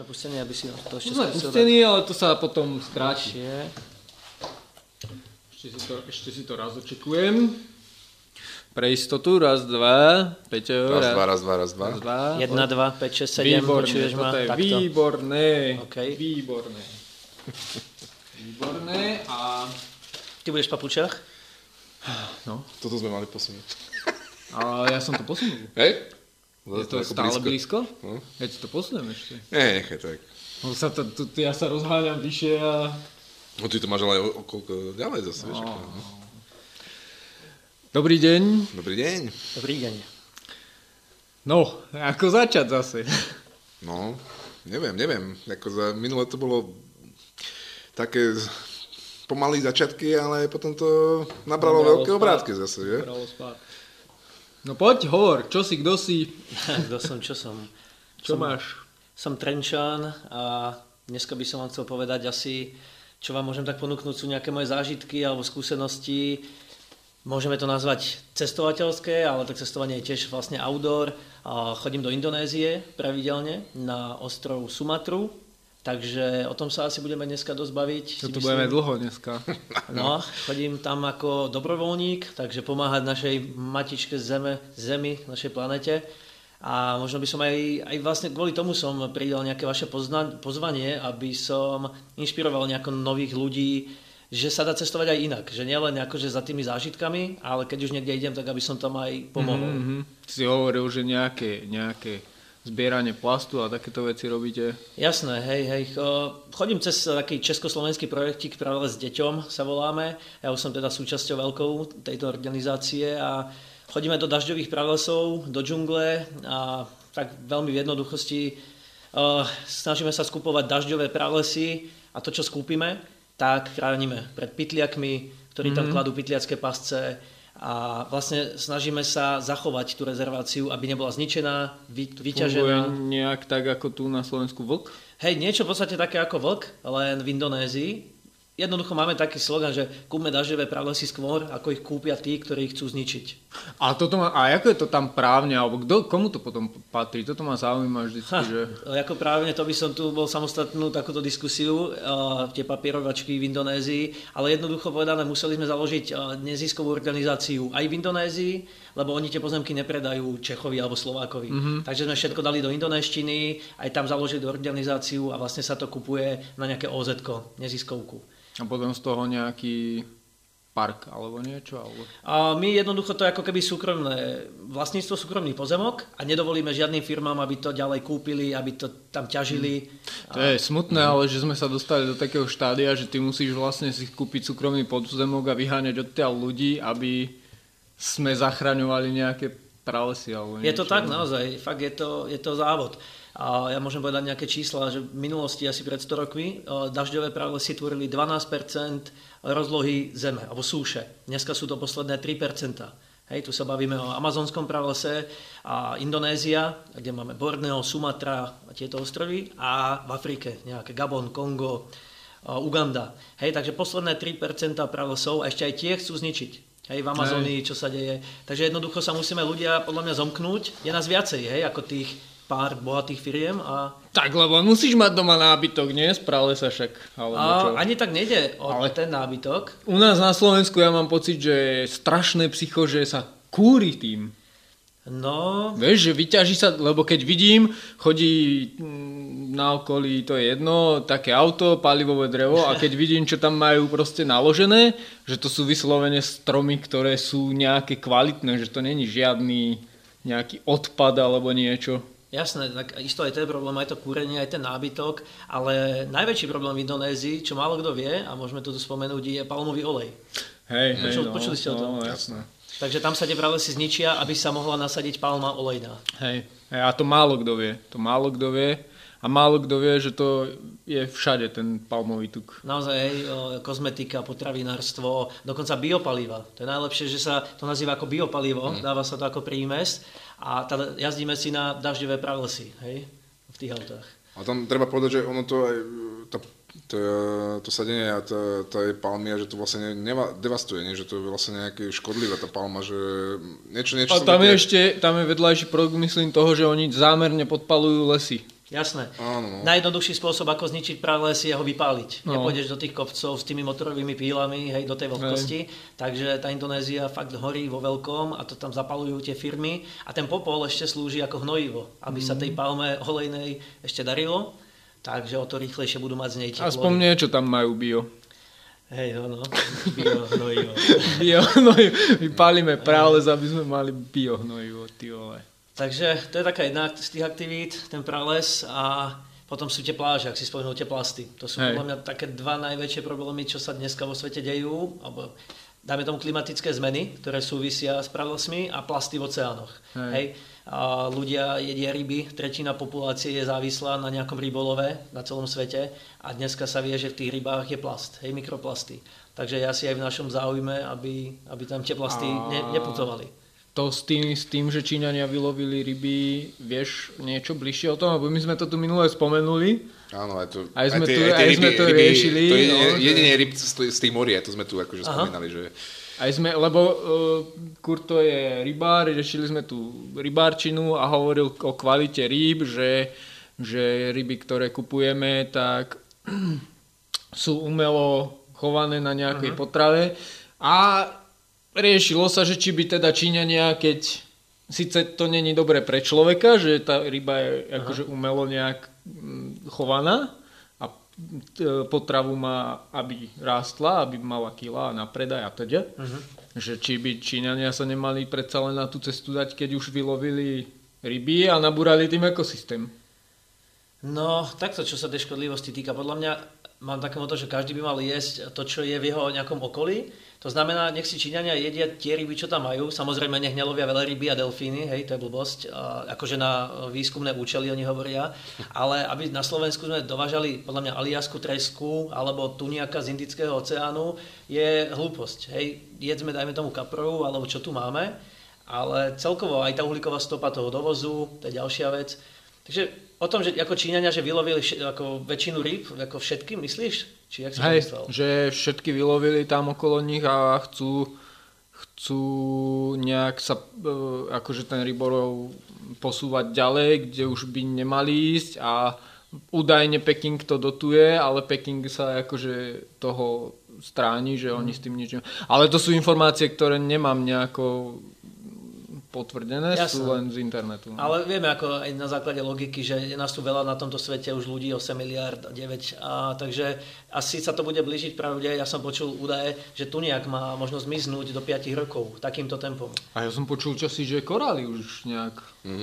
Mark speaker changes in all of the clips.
Speaker 1: Sme pustení, aby si to ešte
Speaker 2: Sme pustení, ale to sa potom skráti. Ešte si to raz očekujem. Pre istotu, raz, dva, Peťo.
Speaker 3: Raz, dva.
Speaker 1: 1, 2, 5, 6, 7, počuješ ma?
Speaker 2: Toto je
Speaker 1: Takto.
Speaker 2: výborné.
Speaker 1: Okay.
Speaker 2: Výborné. Výborné a...
Speaker 1: Ty budeš v papučách?
Speaker 2: No.
Speaker 3: Toto sme mali posunúť.
Speaker 2: Ale ja som to posunul.
Speaker 3: Hej?
Speaker 2: Je to stále blízko?
Speaker 3: No.
Speaker 2: Ja ti to posuniem ešte.
Speaker 3: Nie, nechaj tak.
Speaker 2: Ja sa rozháňam vyššie a...
Speaker 3: No ty to máš ale okolko ďalej zase, vieš. No.
Speaker 2: Dobrý deň.
Speaker 3: Dobrý deň.
Speaker 1: Dobrý deň.
Speaker 2: No, ako začať zase?
Speaker 3: No, neviem. Ako minule to bolo také pomalé začiatky, ale potom to nabralo veľké obrátky zase, že?
Speaker 2: No poď, hovor, čo si, kto si?
Speaker 1: Kto som, čo som?
Speaker 2: Čo máš?
Speaker 1: Som Trenčan a dneska by som vám chcel povedať asi, čo vám môžem tak ponúknuť, sú nejaké moje zážitky alebo skúsenosti. Môžeme to nazvať cestovateľské, ale tak cestovanie je tiež vlastne outdoor. Chodím do Indonézie pravidelne na ostrov Sumatru, takže o tom sa asi budeme dneska dosť baviť.
Speaker 2: To budeme dlho dneska.
Speaker 1: No, chodím tam ako dobrovoľník, takže pomáhať našej matičke Zemi, našej planete. A možno by som aj vlastne kvôli tomu som pridal nejaké vaše pozvanie, aby som inšpiroval nejako nových ľudí, že sa dá cestovať aj inak. Že nielen akože za tými zážitkami, ale keď už niekde idem, tak aby som tam aj pomohol.
Speaker 2: Si hovoril, že nejaké zbieranie plastu a takéto veci robíte?
Speaker 1: Jasné, hej. Chodím cez taký československý projektík práve s deťom sa voláme. Ja už som teda súčasťou veľkou tejto organizácie a chodíme do dažďových pralesov, do džungle a tak veľmi v jednoduchosti snažíme sa skupovať dažďové pralesy a to, čo skúpime, tak chránime pred pytliakmi, ktorí tam kladú pytliacké pasce a vlastne snažíme sa zachovať tú rezerváciu, aby nebola zničená, vyťažená.
Speaker 2: Funguje nejak tak ako tu na Slovensku vlk?
Speaker 1: Hej, niečo v podstate také ako vlk, len v Indonézii. Jednoducho máme taký slogan, že kúpme dažďové pralesy skôr, ako ich kúpia tí, ktorí ich chcú zničiť.
Speaker 2: A ako je to tam právne, alebo komu to potom patrí? Toto ma zaujíma vždycky, že...
Speaker 1: Ako právne, to by som tu bol samostatnú takúto diskusiu, tie papierovačky v Indonézii, ale jednoducho povedané, museli sme založiť neziskovú organizáciu aj v Indonézii, lebo oni tie pozemky nepredajú Čechovi alebo Slovákovi. Takže sme všetko dali do indonéštiny, aj tam založili organizáciu a vlastne sa to kupuje na nejaké OZ-ko, neziskovku.
Speaker 2: A potom z toho nejaký park alebo niečo? Alebo...
Speaker 1: A my jednoducho to je ako keby súkromné vlastníctvo, súkromný pozemok a nedovolíme žiadnym firmám, aby to ďalej kúpili, aby to tam ťažili.
Speaker 2: To je smutné, ale že sme sa dostali do takého štádia, že ty musíš vlastne si kúpiť súkromný pozemok a vyháňať odtiaľ ľudí, aby sme zachraňovali nejaké pralesy alebo niečo.
Speaker 1: Je to tak naozaj, fakt je to závod. A ja môžem povedať nejaké čísla, že v minulosti asi pred 100 rokmi dažďové pralesy tvorili 12% rozlohy zeme, alebo súše. Dneska sú to posledné 3%. Hej, tu sa bavíme o amazonskom pralese a Indonézia, kde máme Borneo, Sumatra a tieto ostrovy a v Afrike nejaké Gabon, Kongo, Uganda. Hej, takže posledné 3% pralesov a ešte aj tie chcú zničiť. Hej, v Amazónii, čo sa deje. Takže jednoducho sa musíme ľudia podľa mňa zomknúť. Je nás viacej, hej, ako tých pár bohatých firiem a...
Speaker 2: Tak, lebo musíš mať doma nábytok, nie? Z pralesa však.
Speaker 1: Ani tak nejde o ten nábytok.
Speaker 2: U nás na Slovensku ja mám pocit, že je strašné psycho, že sa kúri tým.
Speaker 1: No...
Speaker 2: Vieš, že vyťaží sa, lebo keď vidím, chodí na okolí, to je jedno, také auto, palivové drevo a keď vidím, čo tam majú proste naložené, že to sú vyslovene stromy, ktoré sú nejaké kvalitné, že to není žiadny nejaký odpad alebo niečo.
Speaker 1: Jasné, tak isto aj ten problém, aj to kúrenie, aj ten nábytok, ale najväčší problém v Indonézii, čo málo kto vie, a môžeme to tu spomenúť, je palmový olej.
Speaker 2: Hej,
Speaker 1: počuli ste o tom?
Speaker 2: No, jasné.
Speaker 1: Takže tam sa tie pralesy zničia, aby sa mohla nasadiť palma olejná.
Speaker 2: Hej, a to málo kto vie. A málo kto vie, že to je všade ten palmový tuk.
Speaker 1: Naozaj, kozmetika, potravinárstvo, dokonca biopaliva. To je najlepšie, že sa to nazýva ako biopalivo, dáva sa to ako prímes a jazdíme si na dažďové pralesy, hej, v tých autách.
Speaker 3: A tam treba povedať, že ono to aj, to sadenie a tá palmia, že to vlastne devastuje, nie? Že to je vlastne nejaké škodlivé tá palma, že niečo
Speaker 2: a tam je vedľajší produkt, myslím toho, že oni zámerne podpalujú lesy.
Speaker 1: Jasné.
Speaker 3: Áno.
Speaker 1: Najjednoduchší spôsob, ako zničiť prales, je ho vypáliť.
Speaker 2: No.
Speaker 1: Nepôjdeš do tých kopcov s tými motorovými pílami, hej, do tej vlhkosti. Takže tá Indonézia fakt horí vo veľkom a to tam zapalujú tie firmy. A ten popol ešte slúži ako hnojivo, aby sa tej palme olejnej ešte darilo. Takže o to rýchlejšie budú mať z nej tie
Speaker 2: Aspoň
Speaker 1: plody.
Speaker 2: niečo tam majú bio.
Speaker 1: Hej, no. Biohnojivo.
Speaker 2: Biohnojivo. Vypálime prales, aby sme mali biohnojivo, ty vole.
Speaker 1: Takže to je taká jedna z tých aktivít, ten prales a potom sú tie pláže, ak si spomenul tie plasty. To sú podľa mňa také dva najväčšie problémy, čo sa dneska vo svete dejú, alebo dáme tomu klimatické zmeny, ktoré súvisia s pralesmi a plasty v oceánoch. Hej. A ľudia jedia ryby, tretina populácie je závislá na nejakom rybolove na celom svete a dneska sa vie, že v tých rybách je plast, hej, mikroplasty. Takže je asi aj v našom záujme, aby tam tie plasty neputovali.
Speaker 2: To s tým, že Číňania vylovili ryby, vieš niečo bližšie o tom? Lebo my sme to tu minule spomenuli.
Speaker 3: Áno,
Speaker 2: Aj sme to riešili.
Speaker 3: To je jedine ryb z tých morí, to sme tu akože spomínali, že...
Speaker 2: Lebo Kurto je rybár, riešili sme tu rybárčinu a hovoril o kvalite rýb, že ryby, ktoré kupujeme, tak sú umelo chované na nejakej potrave a riešilo sa, že či by teda Číňania, keď síce to není dobre pre človeka, že tá ryba je akože umelo nejak chovaná a potravu má, aby rástla, aby mala kilá na predaj a teda. Že či by Číňania sa nemali predsa len na tú cestu dať, keď už vylovili ryby a nabúrali tým ekosystém.
Speaker 1: No, takto, čo sa tej škodlivosti týka, podľa mňa mám také moto, že každý by mal jesť to, čo je v jeho nejakom okolí. To znamená, nech si Číňania jedia tie ryby, čo tam majú. Samozrejme, nech nelovia veľryby a delfíny, hej, to je blbosť. Akože na výskumné účely oni hovoria. Ale aby na Slovensku sme dovážali, podľa mňa, aliasku, tresku alebo tuniaka z Indického oceánu, je hlúposť. Hej, jedzme, dajme tomu kaprovu, alebo čo tu máme. Ale celkovo aj tá uhlíková stopa toho dovozu, to je ďalšia vec. Takže o tom, že ako Číňania, že vylovili ako väčšinu rýb, ako všetky, myslíš? Či jak si to myslel?
Speaker 2: Že všetky vylovili tam okolo nich a chcú nejak sa akože ten rybolov posúvať ďalej, kde už by nemali ísť a údajne Peking to dotuje, ale Peking sa akože toho stráni, že oni s tým nič... Ale to sú informácie, ktoré nemám nejako potvrdené, sú len z internetu. No.
Speaker 1: Ale vieme ako aj na základe logiky, že je nás tu veľa na tomto svete, už ľudí 8 miliard, 9, takže asi sa to bude blížiť pravde. Ja som počul údaje, že tuniak má možnosť zmiznúť do 5 rokov takýmto tempom.
Speaker 2: A ja som počul čosi, že korály už nejak...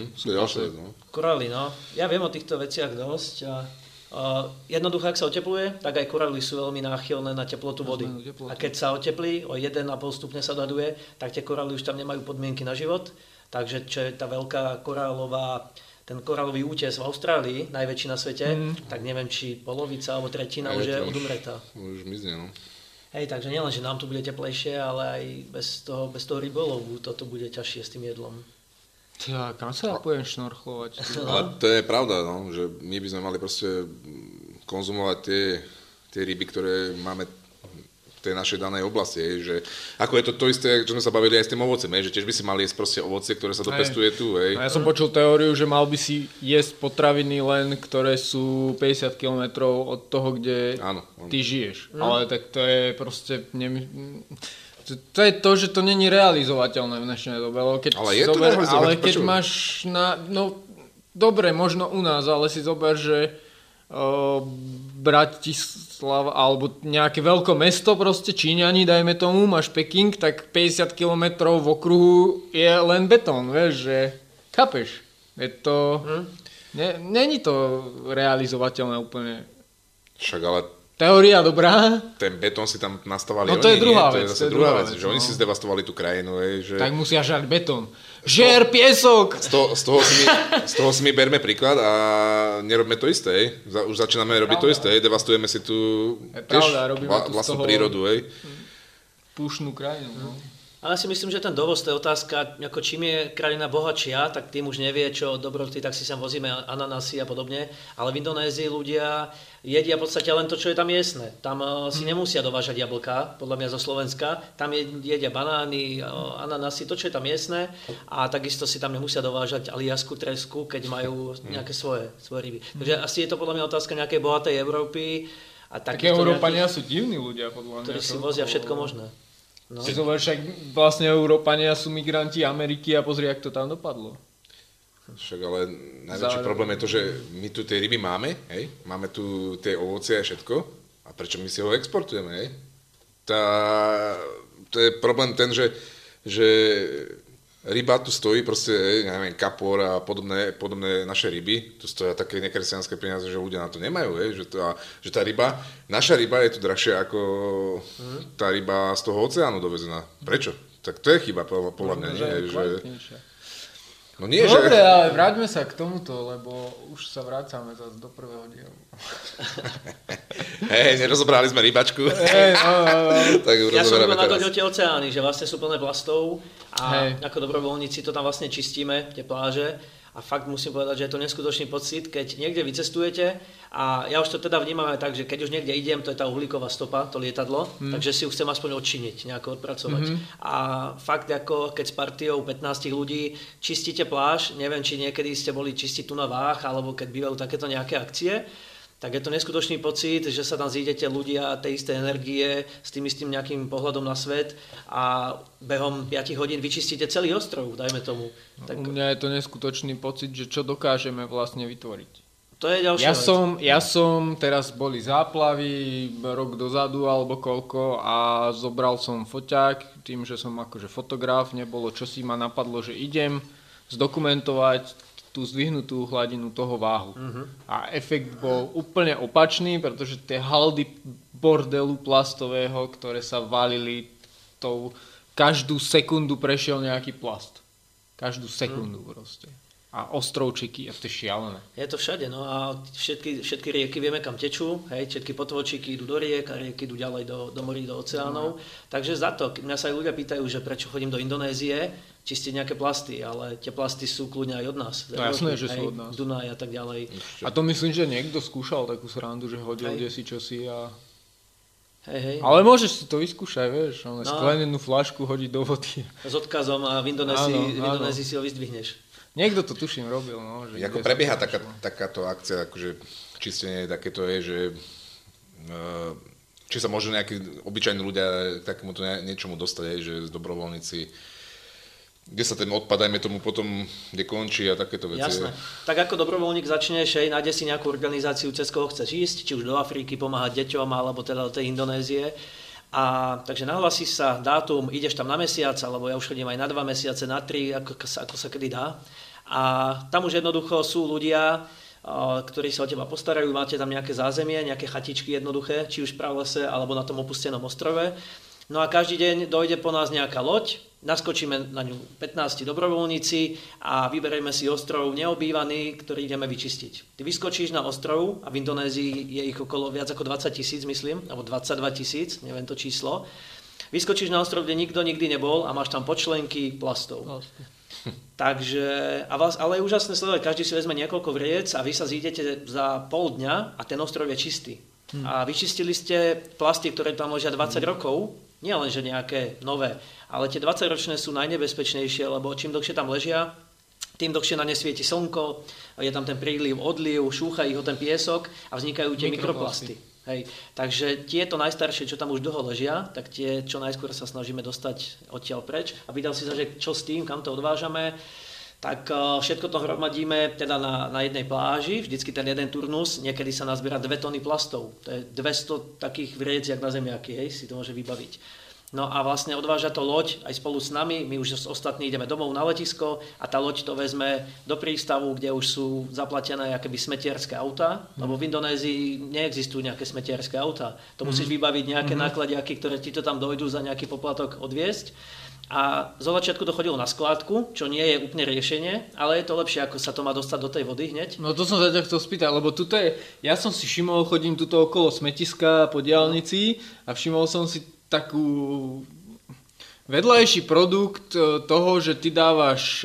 Speaker 1: Korály, no. Ja viem o týchto veciach dosť a jednoducho, ak sa otepluje, tak aj korály sú veľmi náchylné na teplotu vody. A keď sa oteplí, o 1,5 stupňa sa dohaduje, tak tie korály už tam nemajú podmienky na život. Takže čo je tá veľká korálová, ten korálový útes v Austrálii, najväčší na svete, tak neviem, či polovica alebo tretina už je odumretá.
Speaker 3: Už mizne, no.
Speaker 1: Hej, takže nielen, že nám tu bude teplejšie, ale aj bez toho rybolovu toto bude ťažšie s tým jedlom.
Speaker 2: Ja, kam sa pojem šnorchlovať?
Speaker 3: Ale to je pravda, no, že my by sme mali proste konzumovať tie ryby, ktoré máme v tej našej danej oblasti. Že ako je to isté, čo sme sa bavili aj s tým ovocem, že tiež by si mali jesť proste ovocie, ktoré sa dopestuje tu. Hej.
Speaker 2: A ja som počul teóriu, že mal by si jesť potraviny len, ktoré sú 50 km od toho, kde ty žiješ. Ale tak to je proste... To je to, že to není realizovateľné v dnešnej dobe. Ale keď máš no dobre, možno u nás, ale si zober, že Bratislava alebo nejaké veľké mesto, proste Číňani, dajme tomu, máš Peking, tak 50 km v okruhu je len betón, vieš, že chápeš? Je to... Není to realizovateľné úplne.
Speaker 3: Však ale...
Speaker 2: Teória dobrá.
Speaker 3: Ten betón si tam nastavali
Speaker 2: oni. No to je druhá vec.
Speaker 3: To je zase druhá vec, že oni si zdevastovali tú krajinu. Že...
Speaker 2: Tak musia žať betón. Žer, piesok!
Speaker 3: Z toho si my berme príklad a nerobme to isté. Už začíname robiť to isté. Devastujeme si tu
Speaker 2: vlastnú
Speaker 3: prírodu.
Speaker 2: Púšnú krajinu. No.
Speaker 1: Ale ja si myslím, že ten dovoz, to je otázka, ako čím je krajina bohatšia, tak tým už nevie, čo dobroty, tak si sem vozíme ananasy a podobne. Ale v Indonézii ľudia jedia v podstate len to, čo je tam miestne. Tam si nemusia dovážať jablká, podľa mňa zo Slovenska. Tam jedia banány, ananasy, to, čo je tam miestne. A takisto si tam nemusia dovážať aliasku, tresku, keď majú nejaké svoje ryby. Takže asi je to podľa mňa otázka nejakej bohatej Európy. A
Speaker 2: také Európania sú divní ľudia, podľa mňa.
Speaker 1: Ktorí si vozia všetko možné.
Speaker 2: No. Však vlastne Európania sú migranti Ameriky a pozri, jak to tam dopadlo.
Speaker 3: Však ale najväčší problém je to, že my tu tie ryby máme, hej? Máme tu tie ovocie a všetko. A prečo my si ho exportujeme, hej? To je problém ten, že ryba tu stojí, proste, neviem, kapor a podobné naše ryby, tu stoja také nekresťanské peniaze, že ľudia na to nemajú, že tá ryba, naša ryba je tu drahšia ako tá ryba z toho oceánu dovezená. Prečo? Tak to je chyba, podľa mňa, nie? No nie,
Speaker 2: dobre, ale vráťme sa k tomuto, lebo už sa vracame zase do prvého dielu.
Speaker 3: Hej, nerozobrali sme rybačku.
Speaker 2: No.
Speaker 1: Tak ja som iba nagodil tie oceány, že vlastne sú plné plastov a ako dobrovoľníci to tam vlastne čistíme, tie pláže. A fakt musím povedať, že je to neskutočný pocit, keď niekde vycestujete a ja už to teda vnímam aj tak, že keď už niekde idem, to je tá uhlíková stopa, to lietadlo, takže si ju chcem aspoň odčiniť, nejako odpracovať. A fakt ako keď s partiou 15 ľudí čistíte pláž, neviem, či niekedy ste boli čistiť tu na Váh, alebo keď bývajú takéto nejaké akcie, tak je to neskutočný pocit, že sa tam zídete ľudia tej istej energie s tým istým nejakým pohľadom na svet a behom 5 hodín vyčistíte celý ostrov, dajme tomu. Tak...
Speaker 2: U mňa je to neskutočný pocit, že čo dokážeme vlastne vytvoriť.
Speaker 1: To je ďalšia vec.
Speaker 2: Ja som, teraz boli záplavy, rok dozadu alebo koľko a zobral som foťák, tým, že som akože fotograf, nebolo čo si ma napadlo, že idem zdokumentovať tú zdvihnutú hladinu toho Váhu. A efekt bol úplne opačný, pretože tie haldy bordelu plastového, ktoré sa valili, každú sekundu prešiel nejaký plast. Každú sekundu proste. A ostrovčeky, a to je šialené.
Speaker 1: Je to všade, no a všetky rieky vieme, kam tečú, hej, všetky potôčiky idú do riek a rieky idú ďalej do morí, do oceánov. Takže za to, mňa sa aj ľudia pýtajú, že prečo chodím do Indonézie, čistiť nejaké plasty, ale tie plasty sú kľudne aj od nás.
Speaker 2: No jasné, že sú od nás.
Speaker 1: Dunaj a tak ďalej.
Speaker 2: A to myslím, že niekto skúšal takú srandu, že hodil kdesi čosi a...
Speaker 1: Hej.
Speaker 2: Ale môžeš si to vyskúšať, vieš, sklenenú flašku hodiť do vody.
Speaker 1: S odkazom a v Indonézii si ho vyzdvihneš.
Speaker 2: Niekto to tuším robil, no. Že
Speaker 3: ako prebieha takáto akcia, akože čistenie takéto je, že či sa môžu nejakí obyčajní ľudia k takémuto niečomu dostať, že dobrovoľníci, kde sa ten odpad, dajme tomu potom, kde končí a takéto veci.
Speaker 1: Jasné. Tak ako dobrovoľník začneš, nájde si nejakú organizáciu, cez koho chceš ísť, či už do Afriky pomáhať deťom, alebo teda do tej Indonézie. A takže nahlasíš sa, dátum, ideš tam na mesiac, alebo ja už chodím aj na 2 mesiace, na 3, ako sa kedy dá. A tam už jednoducho sú ľudia, ktorí sa o teba postarajú, máte tam nejaké zázemie, nejaké chatičky jednoduché, či už v pralese, alebo na tom opustenom ostrove. No a každý deň dojde po nás nejaká loď, naskočíme na ňu 15 dobrovoľníci a vyberieme si ostrov neobývaný, ktorý ideme vyčistiť. Ty vyskočíš na ostrov a v Indonézii je ich okolo viac ako 20 000, myslím, alebo 22 000, neviem to číslo. Vyskočíš na ostrov, kde nikto nikdy nebol a máš tam počlenky plastov. Takže, ale je úžasné sledovať, každý si vezme niekoľko vriec a vy sa zídete za pol dňa a ten ostrov je čistý. A vyčistili ste plasty, ktoré tam ležia 20 rokov, nie len že nejaké nové, ale tie 20-ročné sú najnebezpečnejšie, lebo čím dlhšie tam ležia, tým dlhšie na ne svieti slnko, je tam ten príliv, odliv, šúcha ich o ten piesok a vznikajú tie mikroplasty. Hej. Takže tieto najstaršie, čo tam už dlho ležia, tak tie čo najskôr sa snažíme dostať odtiaľ preč. A pýtal si sa, že čo s tým, kam to odvážame, tak všetko to hromadíme teda na jednej pláži, vždycky ten jeden turnus, niekedy sa nazbiera 2 tony plastov. To je 200 takých vriec, jak na zemiaky, hej, si to môže vybaviť. No a vlastne odváža to loď aj spolu s nami, my už ostatní ideme domov na letisko a tá loď to vezme do prístavu, kde už sú zaplatené akoby smetierské autá, lebo v Indonézii neexistujú nejaké smetierské autá. To musíš vybaviť nejaké nákladiaky, ktoré ti to tam dojdú za nejaký poplatok odviesť. A zo začiatku to chodilo na skládku, čo nie je úplne riešenie, ale je to lepšie, ako sa to má dostať do tej vody hneď.
Speaker 2: No to som sa ťa chcel spýtať, lebo tuto ja som si všimol, chodím tuto okolo smetiska po diaľnici a všimol som si takú vedľajší produkt toho, že ty dávaš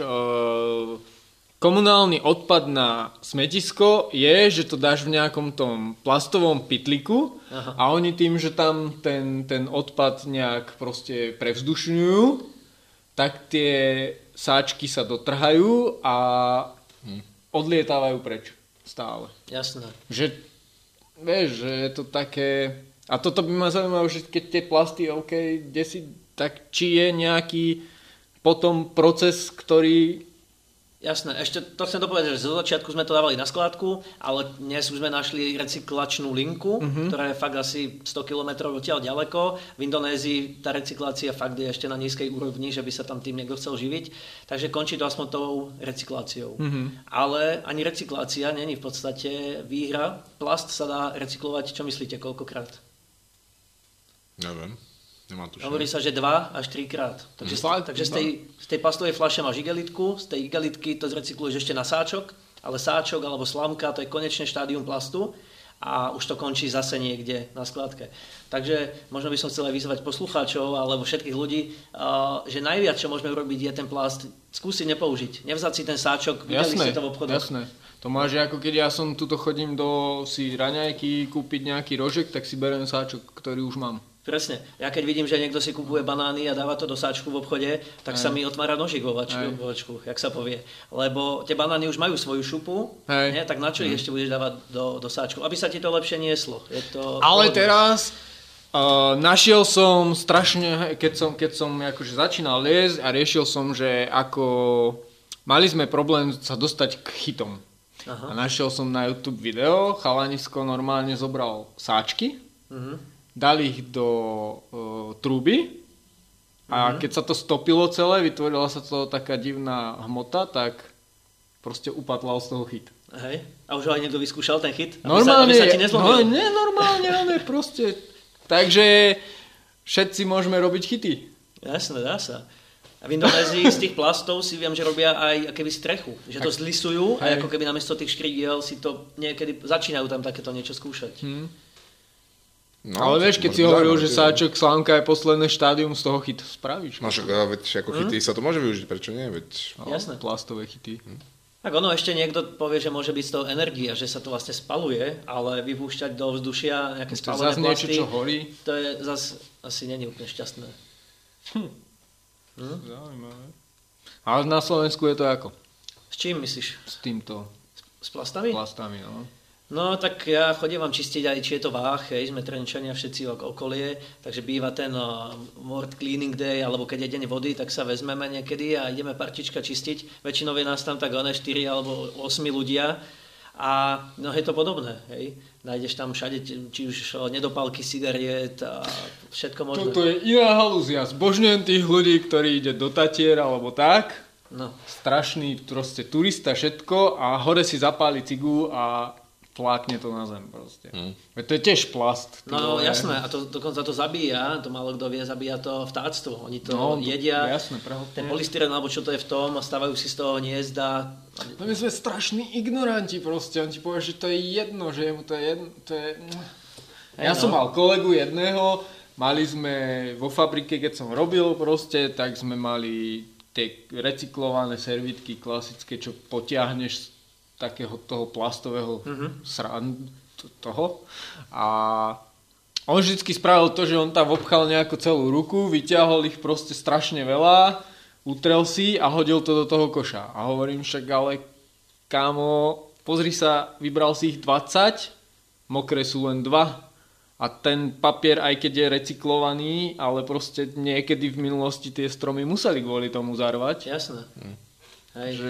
Speaker 2: komunálny odpad na smetisko, je, že to dáš v nejakom tom plastovom pytliku a oni tým, že tam ten odpad nejak proste prevzdušňujú, tak tie sáčky sa dotrhajú a odlietávajú preč stále.
Speaker 1: Jasné.
Speaker 2: Že, vieš, že je to také... A toto by ma zaujímalo, že keď tie plasty, OK, tak či je nejaký potom proces, ktorý...
Speaker 1: Jasné, ešte to chcem dopovedať, že zo začiatku sme to dávali na skládku, ale dnes už sme našli recyklačnú linku, ktorá je fakt asi 100 km odtiaľ ďaleko. V Indonézii tá recyklácia fakt je ešte na nízkej úrovni, že by sa tam tým niekto chcel živiť. Takže končí to aspoň tou recykláciou. Ale ani recyklácia není v podstate výhra. Plast sa dá recyklovať, čo myslíte, koľkokrát?
Speaker 3: Neviem.
Speaker 1: Hovorí sa, že 2 až 3 krát. Takže z tej plastovej fľaše máš igelitku, z tej igelitky to zrecykluješ ešte na sáčok, ale sáčok alebo slamka to je konečné štádium plastu a už to končí zase niekde na skladke. Takže možno by som chcel aj vyzvať poslucháčov alebo všetkých ľudí, že najviac, čo môžeme urobiť, je ten plast skúsiť nepoužiť. Nevzať si ten sáčok, videli ste to v obchodoch.
Speaker 2: Jasné. To máš, ako keď ja som tuto chodím do si raňajky kúpiť nejaký rožek, tak si beriem sáčok, ktorý už mám.
Speaker 1: Presne. Ja keď vidím, že niekto si kupuje banány a dáva to do sáčku v obchode, tak sa mi otvára nožík vo vačku, jak sa povie. Lebo tie banány už majú svoju šupu, nie? Tak na čo ich ešte budeš dávať do sáčku? Aby sa ti to lepšie nieslo.
Speaker 2: Ale teraz našiel som strašne, keď som akože začínal liesť a riešil som, že ako mali sme problém sa dostať k hitom. A našiel som na YouTube video, chalanisko normálne zobral sáčky, dali ich do trúby a keď sa to stopilo celé, vytvorila sa to taká divná hmota, tak proste upatlal z toho chyt.
Speaker 1: Hej. A už ho aj niekto vyskúšal ten chyt?
Speaker 2: Normálne,
Speaker 1: aby sa ti nezlomil?
Speaker 2: No, nenormálne, ale proste. Takže všetci môžeme robiť chyty.
Speaker 1: Jasné, dá sa. A v Indonézii z tých plastov si viem, že robia aj keby strechu. Že to zlisujú a ako keby namiesto tých škridiel si to niekedy začínajú tam takéto niečo skúšať.
Speaker 2: No, ale vieš, keď si hovoril, že sáčok, slánka je posledné štádium, z toho chyt spravíš.
Speaker 3: No však, veď ako chyty sa to môže využiť, prečo nie?
Speaker 2: Jasné. Plastové chyty.
Speaker 1: Tak ono ešte niekto povie, že môže byť z toho energia, že sa to vlastne spaluje, ale vypúšťať do vzdušia nejaké spálené plasty,
Speaker 2: niečo, čo horí.
Speaker 1: To je zase asi není úplne šťastné.
Speaker 2: Zaujímavé. Ale na Slovensku je to ako?
Speaker 1: S čím myslíš?
Speaker 2: S týmto.
Speaker 1: S plastami?
Speaker 2: Plastami, no.
Speaker 1: No tak ja chodím vám čistiť aj či je to Váh, sme Trenčania všetci okolie, takže býva ten World Cleaning Day, alebo keď je deň vody, tak sa vezmeme niekedy a ideme partička čistiť. Väčšinou je nás tam tak 4 alebo 8 ľudia a no je to podobné, hej. Nájdeš tam všade, či už nedopálky cigariet a všetko možné.
Speaker 2: Toto je iná halúzia. Zbožňujem tých ľudí, ktorí ide do Tatier alebo tak.
Speaker 1: No.
Speaker 2: Strašný proste turista, všetko a hore si zapáli cigu a flákne to na zem proste. To je tiež plast.
Speaker 1: No jasné, a to dokonca to zabíja, to málo kto vie, zabíja to vtáctvo. Oni to jedia,
Speaker 2: jasné,
Speaker 1: ten polystyren, alebo čo to je v tom, a stávajú si z toho hniezda.
Speaker 2: No my sme strašní ignoranti proste, on ti povie, že to je jedno, že mu to je jedno, to je... Ja som mal kolegu jedného, mali sme vo fabrike, keď som robil proste, tak sme mali tie recyklované servítky klasické, čo potiahneš takého toho plastového toho a on vždycky spravil to, že on tam obchal nejakú celú ruku, vyťahol ich proste strašne veľa, utrel si a hodil to do toho koša a hovorím však, ale kámo, pozri sa, vybral si ich 20, mokré sú len 2 a ten papier, aj keď je recyklovaný, ale proste niekedy v minulosti tie stromy museli kvôli tomu zarvať.
Speaker 1: Jasné. Hej.
Speaker 2: Že,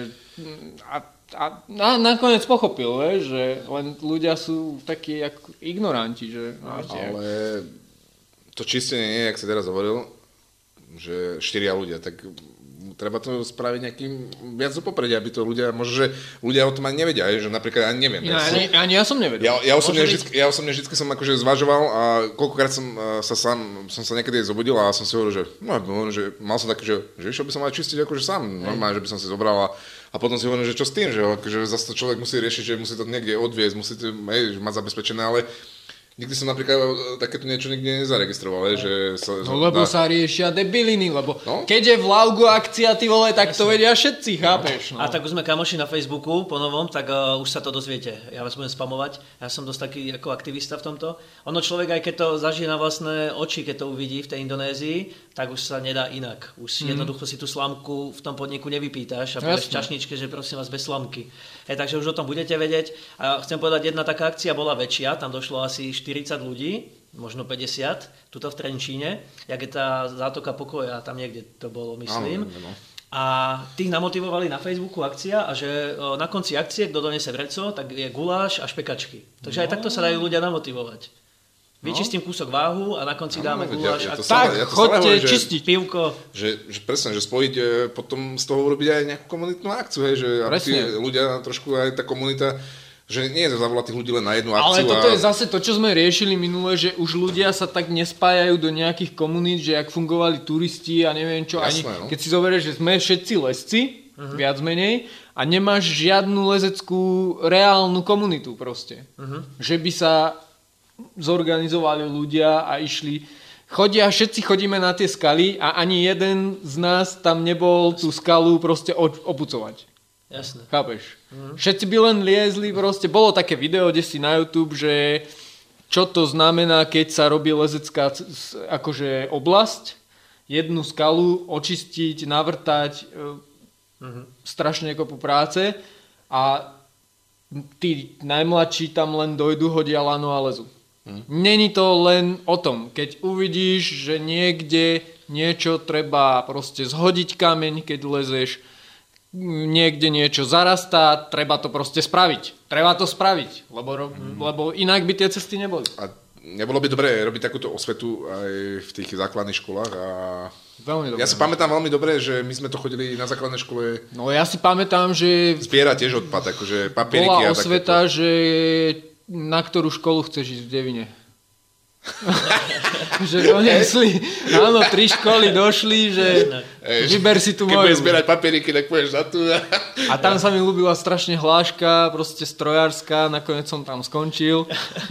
Speaker 2: a nakoniec pochopil, že len ľudia sú takí ako ignoranti. Že,
Speaker 3: ale to čistenie nie je, jak si teraz hovoril, že 4 ľudia, tak treba to spraviť nejakým viac do popredia, aby to ľudia, možno, že ľudia o tom ani nevedia, že napríklad ani neviem.
Speaker 2: Ani ja som nevedel.
Speaker 3: Ja osobne vždycky som akože zvažoval a koľkokrát som sa niekedy zobudil a som si hovoril, že mal som taký, že išiel by som aj čistiť akože sám, normálne, že by som si zobral a potom si hovorím, že čo s tým, že zase to človek musí riešiť, že musí to niekde odviezť, musí to mať zabezpečené, ale Nikdy som napríklad takéto niečo nikdy nezaregistroval, že
Speaker 2: lebo sa riešia debiliny, lebo keď je v Laugu akcia, ty vole, tak to vedia všetci, chápeš? No.
Speaker 1: A tak už sme kamoši na Facebooku po novom, tak už sa to dozviete. Ja vás budem spamovať. Ja som dosť taký ako aktivista v tomto. Ono človek, aj keď to zažije na vlastné oči, keď to uvidí v tej Indonézii, tak už sa nedá inak. Už jednoducho si tú slamku v tom podniku nevypýtaš a povieš v čašničke, že prosím vás bez slamky. Takže už o tom budete vedieť. A chcem povedať, jedna taká akcia bola väčšia, tam došlo asi 40 ľudí, možno 50, tuto v Trenčíne, jak je tá zátoka pokoja, tam niekde to bolo, myslím. A tých namotivovali na Facebooku akcia a že na konci akcie, kto donese vreco, tak je guláš a špekačky. Takže aj takto sa dajú ľudia namotivovať. Vyčistím kúsok váhu a na konci dáme guláš a
Speaker 2: chodte čistiť
Speaker 1: pivko.
Speaker 3: Že presne, že spojiť, potom z toho urobiť aj nejakú komunitnú akciu, hej, že aby tí ľudia, trošku aj tá komunita, že nie je zavolať tých ľudí len na jednu akciu.
Speaker 2: Ale toto je zase to, čo sme riešili minule, že už ľudia sa tak nespájajú do nejakých komunít, že jak fungovali turisti a neviem čo.
Speaker 3: Jasné,
Speaker 2: ani keď si zoberieš, že sme všetci lesci, viac menej, a nemáš žiadnu lezeckú reálnu komunitu proste. Že by sa zorganizovali ľudia a išli. Všetci chodíme na tie skaly a ani jeden z nás tam nebol tú skalu proste opucovať.
Speaker 1: Jasné.
Speaker 2: Chápeš? Všetci by len liezli proste. Bolo také video, kde si na YouTube, že čo to znamená, keď sa robí lezecká akože oblasť, jednu skalu očistiť, navrtať, strašne kopu práce a tí najmladší tam len dojdu, hodia lano a lezu. Není to len o tom, keď uvidíš, že niekde niečo treba proste zhodiť kameň, keď lezeš, niekde niečo zarastá, treba to proste spraviť. Treba to spraviť, lebo inak by tie cesty neboli.
Speaker 3: A nebolo by dobré robiť takúto osvetu aj v tých základných školách a
Speaker 2: veľmi dobré.
Speaker 3: Ja si pamätám veľmi dobre, že my sme to chodili na základnej škole.
Speaker 2: No ja si pamätám, že
Speaker 3: zbierať tiež odpad, akože papieriky
Speaker 2: bola osveta, že na ktorú školu chceš ísť v Devine. Že donesli, áno, 3 školy došli, že vyber si tu moju.
Speaker 3: Keď budeš zbierať papieriky, tak pôjdeš na tú.
Speaker 2: A tam sa mi ľúbila strašne hláška, proste strojárska, nakoniec som tam skončil.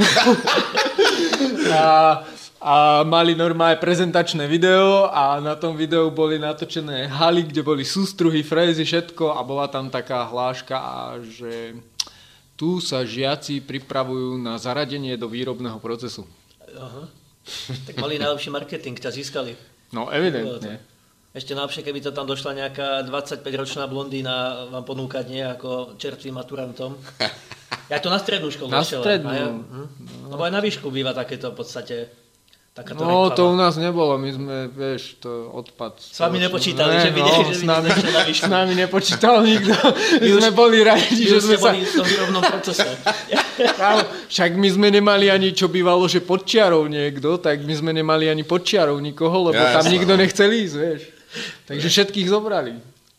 Speaker 2: A mali normálne prezentačné video a na tom videu boli natočené haly, kde boli sústruhy, frézy, všetko a bola tam taká hláška, a že tu sa žiaci pripravujú na zaradenie do výrobného procesu.
Speaker 1: Aha. Tak mali najlepší marketing, ťa získali.
Speaker 2: No evidentne.
Speaker 1: Ešte najlepšie, keby to tam došla nejaká 25-ročná blondína vám ponúkať nie ako čerstvým maturantom. Ja to na strednú školu.
Speaker 2: Na strednú.
Speaker 1: Lebo aj na výšku býva takéto v podstate.
Speaker 2: No reklama. To u nás nebolo, my sme, vieš, to odpad.
Speaker 1: S vami nepočítali, že by
Speaker 2: s nami nepočítal nikto. My sme boli radi, že sme sa...
Speaker 1: boli v tom výrobnom procese.
Speaker 2: Však my sme nemali ani, čo bývalo, že pod čiarou niekto, tak my sme nemali ani pod čiarou nikoho, lebo tam nikto nechcel ísť, vieš. Takže všetkých zobrali.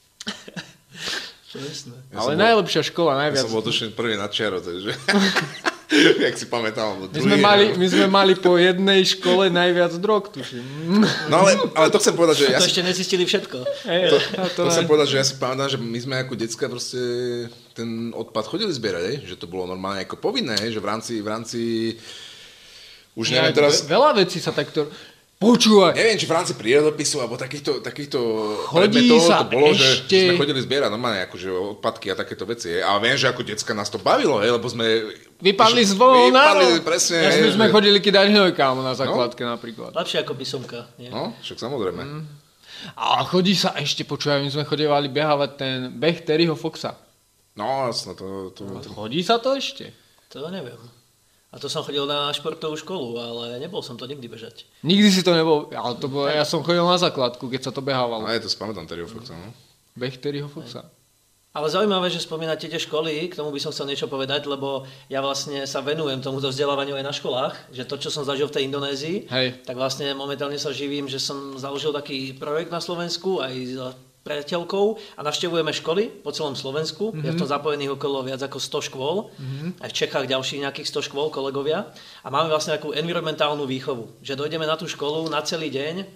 Speaker 2: Ale najlepšia škola, najviac.
Speaker 3: Ja som bol tuším prvý na čiaro, takže... Jak si pamätám.
Speaker 2: My sme mali po jednej škole najviac drog, tuším.
Speaker 3: No ale to chcem povedať, že...
Speaker 1: To ešte nezistili všetko.
Speaker 3: To chcem povedať, že ja si pamätám, že my sme ako decka proste ten odpad chodili zbierať, že to bolo normálne ako povinné, že v rámci už neviem teraz...
Speaker 2: Veľa vecí sa takto... Počúvaj.
Speaker 3: Neviem, či v rámci prírodopisu alebo takýchto predmetov to bolo, že sme chodili zbierať normálne akože odpadky a takéto veci. A viem, že ako decka nás to bavilo, lebo sme...
Speaker 2: Vypadli z voľna.
Speaker 3: Presne.
Speaker 2: My sme chodili kydať hnojkámu na základke napríklad.
Speaker 1: Lepšie ako písomka. Nie?
Speaker 3: No, však samozrejme.
Speaker 2: A chodí sa ešte, počúvaj, my sme chodevali behávať ten beh Terryho Foxa.
Speaker 3: No, jasno, to...
Speaker 2: Chodí sa to ešte?
Speaker 1: To neviem. A to som chodil na športovú školu, ale nebol som to nikdy bežať.
Speaker 2: Nikdy si to nebol, ale to bolo, ja som chodil na základku, keď sa to behávalo.
Speaker 3: A ja to spamätám Terryho Foxa, no?
Speaker 2: Beh Terryho Foxa.
Speaker 1: Ale zaujímavé, že spomínate tie školy, k tomu by som chcel niečo povedať, lebo ja vlastne sa venujem tomuto vzdelávaniu aj na školách, že to, čo som zažil v tej Indonézii, tak vlastne momentálne sa živím, že som založil taký projekt na Slovensku aj s priateľkou a navštevujeme školy po celom Slovensku. Je v tom zapojených okolo viac ako 100 škôl. Aj v Čechách ďalších nejakých 100 škôl, kolegovia. A máme vlastne takú environmentálnu výchovu, že dojdeme na tú školu na celý deň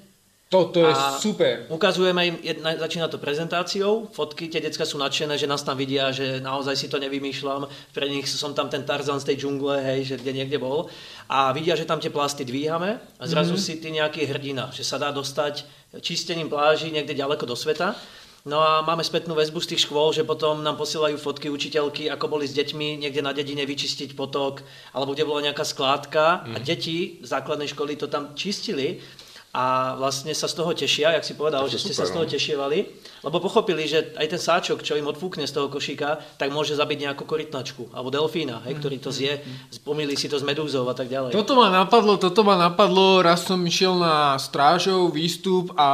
Speaker 2: Toto je super.
Speaker 1: Ukazujeme im, začína to prezentáciou, fotky, tie decka sú nadšené, že nás tam vidia, že naozaj si to nevymýšľam, pre nich som tam ten Tarzan z tej džungle, hej, že kde niekde bol. A vidia, že tam tie plasty dvíhame a zrazu si ty nejaký hrdina, že sa dá dostať čistením pláží niekde ďaleko do sveta. No a máme spätnú väzbu z tých škôl, že potom nám posielajú fotky učiteľky, ako boli s deťmi niekde na dedine vyčistiť potok, alebo kde bola nejaká skládka a deti z základnej školy to tam čistili. A vlastne sa z toho tešia, jak si povedal, že ste sa z toho tešievali, lebo pochopili, že aj ten sáčok, čo im odfúkne z toho košíka, tak môže zabiť nejakú korytnačku alebo delfína, hej, ktorý to zje, pomýli si to s medúzou a tak ďalej.
Speaker 2: Toto ma napadlo, raz som išiel na strážov výstup a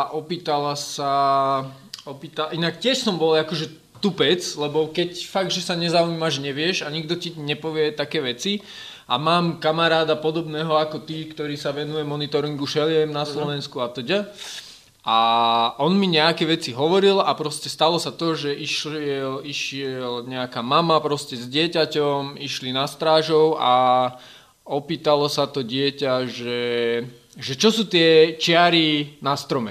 Speaker 2: inak tiež som bol akože tupec, lebo keď fakt, že sa nezaujímaš, nevieš a nikto ti nepovie také veci. A mám kamaráda podobného ako ty, ktorý sa venuje monitoringu šeliem na Slovensku a teda. A on mi nejaké veci hovoril a proste stalo sa to, že išiel nejaká mama proste s dieťaťom, išli na strážov a opýtalo sa to dieťa, že čo sú tie čiary na strome.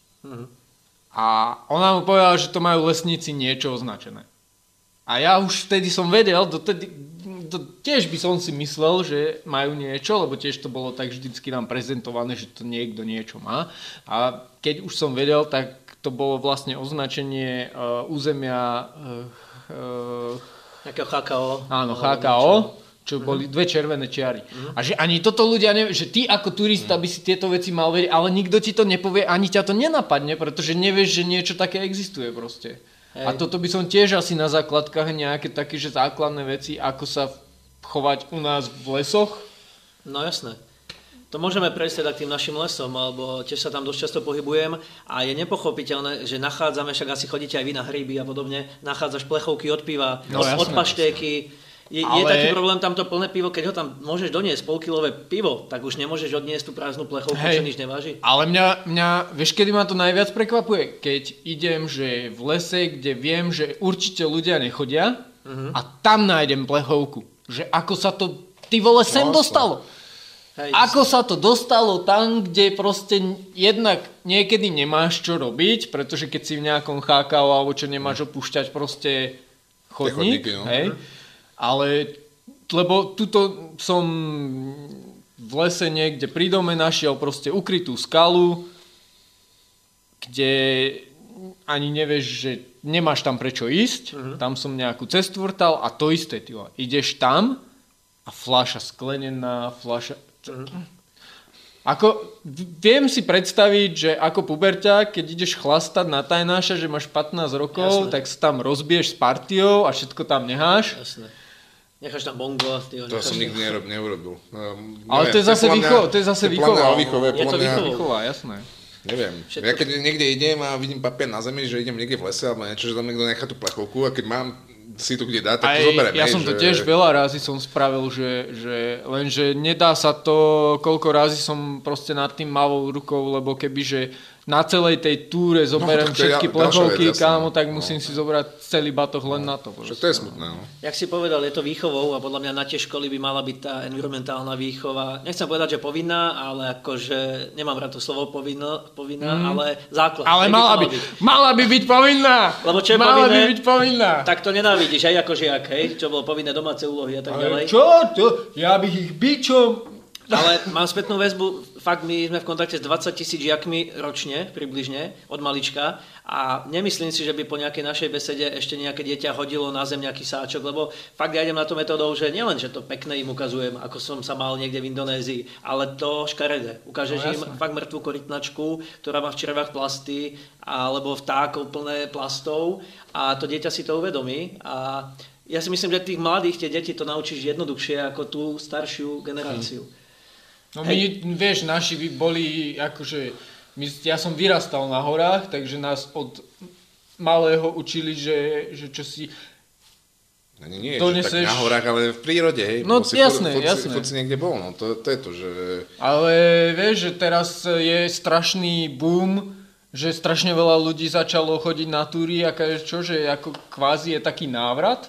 Speaker 2: A ona mu povedala, že to majú lesníci niečo označené. A ja už vtedy som vedel, tiež by som si myslel, že majú niečo, lebo tiež to bolo tak vždycky nám prezentované, že to niekto niečo má. A keď už som vedel, tak to bolo vlastne označenie územia...
Speaker 1: Nejakého HKO.
Speaker 2: Áno, HKO, čo boli dve červené čiary. A že ani toto ľudia nevie, že ty ako turista by si tieto veci mal vedieť, ale nikto ti to nepovie, ani ťa to nenapadne, pretože nevieš, že niečo také existuje proste. Hej. A toto by som tiež asi na základkách nejaké také, že základné veci, ako sa chovať u nás v lesoch.
Speaker 1: No jasné. To môžeme prejsť teda k tým našim lesom, alebo tiež sa tam dosť často pohybujem a je nepochopiteľné, že nachádzame, však asi chodíte aj vy na hríby a podobne, nachádzaš plechovky od piva, od paštéky. Je taký problém tamto plné pivo, keď ho tam môžeš doniesť polkilové pivo, tak už nemôžeš odniesť tú prázdnu plechovku, čo nič neváži.
Speaker 2: Ale mňa, vieš, kedy ma to najviac prekvapuje? Keď idem, že v lese, kde viem, že určite ľudia nechodia a tam nájdem plechovku. Že ako sa to, ty vole, sem dostalo. Hej, ako sa to dostalo tam, kde proste jednak niekedy nemáš čo robiť, pretože keď si v nejakom chákao alebo čo nemáš opúšťať proste chodník, hej. Ale, lebo tuto som v lese niekde pri dome našiel proste ukrytú skalu, kde ani nevieš, že nemáš tam prečo ísť, tam som nejakú cestu vrtal a to isté, tyva. Ideš tam a fľaša sklenená, Ako, viem si predstaviť, že ako puberťák, keď ideš chlastať na tajnáša, že máš 15 rokov, tak sa tam rozbiješ s partiou a všetko tam necháš.
Speaker 1: Jasné. Necháš tam bongo.
Speaker 3: To som nikdy neurobil.
Speaker 2: Ale to je zase výchova.
Speaker 1: Je to
Speaker 2: výchova, jasné.
Speaker 3: Neviem. Ja keď niekde idem a vidím papier na zemi, že idem niekde v lese alebo niečo, že tam niekto nechá tú plechovku a keď mám si to kde dá, tak to zoberiem.
Speaker 2: Ja som to tiež veľa razy som spravil, lenže nedá sa to, koľko razy som proste nad tým mávol rukou, lebo kebyže na celej tej túre zoberiem všetky plechovky, kámo, tak musím si zobrať celý batoh len na to.
Speaker 3: Však to je smutné. No.
Speaker 1: Jak si povedal, je to výchovou a podľa mňa na tie školy by mala byť tá environmentálna výchova. Nechcem povedať, že povinná, ale akože, nemám rád to slovo povinná, ale základ.
Speaker 2: Ale mala by byť povinná.
Speaker 1: Lebo čo je
Speaker 2: mala
Speaker 1: povinné,
Speaker 2: by byť povinná.
Speaker 1: Tak to nenávidíš, aj ako žiak, hej? Čo bolo povinné domáce úlohy a tak ďalej.
Speaker 2: Čo to? Ja bych ich bičom...
Speaker 1: Ale mám spätnú väzbu, fakt my sme v kontakte s 20 000 žiakmi ročne, približne, od malička a nemyslím si, že by po nejakej našej besede ešte nejaké dieťa hodilo na zem nejaký sáčok, lebo fakt ja idem na to metodou, že nielen, že to pekné im ukazujem, ako som sa mal niekde v Indonézii, ale to škaredé. Ukážeš im fakt mŕtvú korytnačku, ktorá má v črevách plasty, alebo vtákov plné plastov a to dieťa si to uvedomí a ja si myslím, že tých mladých, tie deti to naučíš jednoduchšie ako tú staršiu generáciu.
Speaker 2: No my, vieš, naši boli akože, ja som vyrastal na horách, takže nás od malého učili, že čo si
Speaker 3: nie, doneseš... že tak na horách, ale v prírode, hej.
Speaker 2: No jasné.
Speaker 3: Furt si niekde bol, no to je to, že...
Speaker 2: Ale vieš, že teraz je strašný boom, že strašne veľa ľudí začalo chodiť na túry, že ako kvázi je taký návrat.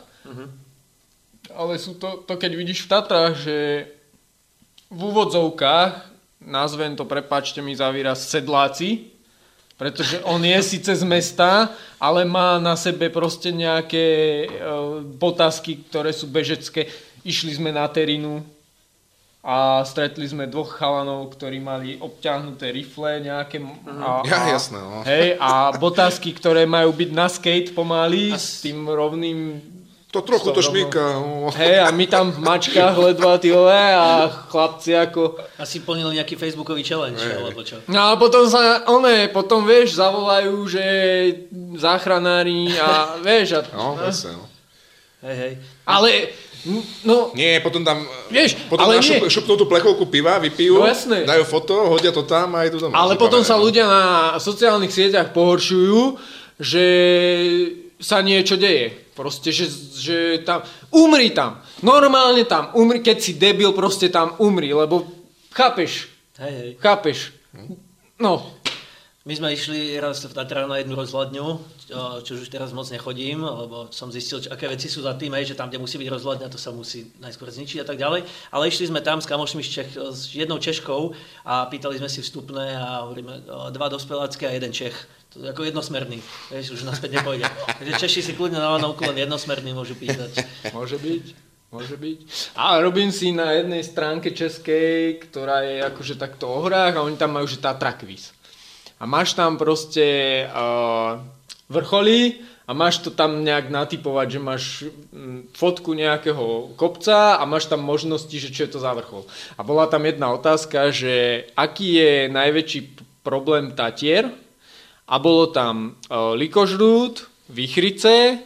Speaker 2: Ale sú to keď vidíš v Tatrách, že v úvodzovkách nazvem to, prepáčte mi za výraz, sedláci, pretože on je síce z mesta, ale má na sebe proste nejaké botasky, ktoré sú bežecké. Išli sme na Terinu a stretli sme 2 chalanov, ktorí mali obťahnuté rifle nejaké.
Speaker 3: Jasné, no.
Speaker 2: Hej, a botasky, ktoré majú byť na skate pomaly s tým rovným.
Speaker 3: To trochu to šmíka.
Speaker 2: Hej, a my tam v mačkách ledva tí a chlapci ako.
Speaker 1: Asi plnili nejaký facebookový challenge, alebo čo.
Speaker 2: No a potom potom vieš, zavolajú, že záchranári a vieš.
Speaker 3: No, presne, no.
Speaker 1: Hej.
Speaker 2: Ale no,
Speaker 3: nie, potom tam
Speaker 2: ale
Speaker 3: šupnú tú plechovku piva, vypijú,
Speaker 2: no, jasné.
Speaker 3: dajú foto, hodia to tam a idú domov.
Speaker 2: Ale potom sa ľudia na sociálnych sieťach pohoršujú, že sa niečo deje. Proste, že tam, umri tam, normálne tam, umri, keď si debil, proste tam umri, lebo chápeš, chápeš, no.
Speaker 1: My sme išli raz v Tatrách na jednu rozhľadňu, čo už teraz moc nechodím, lebo som zistil, aké veci sú za tým, že tam, kde musí byť rozhľadňa, to sa musí najskôr zničiť a tak ďalej. Ale išli sme tam s kamošmi s jednou Češkou a pýtali sme si vstupné a hovoríme 2 dospelácké a 1 Čech. To je ako jednosmerný, vieš, už naspäť nepôjde. Takže Češi si kľudne na lanovku len jednosmerný môžu pýtať.
Speaker 2: Môže byť. A robím si na jednej stránke českej, ktorá je akože takto o horách a oni tam majú, že Tatra quiz. A máš tam proste vrcholy a máš to tam nejak natypovať, že máš fotku nejakého kopca a máš tam možnosti, že čo je to za vrchol. A bola tam jedna otázka, že aký je najväčší problém Tatier a bolo tam Likožrút, Vichrice,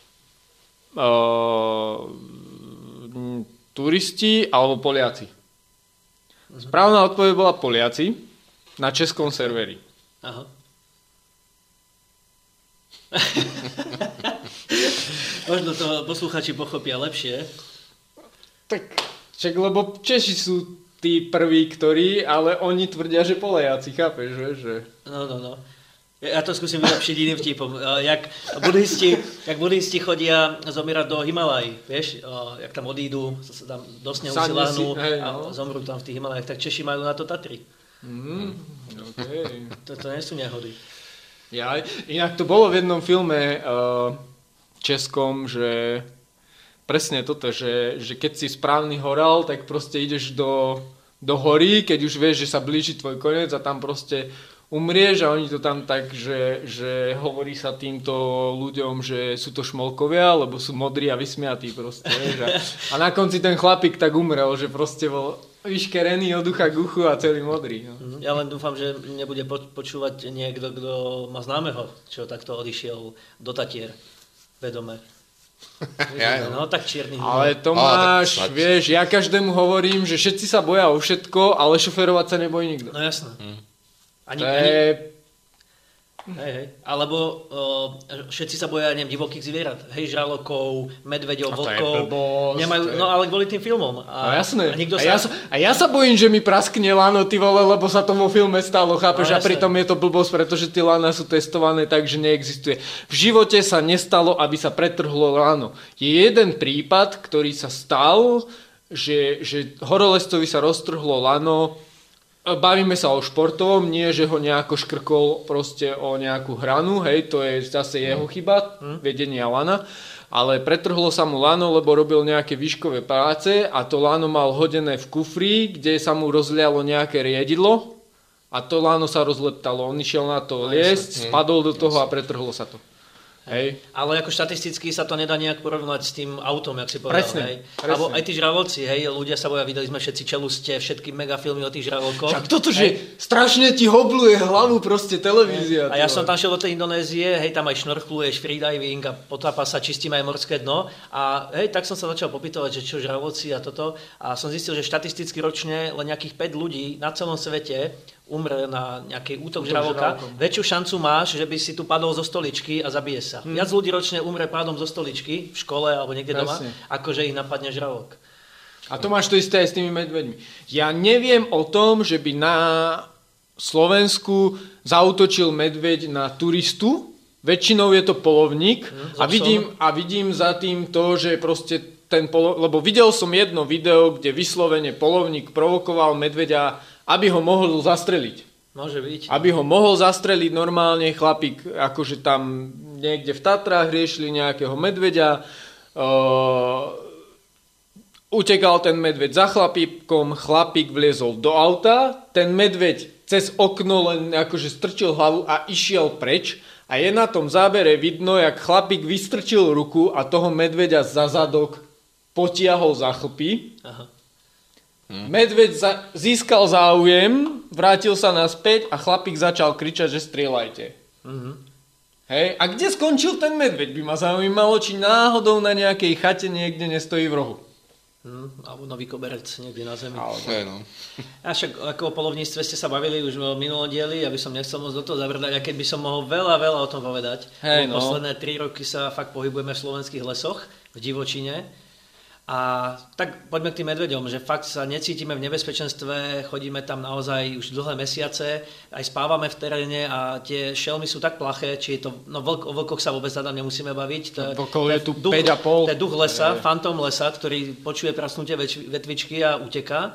Speaker 2: turisti alebo Poliaci. Správna odpoveď bola Poliaci na českom serveri.
Speaker 1: Aha. Možno to posluchači pochopia lepšie.
Speaker 2: Tak, však lebo Češi sú tí prví, ktorí, ale oni tvrdia, že Poliaci, chápeš, že?
Speaker 1: No. Ja to skúsim vylepšiť iným vtipom. Jak buddhisti chodia zomierať do Himalaj, vieš, jak tam odídu, sa tam do snehu si láhnú a zomrú tam v tých Himalajach, tak Češi majú na to Tatry.
Speaker 2: Okay.
Speaker 1: To nie sú nehody.
Speaker 2: Ja, inak to bolo v jednom filme českom, že presne toto, že keď si správny horal, tak proste ideš do hory, keď už vieš, že sa blíži tvoj koniec a tam proste umrieš a oni to tam tak, že hovorí sa týmto ľuďom, že sú to šmolkovia, lebo sú modrí a vysmiatí proste. A na konci ten chlapík tak umrel, že proste bol vyškerený od ucha k uchu a celý modrý. No.
Speaker 1: Ja len dúfam, že nebude počúvať niekto, kto má známeho, čo takto odišiel do Tatier vedome. No tak čierny.
Speaker 2: Ale Tomáš, vieš, ja každému hovorím, že všetci sa boja o všetko, ale šoferovať sa nebojí nikto.
Speaker 1: No jasné. Ani. Hej. Alebo všetci sa boja, neviem, divokých zvierat. Hej, žralokov, medveďov, vlkov. Nemajú, no ale kvôli tým filmom.
Speaker 2: No jasné. A ja sa bojím, že mi praskne lano, ty vole, lebo sa to vo filme stalo, chápeš? No, a pritom je to blbosť, pretože tie lana sú testované tak, že neexistuje. V živote sa nestalo, aby sa pretrhlo lano. Je jeden prípad, ktorý sa stal, že horolezcovi sa roztrhlo lano. Bavíme sa o športovom, nie že ho nejako škrkol proste o nejakú hranu, hej, to je zase jeho chyba, vedenia lana, ale pretrhlo sa mu lano, lebo robil nejaké výškové práce a to lano mal hodené v kufri, kde sa mu rozlialo nejaké riedidlo a to lano sa rozleptalo, on išiel na to liesť, spadol do toho a pretrhlo sa to. Hej. Ale
Speaker 1: ako štatisticky sa to nedá nejak porovnať s tým autom, jak si povedal. Presne. Alebo aj tí žraloci, hej, ľudia sa boja, videli sme všetci Čeluste, všetky megafilmy o tých žralokoch.
Speaker 2: Však toto, že strašne ti hobluje hlavu proste televízia.
Speaker 1: A ja som tam šiel do tej Indonézie, hej, tam aj šnorchluješ, freediving a potápa sa, čistíme aj morské dno. A hej, tak som sa začal popytovať, že čo žraloci a toto. A som zistil, že štatisticky ročne len nejakých 5 ľudí na celom svete umre na nejaký útok žraloka, väčšiu šancu máš, že by si tu padol zo stoličky a zabije sa. Viac ľudí ročne umre pádom zo stoličky v škole alebo niekde doma, ako že ich napadne žralok.
Speaker 2: A to máš to isté aj s tými medveďmi. Ja neviem o tom, že by na Slovensku zaútočil medveď na turistu. Väčšinou je to polovník a vidím za tým to, že proste lebo videl som jedno video, kde vyslovene polovník provokoval medveďa, aby ho mohol zastreliť.
Speaker 1: Môže byť.
Speaker 2: Aby ho mohol zastreliť normálne, chlapík akože tam niekde v Tatrách riešili nejakého medveďa, utekal ten medveď za chlapíkom, chlapík vliezol do auta, ten medveď cez okno len akože strčil hlavu a išiel preč a je na tom zábere vidno, jak chlapík vystrčil ruku a toho medveďa za zadok potiahol za chlpy. Aha. Medveď získal záujem, vrátil sa naspäť a chlapík začal kričať, že strieľajte. Hej, a kde skončil ten medveď? By ma zaujímalo, či náhodou na nejakej chate niekde nestojí v rohu.
Speaker 1: Alebo nový koberec niekde na zemi.
Speaker 3: No.
Speaker 1: A však ako o polovníctve ste sa bavili už v minulom dieli, aby som nechcel moc do toho zabrdať, a keď by som mohol veľa o tom povedať.
Speaker 2: Hej, no.
Speaker 1: Posledné 3 roky sa fakt pohybujeme v slovenských lesoch, v divočine. A tak poďme k tým medveďom, že fakt sa necítime v nebezpečenstve, chodíme tam naozaj už dlhé mesiace, aj spávame v teréne a tie šelmy sú tak plaché, či je to, no o vlkoch sa vôbec tam nemusíme baviť.
Speaker 2: Vlkov je tu 5,5.
Speaker 1: To je duch lesa, fantom lesa, ktorý počuje prasnutie vetvičky a uteká.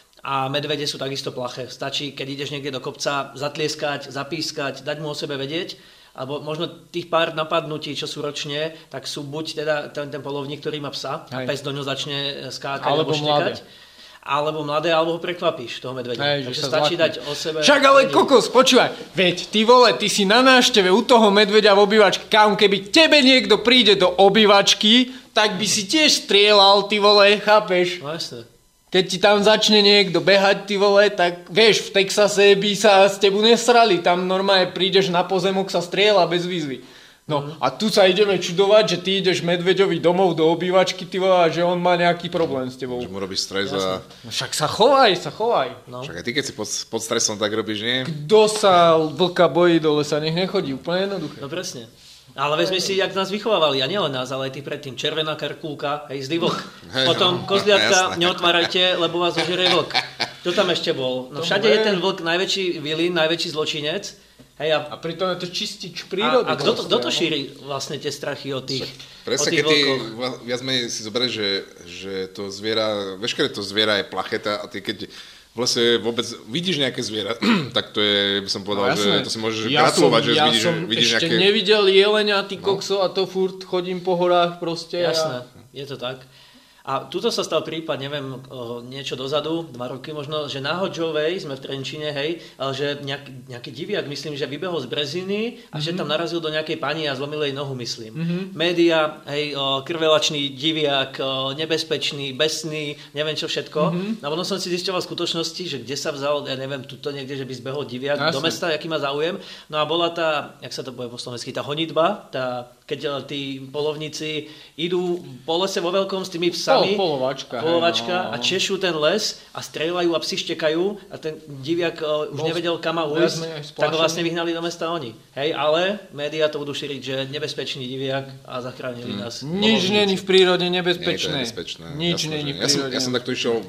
Speaker 1: A medvede sú takisto plaché. Stačí, keď ideš niekde do kopca, zatlieskať, zapískať, dať mu o sebe vedieť. Alebo možno tých pár napadnutí, čo sú ročne, tak sú buď teda ten polovník, ktorý má psa a pes do ňo začne skákať alebo štekať. Alebo mladé, alebo ho prekvapíš, toho medveďa. Takže stačí dať o sebe...
Speaker 2: Však ale kokos, počúvaj, veď ty vole, ty si na návšteve u toho medveďa v obývačke, kámo, keby tebe niekto príde do obývačky, tak by si tiež strieľal, ty vole, chápeš?
Speaker 1: No jasne.
Speaker 2: Keď ti tam začne niekto behať, ty vole, tak vieš, v Texase by sa z tebu nesrali. Tam normálne prídeš na pozemok, sa strieľa bez výzvy. No a tu sa ideme čudovať, že ty ideš medveďovi domov do obývačky, ty vole, a že on má nejaký problém s tebou.
Speaker 3: Že mu robíš stres a...
Speaker 2: No však sa chovaj.
Speaker 3: No. Však aj ty, keď si pod stresom, tak robíš, nie?
Speaker 2: Kto sa vlka bojí do lesa, nech nechodí, úplne jednoduché.
Speaker 1: No presne. Ale vezmi si, jak nás vychovávali, a nielen nás, ale aj tých predtým. Červená karkulka, hej, zlý vlk. Potom kozliatka, neotvárajte, lebo vás ožerie vlk. Kto tam ešte bol? No všade je ten vlk najväčší vilín, najväčší zločinec. Hej,
Speaker 2: a pritom je to čistič prírody.
Speaker 1: A kto to šíri vlastne tie strachy od tých vlkov?
Speaker 3: Presne, keď ty viac menej si zoberieš, že to zviera, veškeré to zviera je placheta a ty keď v lese vôbec vidíš nejaké zviera, tak to je, by som povedal, že to si môžeš gratulovať, že vidíš
Speaker 2: ešte
Speaker 3: nejaké...
Speaker 2: nevidel jelenia, ty kokso, a to furt chodím po horách proste.
Speaker 1: Jasné, je to tak. A tuto sa stal prípad, neviem, niečo dozadu, 2 roky možno, že na Hodžovej, sme v Trenčine, hej, ale že nejaký diviak, myslím, že vybehol z Breziny a že tam narazil do nejakej pani a zlomil jej nohu, myslím. Média, hej, krvelačný diviak, nebezpečný, besný, neviem čo všetko. A potom som si zisťoval v skutočnosti, že kde sa vzal, ja neviem, tuto niekde, že by zbehol diviak do mesta, aký má záujem. No a bola tá, jak sa to povie po slovensky, tá honitba, keď tí polovníci idú po lese vo veľkom s tými psami,
Speaker 2: polovačka
Speaker 1: a češú ten les a strieľajú a psi štekajú a ten diviak už nevedel kam má ujsť, tak ho vlastne vyhnali do mesta oni. Hej, ale médiá to budú šíriť, že nebezpečný diviak a zachránili nás.
Speaker 2: Nič není v prírode nebezpečné.
Speaker 3: Nič není v prírode. Ja som takto išiel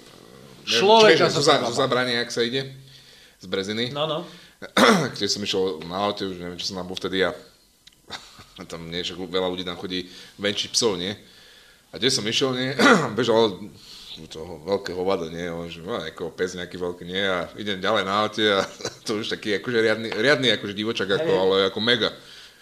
Speaker 2: človeka
Speaker 3: zo Zabrania, jak sa ide z Breziny.
Speaker 1: No.
Speaker 3: Keď som išiel na aute, už neviem, čo som tam bol vtedy a tam nie, však veľa ľudí tam chodí venčiť psov, nie? A kde som išiel, nie? Bežal toho veľkého hovada, nie? On, že ako pes nejaký veľký, nie? A idem ďalej na aute a to už taký akože riadny akože divočak, ale ako mega.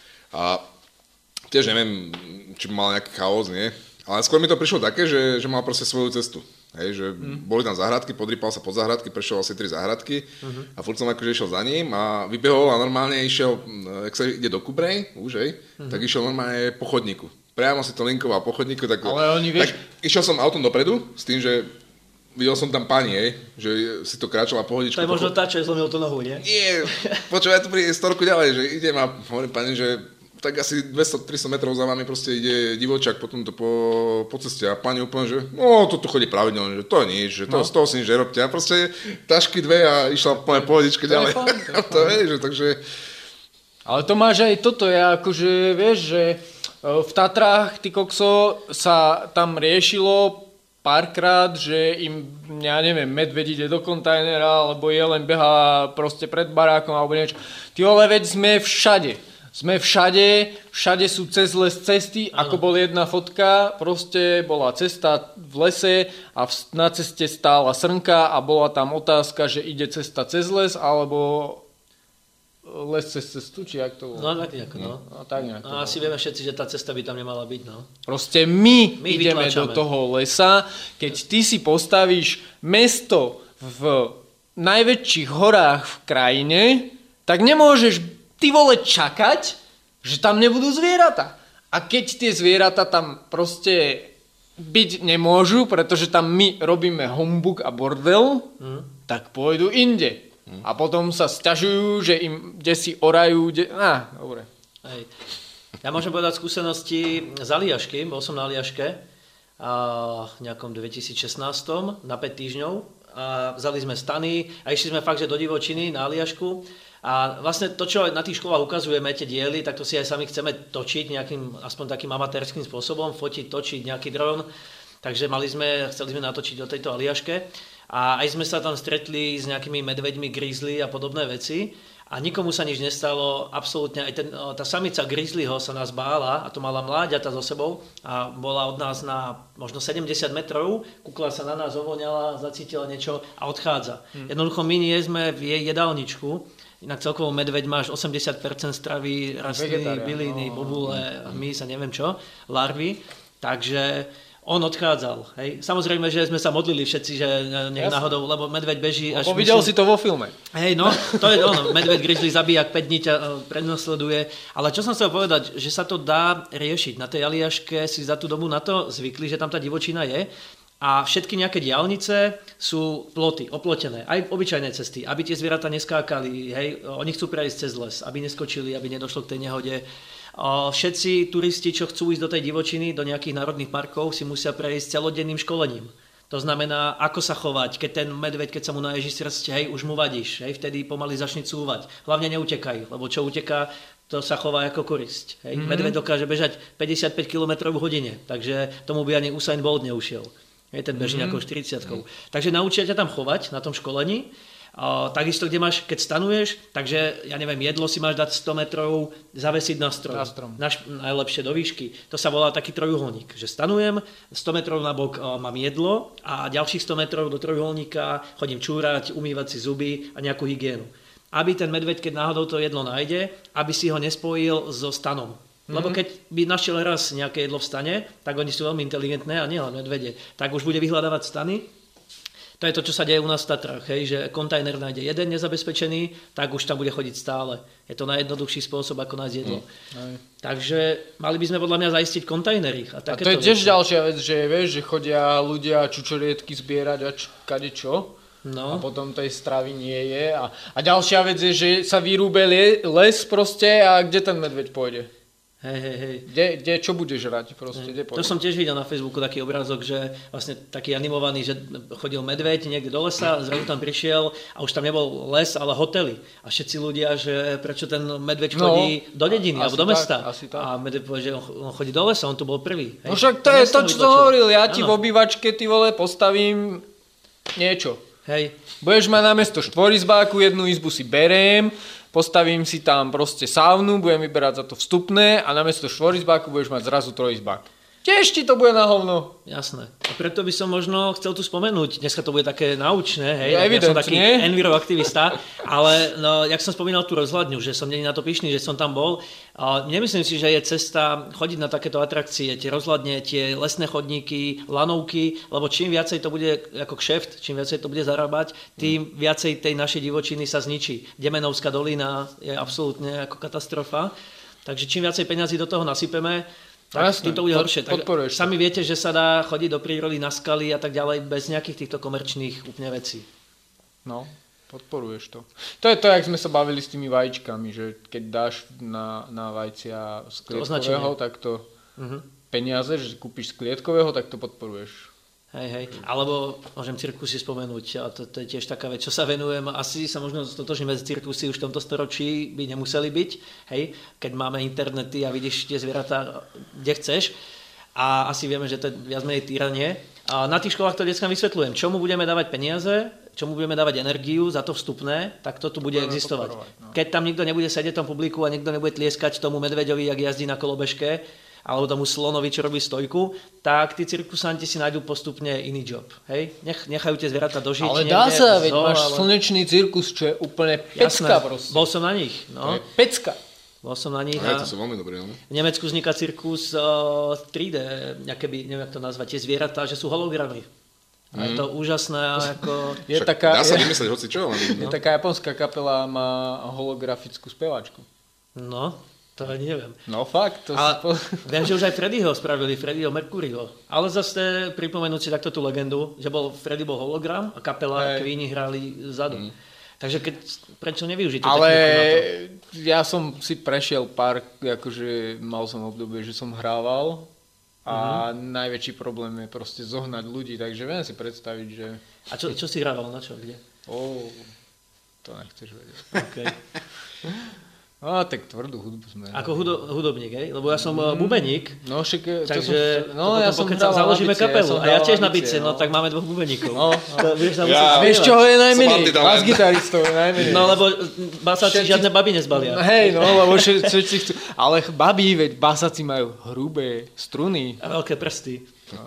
Speaker 3: A tiež neviem, či mal nejaký chaos, nie? Ale skôr mi to prišlo také, že mal proste svoju cestu. Hej, že boli tam záhradky, podrýpal sa pod záhradky, prešiel asi 3 záhradky a furt som akože išiel za ním a vybehol a normálne išiel, jak sa ide do Kubrej, už hej, tak išiel normálne po chodníku. Priamo si to linkoval po chodníku, tak išiel som autom dopredu s tým, že videl som tam pani, hej, že si to kráčala pohodičku.
Speaker 1: To je možno tá, čo je zlomil tú nohu, nie?
Speaker 3: Nie, počúvaj, ja tu pri storku ďalej, že idem a hovorím pani, že tak asi 200-300 metrov za vami proste ide divočak potom to po ceste a pani úplne, že no toto chodí pravidelne, že to je nič, že to, z toho si nič nerobte a proste tašky 2 a išla úplne pohodičke ďalej. To je, že takže...
Speaker 2: Ale to máš aj toto, ja akože vieš, že v Tatrách, ty kokso, sa tam riešilo párkrát, že im, ja neviem, medveď ide do kontajnera, alebo jelen behá proste pred barákom, alebo niečo. Ty vole, veď sme všade. Sme všade sú cez les cesty, ako bol jedna fotka, proste bola cesta v lese a na ceste stála srnka a bola tam otázka, že ide cesta cez les, alebo les cez cestu, či jak to bolo?
Speaker 1: No tak nejako, no.
Speaker 2: Tak nejako.
Speaker 1: A asi vieme všetci, že tá cesta by tam nemala byť, no.
Speaker 2: Proste my ideme
Speaker 1: vytlačame
Speaker 2: do toho lesa, keď ty si postavíš mesto v najväčších horách v krajine, tak nemôžeš ty vole čakať, že tam nebudú zvieratá. A keď tie zvieratá tam proste byť nemôžu, pretože tam my robíme humbug a bordel, tak pôjdu inde. A potom sa sťažujú, že im desi orajú, dobre.
Speaker 1: Hej. Ja môžem povedať skúsenosti z Aliašky, bol som na Aliaške v nejakom 2016 na 5 týždňov. A vzali sme stany a išli sme fakt, že do divočiny na Aliašku. A vlastne to, čo na tých školách ukazujeme, tie diely, tak to si aj sami chceme točiť nejakým, aspoň takým amatérským spôsobom, fotiť, točiť nejaký dron. Takže chceli sme natočiť o tejto Aliaške. A aj sme sa tam stretli s nejakými medveďmi, grizzly a podobné veci. A nikomu sa nič nestalo, absolútne. Aj tá samica grizzlyho sa nás bála, a to mala mláďata so sebou, a bola od nás na možno 70 metrov, kukla sa na nás, ovoňala, zacítila niečo a odchádza. Jednoducho my nie sme v jej jedálničku, inak celkovo medveď máš 80% stravy, rastliny, byliny, bobule, mys a neviem čo, larvy, takže on odchádzal. Hej. Samozrejme, že sme sa modlili všetci, že nech náhodou, lebo medveď beží až...
Speaker 2: Videl si to vo filme.
Speaker 1: Hej, no, to je ono. Medveď grizzly zabíja, 5 dní ťa prednosleduje. Ale čo som chcel povedať, že sa to dá riešiť. Na tej Aliaške si za tú dobu na to zvykli, že tam tá divočina je. A všetky nejaké diaľnice sú ploty, oplotené. Aj obyčajné cesty, aby tie zvieratá neskákali. Hej. Oni chcú prejsť cez les, aby neskočili, aby nedošlo k tej nehode. Všetci turisti, čo chcú ísť do tej divočiny, do nejakých národných parkov, si musia prejsť celodenným školením. To znamená, ako sa chovať, keď ten medveď, keď sa mu naježí srdce, hej, už mu vadíš, hej, vtedy pomaly začne cúvať. Hlavne neutekaj, lebo čo uteká, to sa chová ako korisť. Hej. Medveď dokáže bežať 55 km v hodine, takže tomu by ani Usain Bolt neušiel. Hej, ten beží nejakou 40-kou. Takže naučia ťa tam chovať na tom školení. Takisto, kde máš, keď stanuješ, takže, ja neviem, jedlo si máš dať 100 metrov, zavesiť na strom. Najlepšie do výšky. To sa volá taký trojuholník, že stanujem, 100 metrov na bok mám jedlo a ďalších 100 metrov do trojuholníka chodím čúrať, umývať si zuby a nejakú hygienu. Aby ten medveď, keď náhodou to jedlo nájde, aby si ho nespojil so stanom. Lebo keď by našiel raz nejaké jedlo v stane, tak oni sú veľmi inteligentné a nielen medvede, tak už bude vyhľadávať stany. To je to, čo sa deje u nás v Tatrách, hej, že kontajner nájde jeden nezabezpečený, tak už tam bude chodiť stále. Je to najjednoduchší spôsob, ako nájsť jedlo. Takže mali by sme podľa mňa zaistiť kontajnery. A
Speaker 2: to je tiež ďalšia vec, že vieš, že chodia ľudia čučoriedky zbierať a kadečo. No. A potom tej stravy nie je. A ďalšia vec je, že sa vyrúbe les proste a kde ten medveď pôjde?
Speaker 1: Hej.
Speaker 2: Kde čo budeš žrať proste?
Speaker 1: To som tiež videl na Facebooku taký obrázok, že vlastne taký animovaný, že chodil medveď niekde do lesa, zrazu tam prišiel a už tam nebol les, ale hotely. A všetci ľudia, že prečo ten medveď chodí do dediny alebo do mesta. A medveď povie, že on chodí do lesa, on tu bol prvý. Hej.
Speaker 2: No však to je to, čo som hovoril, ja ti v obývačke, ty vole, postavím niečo.
Speaker 1: Hej.
Speaker 2: Budeš mať namiesto štvorizbáku, jednu izbu si beriem, postavím si tam proste saunu, budem vyberať za to vstupné a namiesto štvorizbáku budeš mať zrazu trojizbák. Tiež ti to bude na hovno.
Speaker 1: Jasné. A preto by som možno chcel tu spomenúť, dneska to bude také naučné, hej,
Speaker 2: ja
Speaker 1: som taký enviroaktivista, ale no, jak som spomínal tú rozhľadňu, že som nie na to pyšný, že som tam bol, nemyslím si, že je cesta chodiť na takéto atrakcie, tie rozhľadne, tie lesné chodníky, lanovky, lebo čím viacej to bude ako kšeft, čím viacej to bude zarábať, tým viacej tej našej divočiny sa zničí. Demenovská dolina je absolútne ako katastrofa, takže čím viacej peňazí do toho nasypeme, tak tým to bude horšie. Tak sami viete, že sa dá chodiť do prírody na skaly a tak ďalej bez nejakých týchto komerčných úplne vecí.
Speaker 2: No, podporuješ to. To je to, jak sme sa bavili s tými vajíčkami, že keď dáš na vajcia z klietkového, tak to peniaze, že kúpiš z klietkového, tak to podporuješ.
Speaker 1: Hej. Alebo môžem cirkusy spomenúť, a to je tiež taká vec, čo sa venujem. Asi sa možno stotožníme, že cirkusy už v tomto storočí by nemuseli byť, hej, keď máme internety a vidíš tie zvieratá, kde chceš. A asi vieme, že to je viac menej týranie. A na tých školách to deckám vysvetľujem, čomu budeme dávať peniaze, čomu budeme dávať energiu za to vstupné, tak to tu bude existovať.
Speaker 2: No.
Speaker 1: Keď tam nikto nebude sedieť v tom publiku a nikto nebude tlieskať tomu medveďovi, jak jazdí na kolobežke, alebo tomu slonovi, čo robí stojku, tak tí cirkusanti si nájdú postupne iný job. Hej? Nechajú tie zvieratá dožiť.
Speaker 2: Ale dá sa, veď máš slnečný cirkus, čo je úplne pecka proste.
Speaker 1: Bol som na nich. No.
Speaker 2: Pecka.
Speaker 1: Bol som na nich.
Speaker 3: To sú veľmi dobré, no.
Speaker 1: V Nemecku vzniká cirkus 3D, neviem, jak to nazvať, tie zvieratá, že sú hologramy. A je to úžasné. Ako...
Speaker 3: Dá sa vymyslieť hocičo.
Speaker 2: Je taká japonská kapela, má holografickú speváčku.
Speaker 1: No, to neviem.
Speaker 2: No fakt.
Speaker 1: Viem, že už aj Freddyho spravili, Freddyho Mercuryho. Ale zase pripomenúť si takto tú legendu, že Freddy bol hologram a kapela Queeni hrali vzadu. Takže prečo nevyužiť tú techniku na to?
Speaker 2: Ja som si prešiel pár, akože mal som obdobie, že som hrával a najväčší problém je proste zohnať ľudí, takže viem si predstaviť, že...
Speaker 1: A čo si hrával, na čo, kde?
Speaker 2: To nechceš vedieť.
Speaker 1: Okay.
Speaker 2: Tak tvrdú hudbu sme.
Speaker 1: Ako hudobník, hej? Lebo ja som bubeník.
Speaker 2: No však...
Speaker 1: Takže ja som hral založíme kapelu. A ja tiež na bicie, no tak máme 2 bubeníkov.
Speaker 2: Vieš, čoho je najmenej? Bas-gitaristov je najmenej.
Speaker 1: No lebo basáci žiadne baby nezbalia.
Speaker 2: Hej, no, lebo všetci chcú... Ale babi, veď basáci majú hrubé struny.
Speaker 1: A veľké prsty.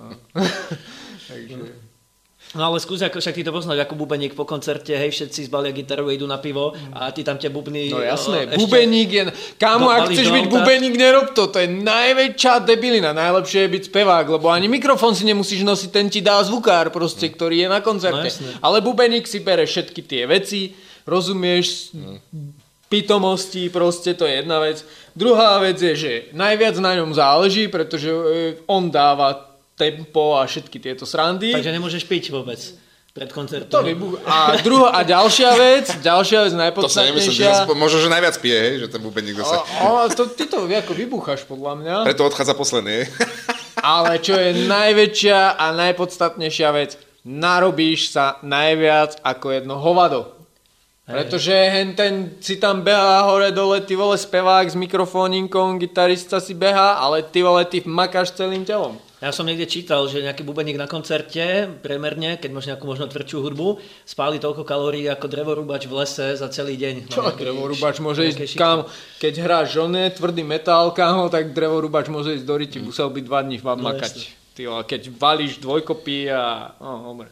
Speaker 2: Takže...
Speaker 1: No ale skús, však ty to poznáš, ako bubeník po koncerte, hej, všetci zbalia gitaru, idú na pivo a ty tam tie bubny...
Speaker 2: No jasné, bubeník je... Kámo, ak chceš byť bubeník, nerob to je najväčšia debilina. Najlepšie je byť spevák, lebo ani mikrofón si nemusíš nosiť, ten ti dá zvukár proste, ktorý je na koncerte. No, ale bubeník si bere všetky tie veci, rozumieš, pitomosti, proste to je jedna vec. Druhá vec je, že najviac na ňom záleží, pretože on dáva tempo a všetky tieto srandy.
Speaker 1: Takže nemôžeš piť vôbec pred koncertom.
Speaker 2: A ďalšia vec najpodstatnejšia...
Speaker 3: To si nemyslím, možno, že najviac pije, hej, že ten bubeník zase...
Speaker 2: Ty to ako vybucháš, podľa mňa.
Speaker 3: Preto odchádza posledný,
Speaker 2: Ale čo je najväčšia a najpodstatnejšia vec, narobíš sa najviac ako jedno hovado. Pretože ten si tam behá hore dole, ty vole spevák s mikrofóninkom, gitarista si behá, ale ty vole ty makáš celým telom.
Speaker 1: Ja som niekde čítal, že nejaký bubeník na koncerte, priemerne, keď máš nejakú možno tvrdšiu hudbu, spáli toľko kalórií ako drevorúbač v lese za celý deň.
Speaker 2: Čo drevorúbač môže ísť, kámo, keď hráš tvrdý metal, kámo, tak drevorúbač môže ísť do riti, musel byť 2 dní makať. Ty, keď valíš dvojkopy a... omre.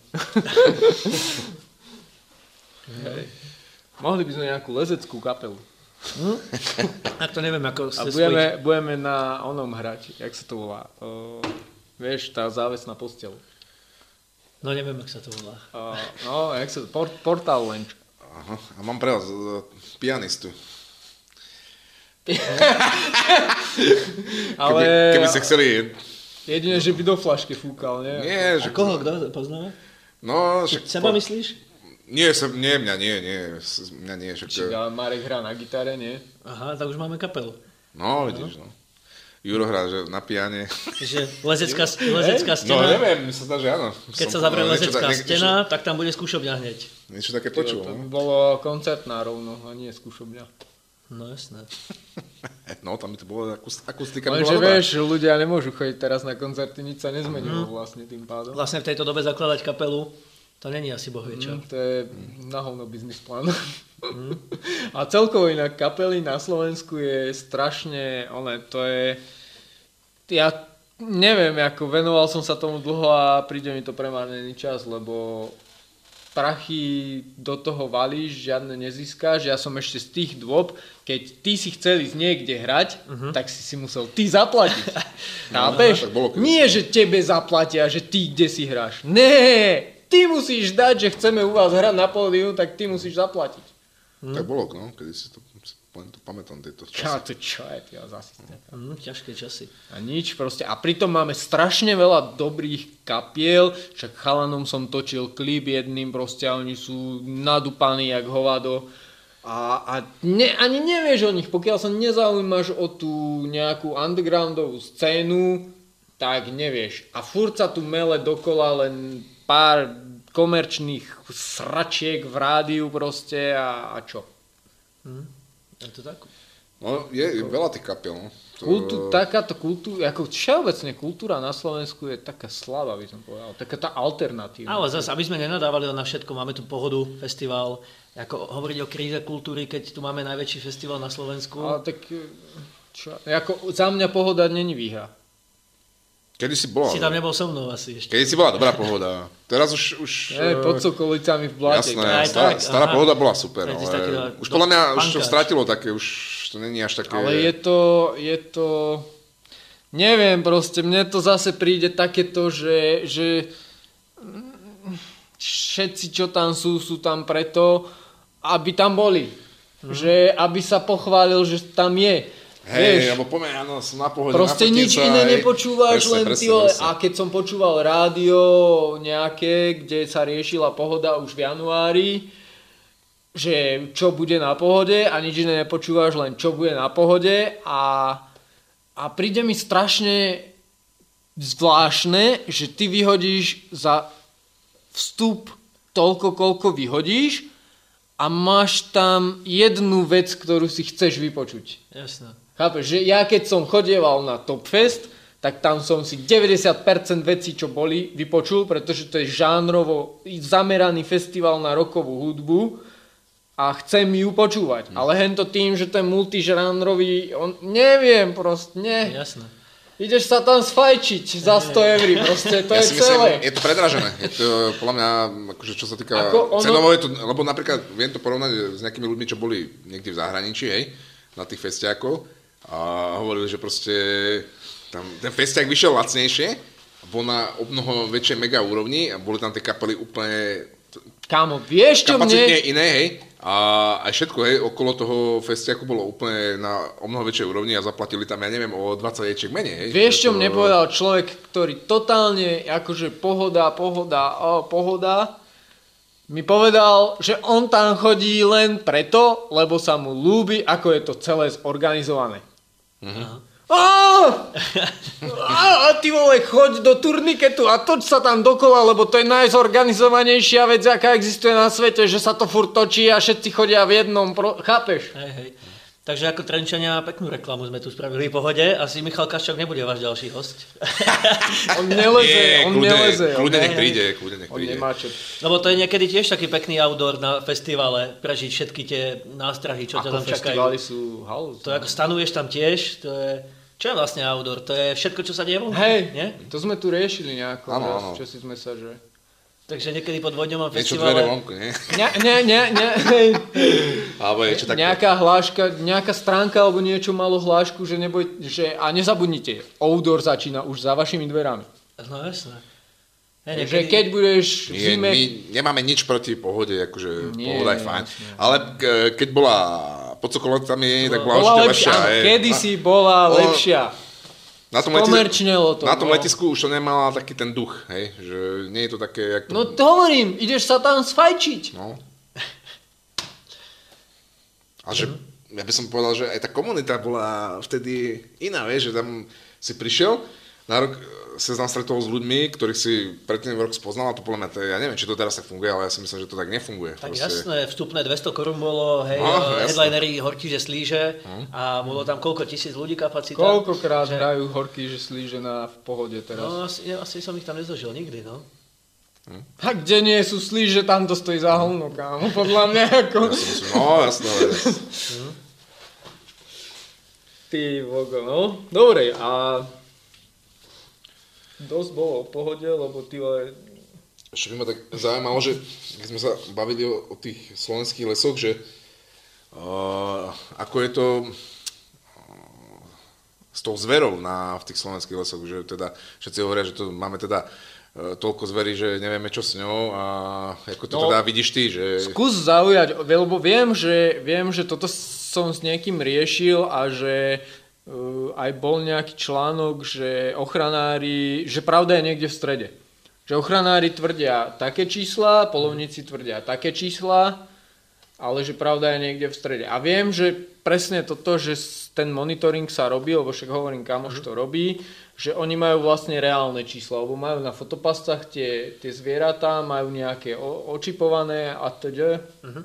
Speaker 2: Mohli by sme nejakú lezeckú kapelu.
Speaker 1: Tak to neviem, ako
Speaker 2: ste budeme na onom hrať, jak sa to volá. Vieš, tá závesná posteľ.
Speaker 1: No neviem, jak sa to volá.
Speaker 2: Jak sa Portal Lounge.
Speaker 3: Aha, a mám pre vás pianistu.
Speaker 2: Ale...
Speaker 3: Keby ste chceli...
Speaker 2: Jedine, že by do flašky fúkal, nie?
Speaker 3: Nie, že...
Speaker 1: A koho, kto poznáme?
Speaker 3: No,
Speaker 1: Seba myslíš?
Speaker 3: Nie, mňa nie. Mňa nie.
Speaker 2: Či Marek hrá na gitare, nie?
Speaker 1: Aha, tak už máme kapelu.
Speaker 3: No, vidíš, no. Juro hrá, že na piane.
Speaker 1: Že lezecká stena.
Speaker 3: No neviem, mi sa zdá, že áno.
Speaker 1: Keď sa zavrie lezecká stena, tak tam bude skúšobňa hneď.
Speaker 3: Niečo také počul,
Speaker 2: To
Speaker 3: no?
Speaker 2: bolo koncertná rovno, a nie skúšobňa.
Speaker 1: No jasné.
Speaker 3: No, tam by to bolo akustika.
Speaker 2: Lenže vieš, ľudia nemôžu chodiť teraz na koncerty, nič sa nezmenilo vlastne tým pádom.
Speaker 1: Vlastne v tejto dobe zakladať kapelu, to není asi bohviečo.
Speaker 2: To je na hovno biznis plán. A celkovo inak kapely na Slovensku je strašne, ja neviem, ako venoval som sa tomu dlho a príde mi to premárnený čas, lebo prachy do toho valíš, žiadne nezískáš. Ja som ešte z tých dôb, keď ty si chcel ísť niekde hrať, tak si musel ty zaplatiť. Chápeš? Nie, že tebe zaplatia, že ty kde si hráš. Nie! Ty musíš dať, že chceme u vás hrať na pódiu, tak ty musíš zaplatiť.
Speaker 3: Tak bolo, no, kedy si to pamätám tieto časy.
Speaker 2: Čo je, ty asistent.
Speaker 1: Ťažké časy.
Speaker 2: A nič proste. A pritom máme strašne veľa dobrých kapiel, však chalanom som točil klip jedným proste a oni sú nadúpaní jak hovado. Ani nevieš o nich, pokiaľ sa nezaujímaš o tú nejakú undergroundovú scénu, tak nevieš. A furt sa tu mele dokola len pár komerčných sračiek v rádiu proste a čo?
Speaker 1: Je to tak?
Speaker 3: No, je veľa tých kapiel, no.
Speaker 2: Takáto kultúra, ako všeobecne kultúra na Slovensku je taká slabá, by som povedal. Taká tá alternatíva.
Speaker 1: Ale zase, aby sme nenadávali na všetko, máme tu Pohodu, festival, ako hovoriť o kríze kultúry, keď tu máme najväčší festival na Slovensku.
Speaker 2: Ale tak, ako za mňa Pohoda není výhra.
Speaker 3: Kedy si bola?
Speaker 1: Si tam nebol so mnou asi ešte.
Speaker 3: Kedy si bola dobrá Pohoda. Teraz už
Speaker 2: pod Sokolicami v bláte.
Speaker 3: Jasné, stará Pohoda bola super, ale už podľa mňa už to strátilo také, už to není až také...
Speaker 2: Ale je to... Neviem, proste, mne to zase príde takéto, že všetci, čo tam sú tam preto, aby tam boli. Že aby sa pochválil, že tam je.
Speaker 3: Hej, alebo poďme, áno, som na Pohode.
Speaker 2: Proste nič iné nepočúvaš, len ty. A keď som počúval rádio nejaké, kde sa riešila Pohoda už v januári, že čo bude na Pohode a nič iné nepočúvaš, len čo bude na Pohode a príde mi strašne zvláštne, že ty vyhodíš za vstup toľko, koľko vyhodíš a máš tam jednu vec, ktorú si chceš vypočuť.
Speaker 1: Jasné.
Speaker 2: Chápeš, že ja keď som chodieval na Topfest, tak tam som si 90% vecí, čo boli, vypočul, pretože to je žánrovo zameraný festival na rockovú hudbu a chcem ju počúvať. Ale hento tým, že to je multižánrový, neviem proste, nie.
Speaker 1: Jasné.
Speaker 2: Ideš sa tam sfajčiť za 100 eur, proste to je celé.
Speaker 3: Je to predražené. Je to podľa mňa, akože čo sa týka cenovo je to, lebo napríklad viem to porovnať s nejakými ľuďmi, čo boli niekde v zahraničí, hej, na tých festiákov a hovorili, že proste tam ten festiák vyšiel lacnejšie, bol na o mnoho väčšej mega úrovni a boli tam tie kapely úplne...
Speaker 2: Kámo, vieš čo mne...
Speaker 3: Kapacitne iné, hej. A aj všetko, hej, okolo toho festiaku bolo úplne na o mnoho väčšej úrovni a zaplatili tam, ja neviem, o 20 ječiek menej, hej.
Speaker 2: Vieš čo mne povedal človek, ktorý totálne, akože pohoda, mi povedal, že on tam chodí len preto, lebo sa mu ľúbi, ako je to celé zorganizované. A ty vole, choď do turniketu a toč sa tam dokola, lebo to je najzorganizovanejšia vec, aká existuje na svete, že sa to furt točí a všetci chodia v jednom, chápeš?
Speaker 1: Hej. Takže ako Trenčania, peknú reklamu sme tu spravili v Pohode. Asi Michal Kaščák nebude váš ďalší host.
Speaker 2: On neleze.
Speaker 3: Kľudne nech príde.
Speaker 2: On nemá čo.
Speaker 1: Lebo to je niekedy tiež taký pekný outdoor na festivale, prežiť všetky tie nástrahy, čo ťa tam čakajú.
Speaker 2: Festivály sú halus.
Speaker 1: To ako stanuješ tam tiež, to je... Čo je vlastne outdoor? To je všetko, čo sa deje vonku, nie?
Speaker 2: To sme tu riešili nejako.
Speaker 3: Áno.
Speaker 2: Čo si sme sa, že...
Speaker 1: Takže niekedy po dvojdňovom
Speaker 3: festivale... Niečo
Speaker 1: festivale...
Speaker 3: dvere vonku, nie? Alebo niečo také.
Speaker 2: Nejaká hláška, nejaká stránka alebo niečo malo hlášku, že a nezabudnite, outdoor začína už za vašimi dverami.
Speaker 1: No jasné.
Speaker 2: Že keď budeš v zime...
Speaker 3: My nemáme nič proti Pohode, akože Pohoda je fajn. Ale keď bola pod Sokolicami, tak bola určite lepšia.
Speaker 2: Kedysi bola lepšia.
Speaker 3: Na tom letisku už to nemala taký ten duch, hej, že nie je to také, jak to...
Speaker 2: No to hovorím, ideš sa tam sfajčiť.
Speaker 3: No. A že, ja by som povedal, že aj tá komunita bola vtedy iná, vieš, že tam si prišiel, na rok sa tam stretol s ľuďmi, ktorých si predtým rok spoznal a to podľa mňa, ja neviem, či to teraz tak funguje, ale ja si myslím, že to tak nefunguje.
Speaker 1: Tak jasné, vstupné 200 korún bolo, hej, headlinery Horky, že slíže a bolo tam koľko tisíc ľudí kapacita.
Speaker 2: Koľkokrát hrajú Horky, že slíže v Pohode teraz?
Speaker 1: No asi som ich tam nezažil nikdy, no.
Speaker 2: A kde nie sú slíže, tam to stojí za hovno, kámo, podľa mňa ako...
Speaker 3: No, jasné.
Speaker 2: Ty vogo, no. Dobre, a... Dosť bolo o Pohode, lebo ty...
Speaker 3: Ešte by ma tak zaujímalo, že keď sme sa bavili o tých slovenských lesoch, že ako je to s tou zverou v tých slovenských lesoch, že teda všetci hovoria, že to máme teda toľko zverí, že nevieme čo s ňou a ako to teda vidíš ty, že...
Speaker 2: Skús zaujať, lebo viem, že toto som s niekým riešil a že aj bol nejaký článok, že ochranári, že pravda je niekde v strede. Že ochranári tvrdia také čísla, polovníci tvrdia také čísla, ale že pravda je niekde v strede. A viem, že presne toto, že ten monitoring sa robí, lebo však hovorím, kamoš to robí, že oni majú vlastne reálne čísla, lebo majú na fotopastách tie zvieratá, majú nejaké očipované a teda.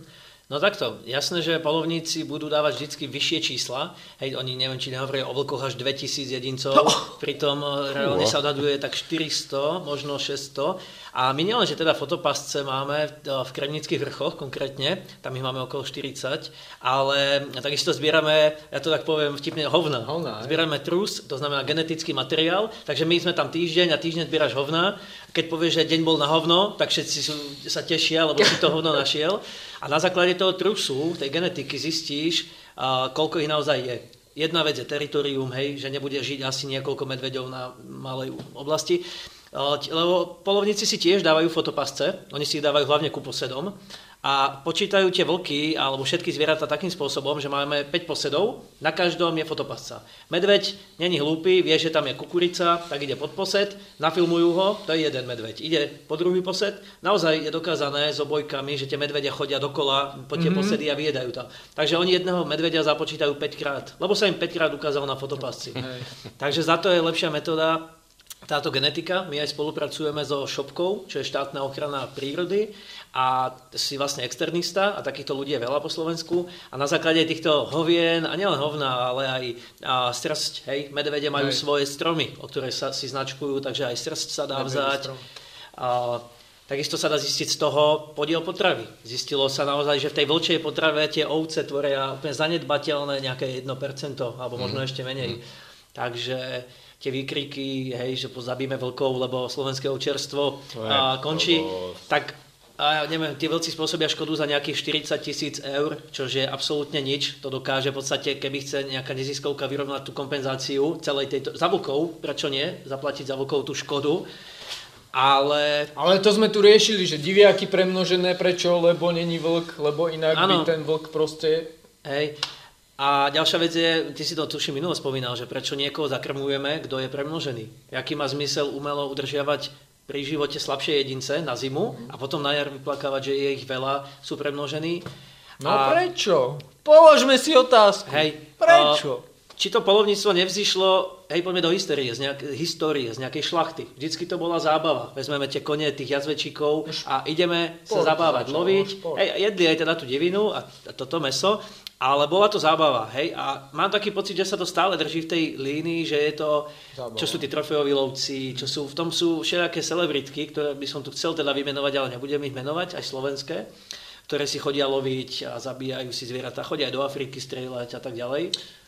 Speaker 1: No takto, jasné, že polovníci budú dávať vždy vyššie čísla. Hej, oni neviem, či nehovoria o vlkoch až 2000 jedincov, pritom reálne sa odhaduje tak 400, možno 600. A my nielen, že teda fotopasce máme v Kremnických vrchoch konkrétne, tam ich máme okolo 40, ale takisto zbierame, ja to tak poviem vtipne, hovna. Zbierame trus, to znamená genetický materiál, takže my sme tam týždeň a týždeň zbieraš hovna. Keď povieš, že deň bol na hovno, tak všetci sa tešia, lebo si to hovno našiel. A na základe toho trusu, tej genetiky zistíš, koľko ich naozaj je. Jedna vec je teritorium, hej, že nebude žiť asi niekoľko medveďov na malej oblasti. Lebo polovníci si tiež dávajú fotopasce, oni si ich dávajú hlavne ku posedom a počítajú tie vlky alebo všetky zvieratá takým spôsobom, že máme 5 posedov, na každom je fotopasca. Medveď není hlúpy, vie, že tam je kukurica, tak ide pod posed, nafilmujú ho, to je jeden medveď. Ide po druhý posed, naozaj je dokázané s obojkami, že tie medvede chodia dokola po tie posedy a vyjedajú to. Takže oni jedného medveďa započítajú 5 krát, lebo sa im 5 krát ukázalo na fotopasci. Takže za to je lepšia metóda táto genetika. My aj spolupracujeme so Šopkou, čo je štátna ochrana prírody a si vlastne externista a takýchto ľudí je veľa po Slovensku a na základe týchto hovien, a nielen hovna, ale aj srsť, hej, medvede majú svoje stromy, o ktoré sa si značkujú, takže aj srsť sa dá vzať. Takisto sa dá zistiť z toho podiel potravy. Zistilo sa naozaj, že v tej vlčej potrave tie ovce tvoria úplne zanedbateľné nejaké 1%, alebo možno ešte menej. Takže tie výkriky, hej, že zabíme vlkov, lebo slovenské ovčiarstvo končí, tak neviem, tie vlci spôsobia škodu za nejakých 40 000 eur, čo je absolútne nič. To dokáže v podstate, keby chce nejaká neziskovka vyrovnať tú kompenzáciu celej tejto, za vlkov, prečo nie, zaplatiť za vlkov tú škodu. Ale
Speaker 2: to sme tu riešili, že diviaky premnožené, prečo, lebo není vlk, lebo inak by ten vlk proste...
Speaker 1: Hej. A ďalšia vec je, ty si to tuším minulo spomínal, že prečo niekoho zakrmujeme, kto je premnožený. Jaký má zmysel umelo udržiavať pri živote slabšie jedince na zimu a potom na jar vyplakávať, že je ich veľa, sú premnožení.
Speaker 2: No prečo? Položme si otázku.
Speaker 1: Hej,
Speaker 2: prečo?
Speaker 1: Či to poľovníctvo nevzýšlo, hej, poďme do histórie, z nejakej šlachty. Vždycky to bola zábava. Vezmeme tie kone, tých jazvečíkov a ideme sa zabávať, loviť. Hej, jedli aj teda tú divinu a toto mäso. Ale bola to zábava, hej, a mám taký pocit, že sa to stále drží v tej línii, že je to, zábava. Čo sú tí trofeoví lovci, v tom sú všelijaké celebritky, ktoré by som tu chcel teda vymenovať, ale nebudem ich menovať, aj slovenské, ktoré si chodia loviť a zabíjajú si zvieratá, chodia aj do Afriky strieľať a tak ďalej.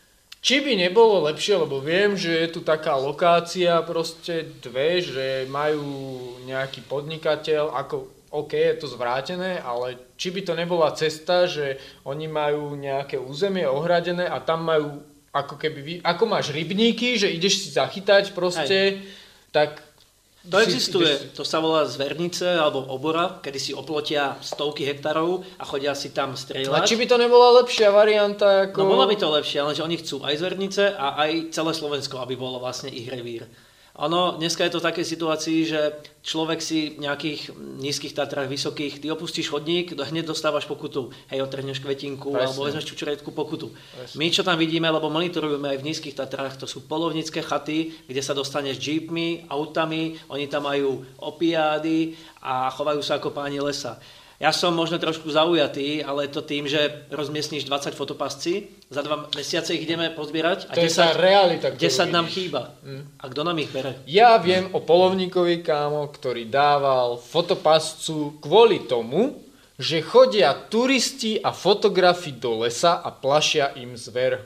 Speaker 2: Či by nebolo lepšie, lebo viem, že je tu taká lokácia, proste dve, že majú nejaký podnikateľ, ako OK, je to zvrátené, ale či by to nebola cesta, že oni majú nejaké územie ohradené a tam majú ako keby, ako máš rybníky, že ideš si zachytať proste, tak...
Speaker 1: To existuje, to sa volá zvernice alebo obora, kedy si oplotia stovky hektárov a chodia si tam strieľať.
Speaker 2: A či by to nebola lepšia varianta ako...
Speaker 1: No bola by to lepšia, lenže oni chcú aj zvernice a aj celé Slovensko, aby bolo vlastne ich revír. Ono, dneska je to v takej situácii, že človek si v nejakých nízkych Tatrách, vysokých, ty opustíš chodník, hneď dostávaš pokutu. Hej, otrhneš kvetinku, alebo vezmeš čučoriedku pokutu. Presne. My čo tam vidíme, lebo monitorujeme aj v nízkych Tatrách, to sú polovnícke chaty, kde sa dostaneš jeepmi, autami, oni tam majú opiády a chovajú sa ako páni lesa. Ja som možno trošku zaujatý, ale je to tým, že rozmiestníš 20 fotopascí, za 2 mesiace ich ideme pozbierať a 10 nám chýba. A kto nám ich bere?
Speaker 2: Ja viem o polovníkovi, kámo, ktorý dával fotopascu kvôli tomu, že chodia turisti a fotografi do lesa a plašia im zver.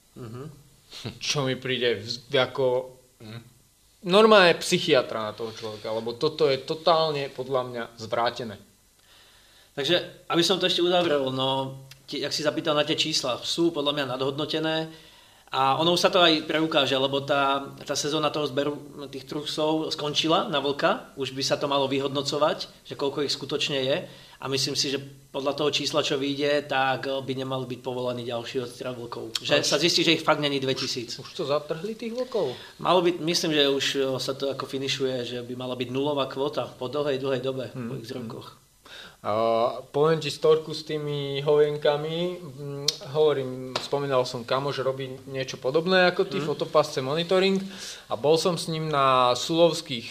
Speaker 2: Čo mi príde ako normálne psychiatra na toho človeka, lebo toto je totálne podľa mňa zvrátené.
Speaker 1: Takže, aby som to ešte uzavrel, no, jak si zapýtal na tie čísla, sú podľa mňa nadhodnotené a ono sa to aj preukáže, lebo tá sezóna toho zberu tých trusov skončila na vlka, už by sa to malo vyhodnocovať, že koľko ich skutočne je a myslím si, že podľa toho čísla, čo vyjde, tak by nemal byť povolaný ďalší odstrel vlkov. Že sa zistí, že ich fakt není 2000.
Speaker 2: Už to zatrhli tých vlkov?
Speaker 1: Malo byť, myslím, že už sa to ako finišuje, že by mala byť nulová kvota po dlhej dobe, po ich rokoch.
Speaker 2: Poviem ti storku s tými hovienkami, spomínal som kamo, že robí niečo podobné ako ty, fotopasce monitoring a bol som s ním na Sulovských,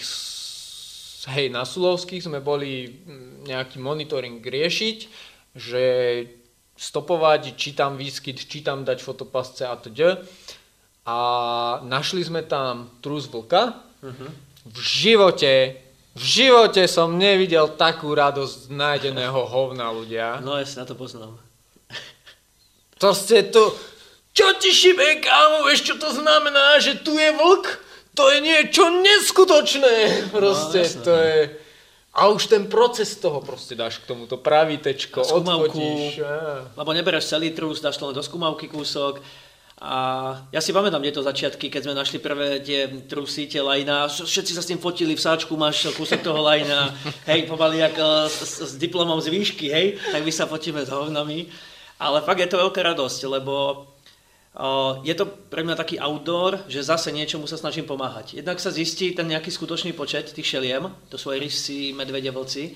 Speaker 2: sme boli nejaký monitoring riešiť, že stopovať, či tam výskyt, či tam dať fotopasce a teda. A našli sme tam trus vlka. V živote som nevidel takú radosť z nájdeného hovna, ľudia.
Speaker 1: No ja si na to poznám.
Speaker 2: Proste to... Čo ti šibe, kámo, vieš, čo to znamená, že tu je vlk? To je niečo neskutočné. Proste
Speaker 1: no,
Speaker 2: to je... A už ten proces toho proste dáš k tomuto pravítečko, odfotíš.
Speaker 1: Lebo nebereš celý trus, dáš to len do skúmavky kúsok. A ja si pamätám tieto začiatky, keď sme našli prvé tie trusy, tie lajna. Všetci sa s tým fotili, v sáčku máš kúsok toho lajna. Hej, pomaly jak s diplomom z výšky, hej. Tak my sa fotíme s hovnami. Ale fakt je to veľká radosť, lebo je to pre mňa taký outdoor, že zase niečomu sa snažím pomáhať. Jednak sa zistí ten nejaký skutočný počet tých šeliem, to sú aj rysy, medvede, vlci,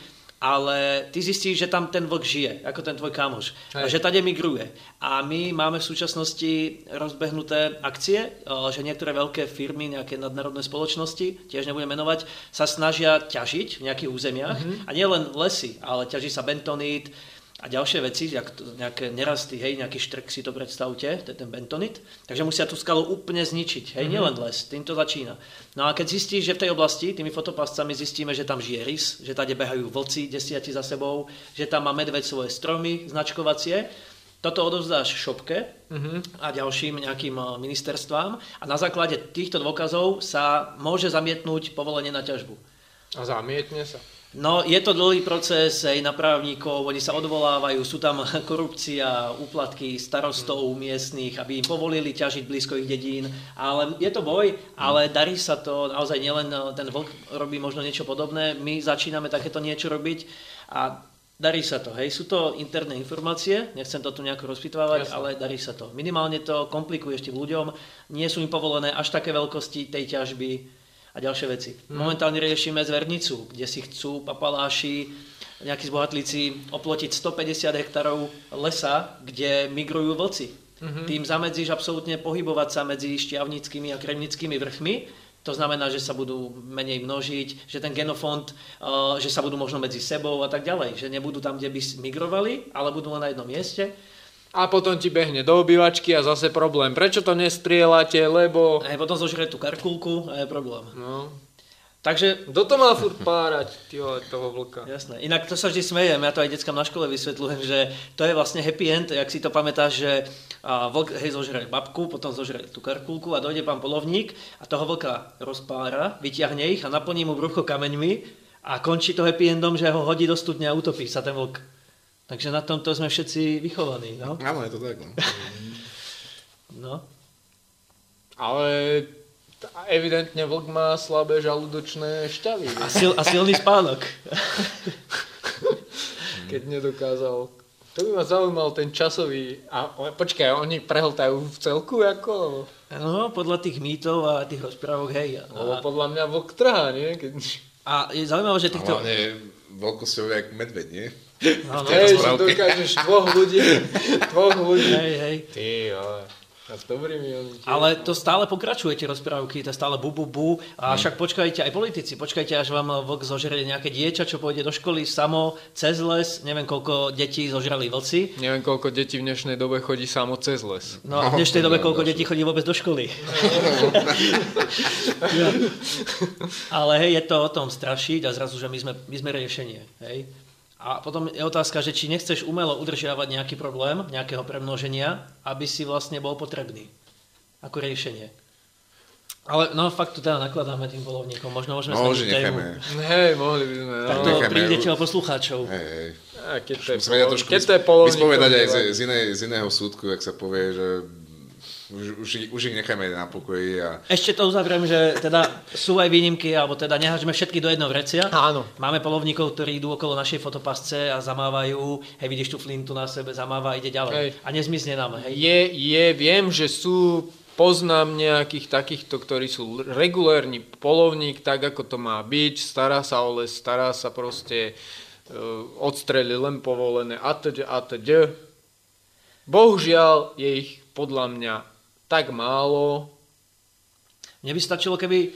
Speaker 1: ale ty zistíš, že tam ten vlk žije, ako ten tvoj kamoš, a že tade migruje. A my máme v súčasnosti rozbehnuté akcie, že niektoré veľké firmy, nejaké nadnárodné spoločnosti, tiež nebudem menovať, sa snažia ťažiť v nejakých územiach, a nie len lesy, ale ťaží sa bentonít, a ďalšie veci, nejaké nerasty, hej, nejaký štrk, si to predstavte, to je ten bentonit, takže musia tú skalu úplne zničiť, hej, nielen les, tým to začína. No a keď zistíš, že v tej oblasti, tými fotopascami zistíme, že tam žije rys, že tady behajú vlci 10 za sebou, že tam má medveď svoje stromy značkovacie, toto odovzdáš šopke a ďalším nejakým ministerstvám a na základe týchto dôkazov sa môže zamietnúť povolenie na ťažbu.
Speaker 2: A zamietne sa?
Speaker 1: No, je to dlhý proces aj na právnikov, oni sa odvolávajú, sú tam korupcia, úplatky starostov miestnych, aby im povolili ťažiť blízko ich dedín, ale je to boj, ale darí sa to, naozaj nielen ten vlk robí možno niečo podobné, my začíname takéto niečo robiť a darí sa to, hej, sú to interné informácie, nechcem to tu nejako rozpitvávať, ale darí sa to. Minimálne to komplikuje ešte ľuďom, nie sú im povolené až také veľkosti tej ťažby, a ďalšie veci. Momentálne riešime zvernicu, kde si chcú papaláši, nejakí zbohatlíci oplotiť 150 hektárov lesa, kde migrujú vlci. Tým zamedzíš absolútne pohybovať sa medzi šťavnickými a kremnickými vrchmi. To znamená, že sa budú menej množiť, že ten genofond, že sa budú možno medzi sebou a tak ďalej. Že nebudú tam, kde by migrovali, ale budú len na jednom mieste.
Speaker 2: A potom ti behne do obývačky a zase problém. Prečo to nestrieľate, lebo...
Speaker 1: Aj potom zožrie tú karkulku a je problém.
Speaker 2: No.
Speaker 1: Takže...
Speaker 2: Kto to má furt párať, toho vlka?
Speaker 1: Jasné. Inak to sa vždy smejem, ja to aj deckám na škole vysvetľujem, že to je vlastne happy end, jak si to pamätáš, že vlk zožrie babku, potom zožrie tú karkulku a dojde pán polovník a toho vlka rozpára, vyťahne ich a naplní mu brucho kameňmi a končí to happy endom, že ho hodí do studne a utopí sa ten vlk. Takže na tomto sme všetci vychovaní, no?
Speaker 3: Áno, je to tak, no.
Speaker 1: No.
Speaker 2: Ale evidentne vlk má slabé žalúdočné šťavy.
Speaker 1: A silný spánok.
Speaker 2: Keď nedokázal. To by ma zaujímal ten časový... Počkaj, oni prehltajú v celku, ako?
Speaker 1: No, podľa tých mýtov a tých rozprávok, hej.
Speaker 2: Lebo podľa mňa vlk trhá, nie?
Speaker 1: A je zaujímavé, že týchto...
Speaker 3: Hlavne veľkosťové jak medveď, nie?
Speaker 1: No,
Speaker 2: hej, že dokážeš dvoch ľudí.
Speaker 1: Hej.
Speaker 2: Ty, ale... Dobrý mi oni.
Speaker 1: Ale to stále pokračuje, tie rozprávky, to stále bu. A však počkajte, aj politici, počkajte, až vám vlk zožerie nejaké dieťa, čo pôjde do školy samo, cez les, neviem koľko detí zožrali vlci.
Speaker 2: Neviem koľko detí v dnešnej dobe chodí samo cez les.
Speaker 1: No, v dnešnej dobe koľko detí chodí vôbec do školy. Ale hej, je to o tom strašiť a zrazu, že my sme riešenie, hej. A potom je otázka, že či nechceš umelo udržiavať nejaký problém, nejakého premnoženia, aby si vlastne bol potrebný ako riešenie. Ale no fakt tu teda nakladáme tým polovníkom, možno môžeme zmeniť tému.
Speaker 2: Hej, mohli by sme.
Speaker 1: Tak to prídete o poslucháčov.
Speaker 3: Hej.
Speaker 2: Keď to je polovník.
Speaker 3: Vyspovedať aj z iného súdku, jak sa povie, že už ich nechajme na pokoji.
Speaker 1: Ešte to uzavriem, že teda sú aj výnimky, alebo teda nehážeme všetky do jedného vrecia.
Speaker 2: Áno.
Speaker 1: Máme polovníkov, ktorí idú okolo našej fotopasce a zamávajú, hej, vidíš tú flintu na sebe, zamáva, ide ďalej. Hej. A nezmizne nám, hej.
Speaker 2: Viem, že poznám nejakých takýchto, ktorí sú regulérny polovník, tak ako to má byť, stará sa o les, stará sa proste, odstreli len povolené atď. Bohužiaľ je ich podľa mňa tak málo.
Speaker 1: Mne by stačilo, keby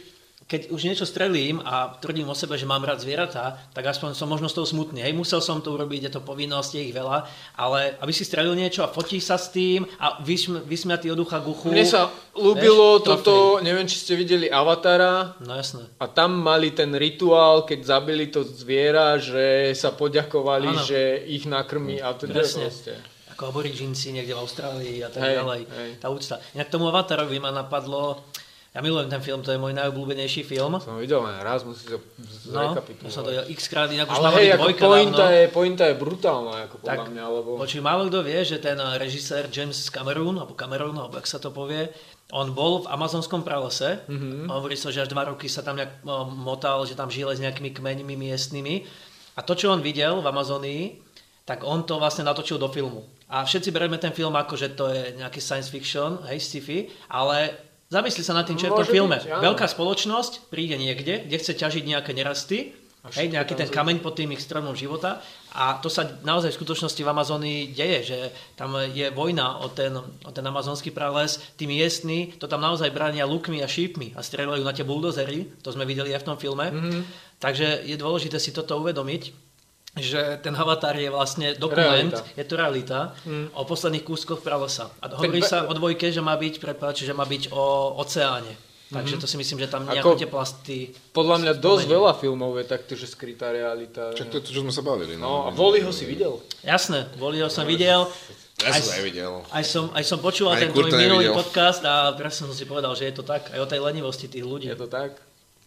Speaker 1: keď už niečo strelím a tvrdím o sebe, že mám rád zvieratá, tak aspoň som možno z toho smutný. Hej, musel som to urobiť, je to povinnosť, je ich veľa, ale aby si strelil niečo a fotíš sa s tým a vysmiatý od ucha k uchu.
Speaker 2: Mne sa ľúbilo toto, neviem, či ste videli Avatara.
Speaker 1: No jasné.
Speaker 2: A tam mali ten rituál, keď zabili to zviera, že sa poďakovali, že ich nakrmí a teda
Speaker 1: presne.
Speaker 2: Proste.
Speaker 1: Ako aboridžinci niekde v Austrálii a tak ďalej. Tá úcta. Inak tomu Avatarovi ma napadlo. Ja milujem ten film, to je môj najobľúbenejší film.
Speaker 2: Som ho videl len raz, musím sa zrekapitulovať.
Speaker 1: No, som to x-krát, inak už
Speaker 2: ale
Speaker 1: mala
Speaker 2: hej,
Speaker 1: byť
Speaker 2: ako
Speaker 1: dvojka
Speaker 2: pointa je brutálna, ako podľa mňa. Lebo...
Speaker 1: Počuj, málo kto vie, že ten režisér James Cameron, alebo jak sa to povie, on bol v amazonskom pralese. Hovorí sa, že až 2 roky sa tam nejak motal, že tam žil s nejakými kmeňmi miestnymi. A to, čo on videl v Amazonii, tak on to vlastne natočil do filmu. A všetci bereme ten film ako, že to je nejaký science fiction, hej, sci-fi, ale zamysli sa nad tým, čo je v tom filme. Veľká spoločnosť príde niekde, kde chce ťažiť nejaké nerasty, hej, nejaký ten kameň pod tým ich stromom života a to sa naozaj v skutočnosti v Amazónii deje, že tam je vojna o ten amazonský prales, tí miestni to tam naozaj bránia lukmi a šípmi a strieľajú na tie buldozery, to sme videli aj v tom filme. Takže je dôležité si toto uvedomiť, že ten Avatar je vlastne dokument, je to realita o posledných kúskoch pralesa. A hovorí sa o dvojke, že má byť, že má byť o oceáne. Takže to si myslím, že tam nejaké tie plasty...
Speaker 2: Podľa mňa dosť veľa filmov je takto, že skrytá realita.
Speaker 3: Čak to je to, čo sme sa bavili.
Speaker 2: No a Voliho si videl?
Speaker 1: Jasné, Voliho som videl.
Speaker 3: Ja som aj videl.
Speaker 1: Aj som počúval ten tvoj minulý podcast a presne som si povedal, že je to tak. Aj o tej lenivosti tých ľudí.
Speaker 2: Je to tak?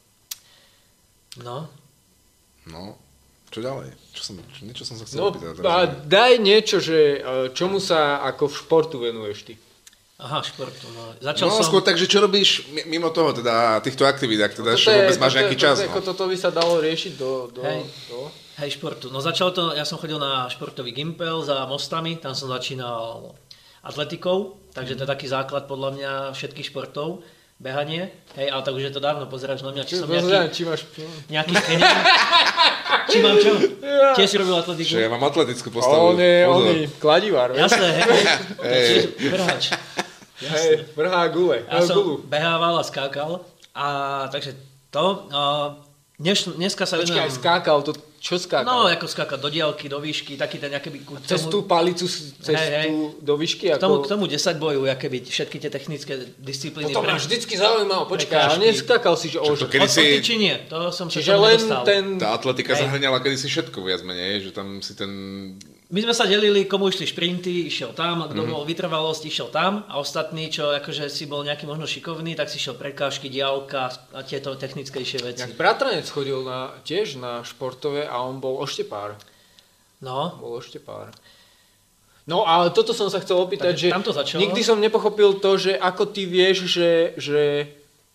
Speaker 1: No.
Speaker 3: Čo ďalej? Niečo som sa chcel opýtať.
Speaker 2: Daj niečo, že čomu sa ako v športu venuješ ty?
Speaker 1: Aha, športu.
Speaker 2: Skôr
Speaker 3: tak, že čo robíš mimo toho, teda týchto aktivít, ak teda vôbec máš nejaký čas.
Speaker 2: Toto by sa dalo riešiť do...
Speaker 1: Hej, športu. No začalo to, ja som chodil na športový gympel za Mostami, tam som začínal atletikou, takže to je taký základ podľa mňa všetkých športov. Behanie, hej, ale tak už je to dávno, pozeráš na mňa, či som nejaký Kenian. Či mám čo? Tiež si robil atletiku?
Speaker 3: Že ja mám atletickú postavu.
Speaker 2: On je kladivár.
Speaker 1: Jasné, hej. Vrhač.
Speaker 2: Hej, vrhá gule.
Speaker 1: Ja som behával a skákal. A takže to... Dneska sa venujem...
Speaker 2: Počkaj, skákal, to čo skákal?
Speaker 1: No, ako skákal do diaľky, do výšky, taký ten nejaký...
Speaker 2: Cez tú palicu, do výšky?
Speaker 1: K tomu 10 bojujú, všetky tie technické disciplíny.
Speaker 2: To ma vždycky zaujímalo, počkaj, ale neskákal si, že
Speaker 1: od či nie, to som sa tomu nedostal.
Speaker 3: Tá atletika zahrňala kedysi všetko viac menej, že tam si ten...
Speaker 1: My sme sa delili, komu išli šprinty, išiel tam, kto bol vytrvalosť, išiel tam a ostatní, čo akože si bol nejaký možno šikovný, tak si išiel prekážky, diaľka a tieto technickejšie veci.
Speaker 2: Jak bratranec chodil tiež na športové a on bol oštepár.
Speaker 1: No.
Speaker 2: Bol oštepár. No ale toto som sa chcel opýtať, že nikdy som nepochopil to, že ako ty vieš, že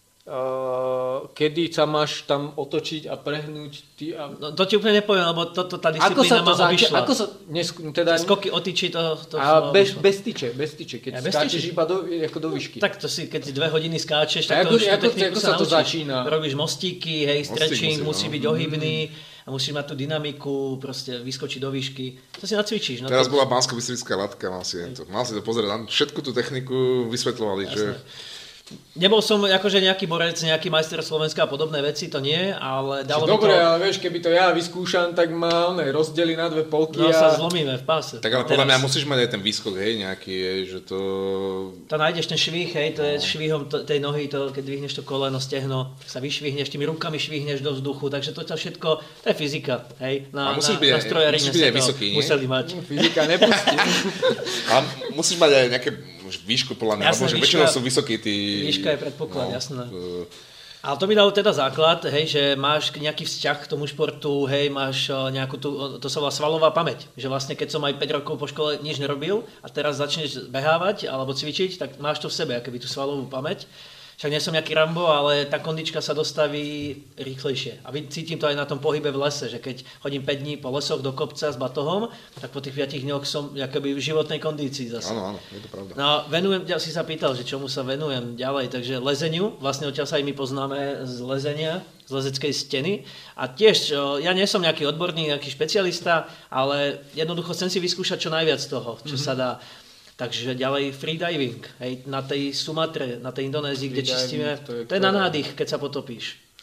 Speaker 2: kedy sa máš tam otočiť a prehnúť ty a...
Speaker 1: No, to ti úplne nepoviem, lebo tá disciplína ma obišla.
Speaker 2: Ako sa teda...
Speaker 1: Skoky o tyči to
Speaker 2: a bez tyče, keď skáčeš iba ako do výšky.
Speaker 1: Tak to si, keď 2 hodiny skáčeš, tak to už techniku sa naučíš. Robíš mostíky, hej, stretching, musí byť ohybný a musíš mať tú dynamiku, proste vyskočiť do výšky. To si nacvičíš.
Speaker 3: Teraz bola Banskobystrická latka, mal si to pozrieť, všetku tú techniku vysvetľovali, že...
Speaker 1: Nebol som akože nejaký borec, nejaký majster Slovenska a podobné veci, to nie, ale dalo by to...
Speaker 2: Dobre, ale vieš, keby to ja vyskúšam, tak ma rozdeli na 2 polky
Speaker 1: a... sa zlomíme v páse.
Speaker 3: Tak ale podľa mňa musíš mať aj ten výskok, hej, nejaký, že to...
Speaker 1: To nájdeš ten švih, hej, to je švihom tej nohy, keď dvihneš to koleno, stehno, sa vyšvihneš, tými rukami švihneš do vzduchu, takže to všetko, to je fyzika, hej.
Speaker 3: A musíš byť aj vysoký, nie?
Speaker 1: Museli mať.
Speaker 2: Fyzika nepustí.
Speaker 3: A musíš mať aj nejaké výšku podľa mňa, lebo že väčšinou sú vysokí tí...
Speaker 1: Výška je predpoklad, jasné. Ale to mi dalo teda základ, hej, že máš nejaký vzťah k tomu športu, hej, máš nejakú to sa volá svalová pamäť, že vlastne keď som aj 5 rokov po škole nič nerobil a teraz začneš behávať alebo cvičiť, tak máš to v sebe, akoby tú svalovú pamäť. Však nie som nejaký Rambo, ale tá kondička sa dostaví rýchlejšie. A cítim to aj na tom pohybe v lese, že keď chodím 5 dní po lesoch do kopca s batohom, tak po tých 5 dňoch som akoby v životnej kondícii zase.
Speaker 3: Áno, je to pravda.
Speaker 1: No, si sa pýtal, že čomu sa venujem ďalej, takže lezeniu, vlastne odtiaľ sa aj my poznáme z lezenia, z lezeckej steny. A tiež, ja nie som nejaký odborník, nejaký špecialista, ale jednoducho chcem si vyskúšať čo najviac toho, čo sa dá. Takže ďalej freediving, hej, na tej Sumatre, na tej Indonézii, kde čistíme, to je na nádych, keď sa potopíš.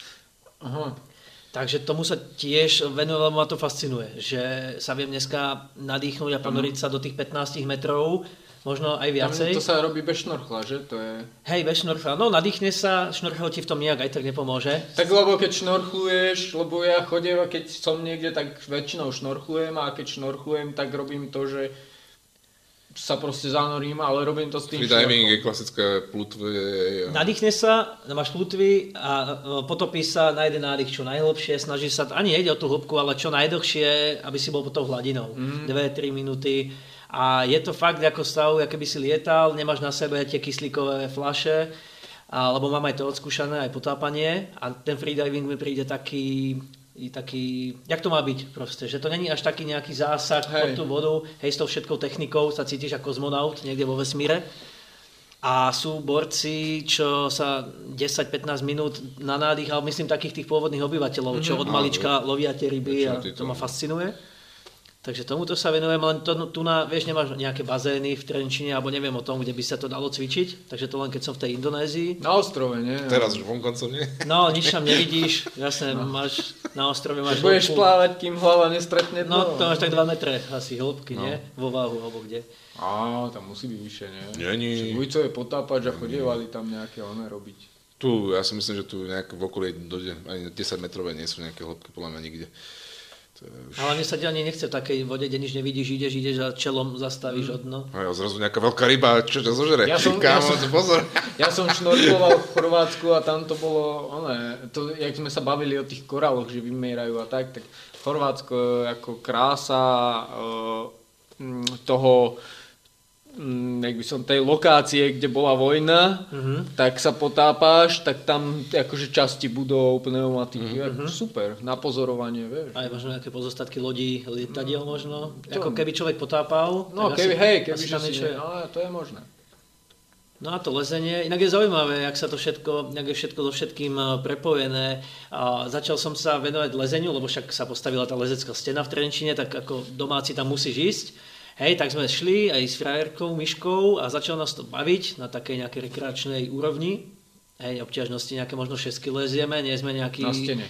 Speaker 2: Aha.
Speaker 1: Takže tomu sa tiež venujem, lebo ma to fascinuje, že sa viem dneska nadýchnúť a ponoriť sa do tých 15 metrov, možno aj viacej.
Speaker 2: To sa robí bez šnorchla, že? To je...
Speaker 1: Hej, bez šnorchla. No nadýchne sa, šnorchel ti v tom nejak aj tak nepomôže.
Speaker 2: Tak lebo keď šnorchluješ, lebo ja chodím a keď som niekde, tak väčšinou šnorchlujem a keď šnorchlujem, tak robím to, že sa proste zanorím, ale robím to s tým
Speaker 3: Freediving je klasické plutvy.
Speaker 1: Nadýchne sa, máš plutvy a potopíš sa na jeden nádych čo najhlbšie, snažíš sa, ani nejde o tú hĺbku, ale čo najdlhšie, aby si bol pod tou hladinou. 2-3 minúty. A je to fakt ako stav, ako by si lietal, nemáš na sebe tie kyslíkové fľaše, lebo mám aj to odskúšané, aj potápanie a ten freediving mi príde taký, jak to má byť proste, že to není až taký nejaký zásah pod tú vodu, hej, s tou všetkou technikou sa cítiš ako kozmonaut niekde vo vesmíre. A sú borci, čo sa 10-15 minút na nádych, ale myslím takých tých pôvodných obyvateľov, čo od malička lovia tie ryby a to ma fascinuje. Takže tomuto sa venujem, len tu vieš, nemáš nejaké bazény v Trenčine, alebo neviem o tom, kde by sa to dalo cvičiť, takže to len keď som v tej Indonézii.
Speaker 2: Na ostrove, nie?
Speaker 3: Teraz už vonkoncom nie?
Speaker 1: No, nič tam nevidíš, jasne, máš na ostrove máš
Speaker 2: budeš plávať, kým hlava nestretne dno.
Speaker 1: No, to máš tak 2 metre asi hĺbky, nie? Vo váhu, alebo kde.
Speaker 2: Tam musí byť vyššie, nie?
Speaker 3: Nie.
Speaker 2: Vujco je potápač a chodievali tam nejaké robiť.
Speaker 3: Tu, ja si myslím, že tu nejak v okolí ani 10 metrové nie sú nejaké hĺbky, podľa mňa nikde.
Speaker 1: Ale mne sa ani nechce v takej vode, kde nič nevidíš, ideš a čelom zastavíš od dno.
Speaker 3: A zrazu nejaká veľká ryba, čo ťa zožere? Pozor.
Speaker 2: Ja som šnorkloval v Chorvátsku a tam to bolo, jak sme sa bavili o tých koráloch, že vymierajú a tak Chorvátsko ako krása toho, jak by som, tej lokácie, kde bola vojna, tak sa potápáš, tak tam akože časti budov, pneumatiky, super, na pozorovanie, vieš.
Speaker 1: Aj možno nejaké pozostatky lodí, lietadiel možno, ako keby človek potápal.
Speaker 2: No keby to je možné.
Speaker 1: No a to lezenie, inak je zaujímavé, jak je všetko so všetkým prepojené. Začal som sa venovať lezeniu, lebo však sa postavila tá lezecká stena v Trenčine, tak ako domáci tam musíš ísť. Hej, tak sme šli aj s frajerkou, Myškou a začalo nás to baviť na takej nejakej rekreačnej úrovni. Hej, obťažnosti nejaké možno 6 kg lezieme, nie sme nejaký...
Speaker 2: Na stene.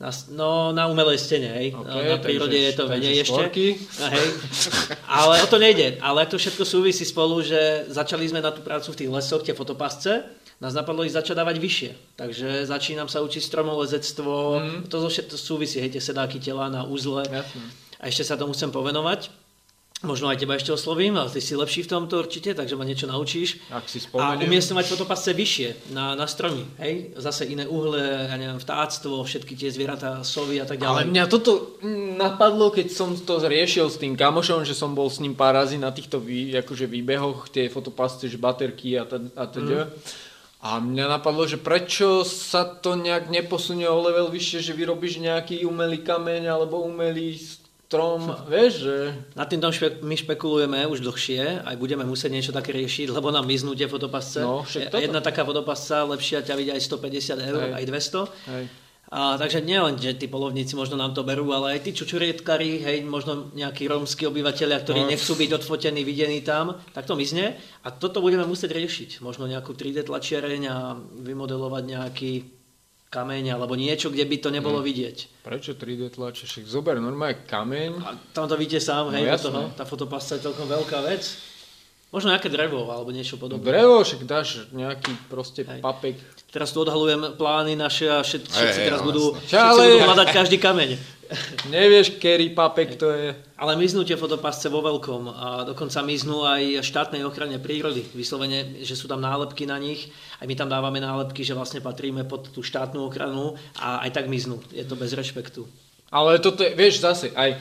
Speaker 1: Na umelej stene, hej. Okay, na prírode je to menej ešte. Hej. Ale o to nejde. Ale ak to všetko súvisí spolu, že začali sme na tú prácu v tých lesoch, tie fotopasce, nás napadlo ich začať dávať vyššie. Takže začínam sa učiť stromolezectvo, to súvisí, hej, tie sedáky tela na uzle. Jasne. A ešte sa tomu chcem povenovať. Možno aj teba ešte oslovím, ale ty si lepší v tomto určite, takže ma niečo naučíš.
Speaker 2: Ak si spomeniem.
Speaker 1: A umiestňovať fotopasce vyššie na stromy, hej? Zase iné uhle, ja neviem, vtáctvo, všetky tie zvieratá, sovy a tak ďalej.
Speaker 2: Ale mňa toto napadlo, keď som to riešil s tým kamošom, že som bol s ním pár razy na týchto akože výbehoch, tie fotopasce, že baterky a teda. A mňa napadlo, že prečo sa to nejak neposunie o level vyššie, že vyrobíš nejaký umelý kameň alebo umelý strom, vieš, že...
Speaker 1: Na týmto my špekulujeme už dlhšie, aj budeme musieť niečo také riešiť, lebo nám miznú tie fotopasce. No, jedna taká fotopasca lepšia ťa vidí aj 150 eur, aj 200. Hej. Takže nielen, že tí polovníci možno nám to berú, ale aj tí čučurietkári, hej, možno nejakí rómski obyvateľia, ktorí nechcú byť odfotení, videní tam, tak to mizne. A toto budeme musieť riešiť. Možno nejakú 3D tlačiareň a vymodelovať nejaký kameň alebo niečo, kde by to nebolo vidieť.
Speaker 2: Prečo 3D tlačíš? Zober normálne kameň. A
Speaker 1: tam to vidíte sám, hej, toho. Tá fotopasca je celkom veľká vec. Možno nejaké drevo alebo niečo podobné.
Speaker 2: No drevo, však dáš nejaký proste papek.
Speaker 1: Teraz tu odhalujem plány naše a všetci teraz budú hľadať každý kameň.
Speaker 2: Nevieš, ktorý papek to je.
Speaker 1: Ale miznú tie fotopasce vo veľkom a dokonca miznú aj štátnej ochrane prírody. Vyslovene, že sú tam nálepky na nich. Aj my tam dávame nálepky, že vlastne patríme pod tú štátnu ochranu a aj tak miznú. Je to bez rešpektu. Ale
Speaker 2: toto je, vieš, zase, aj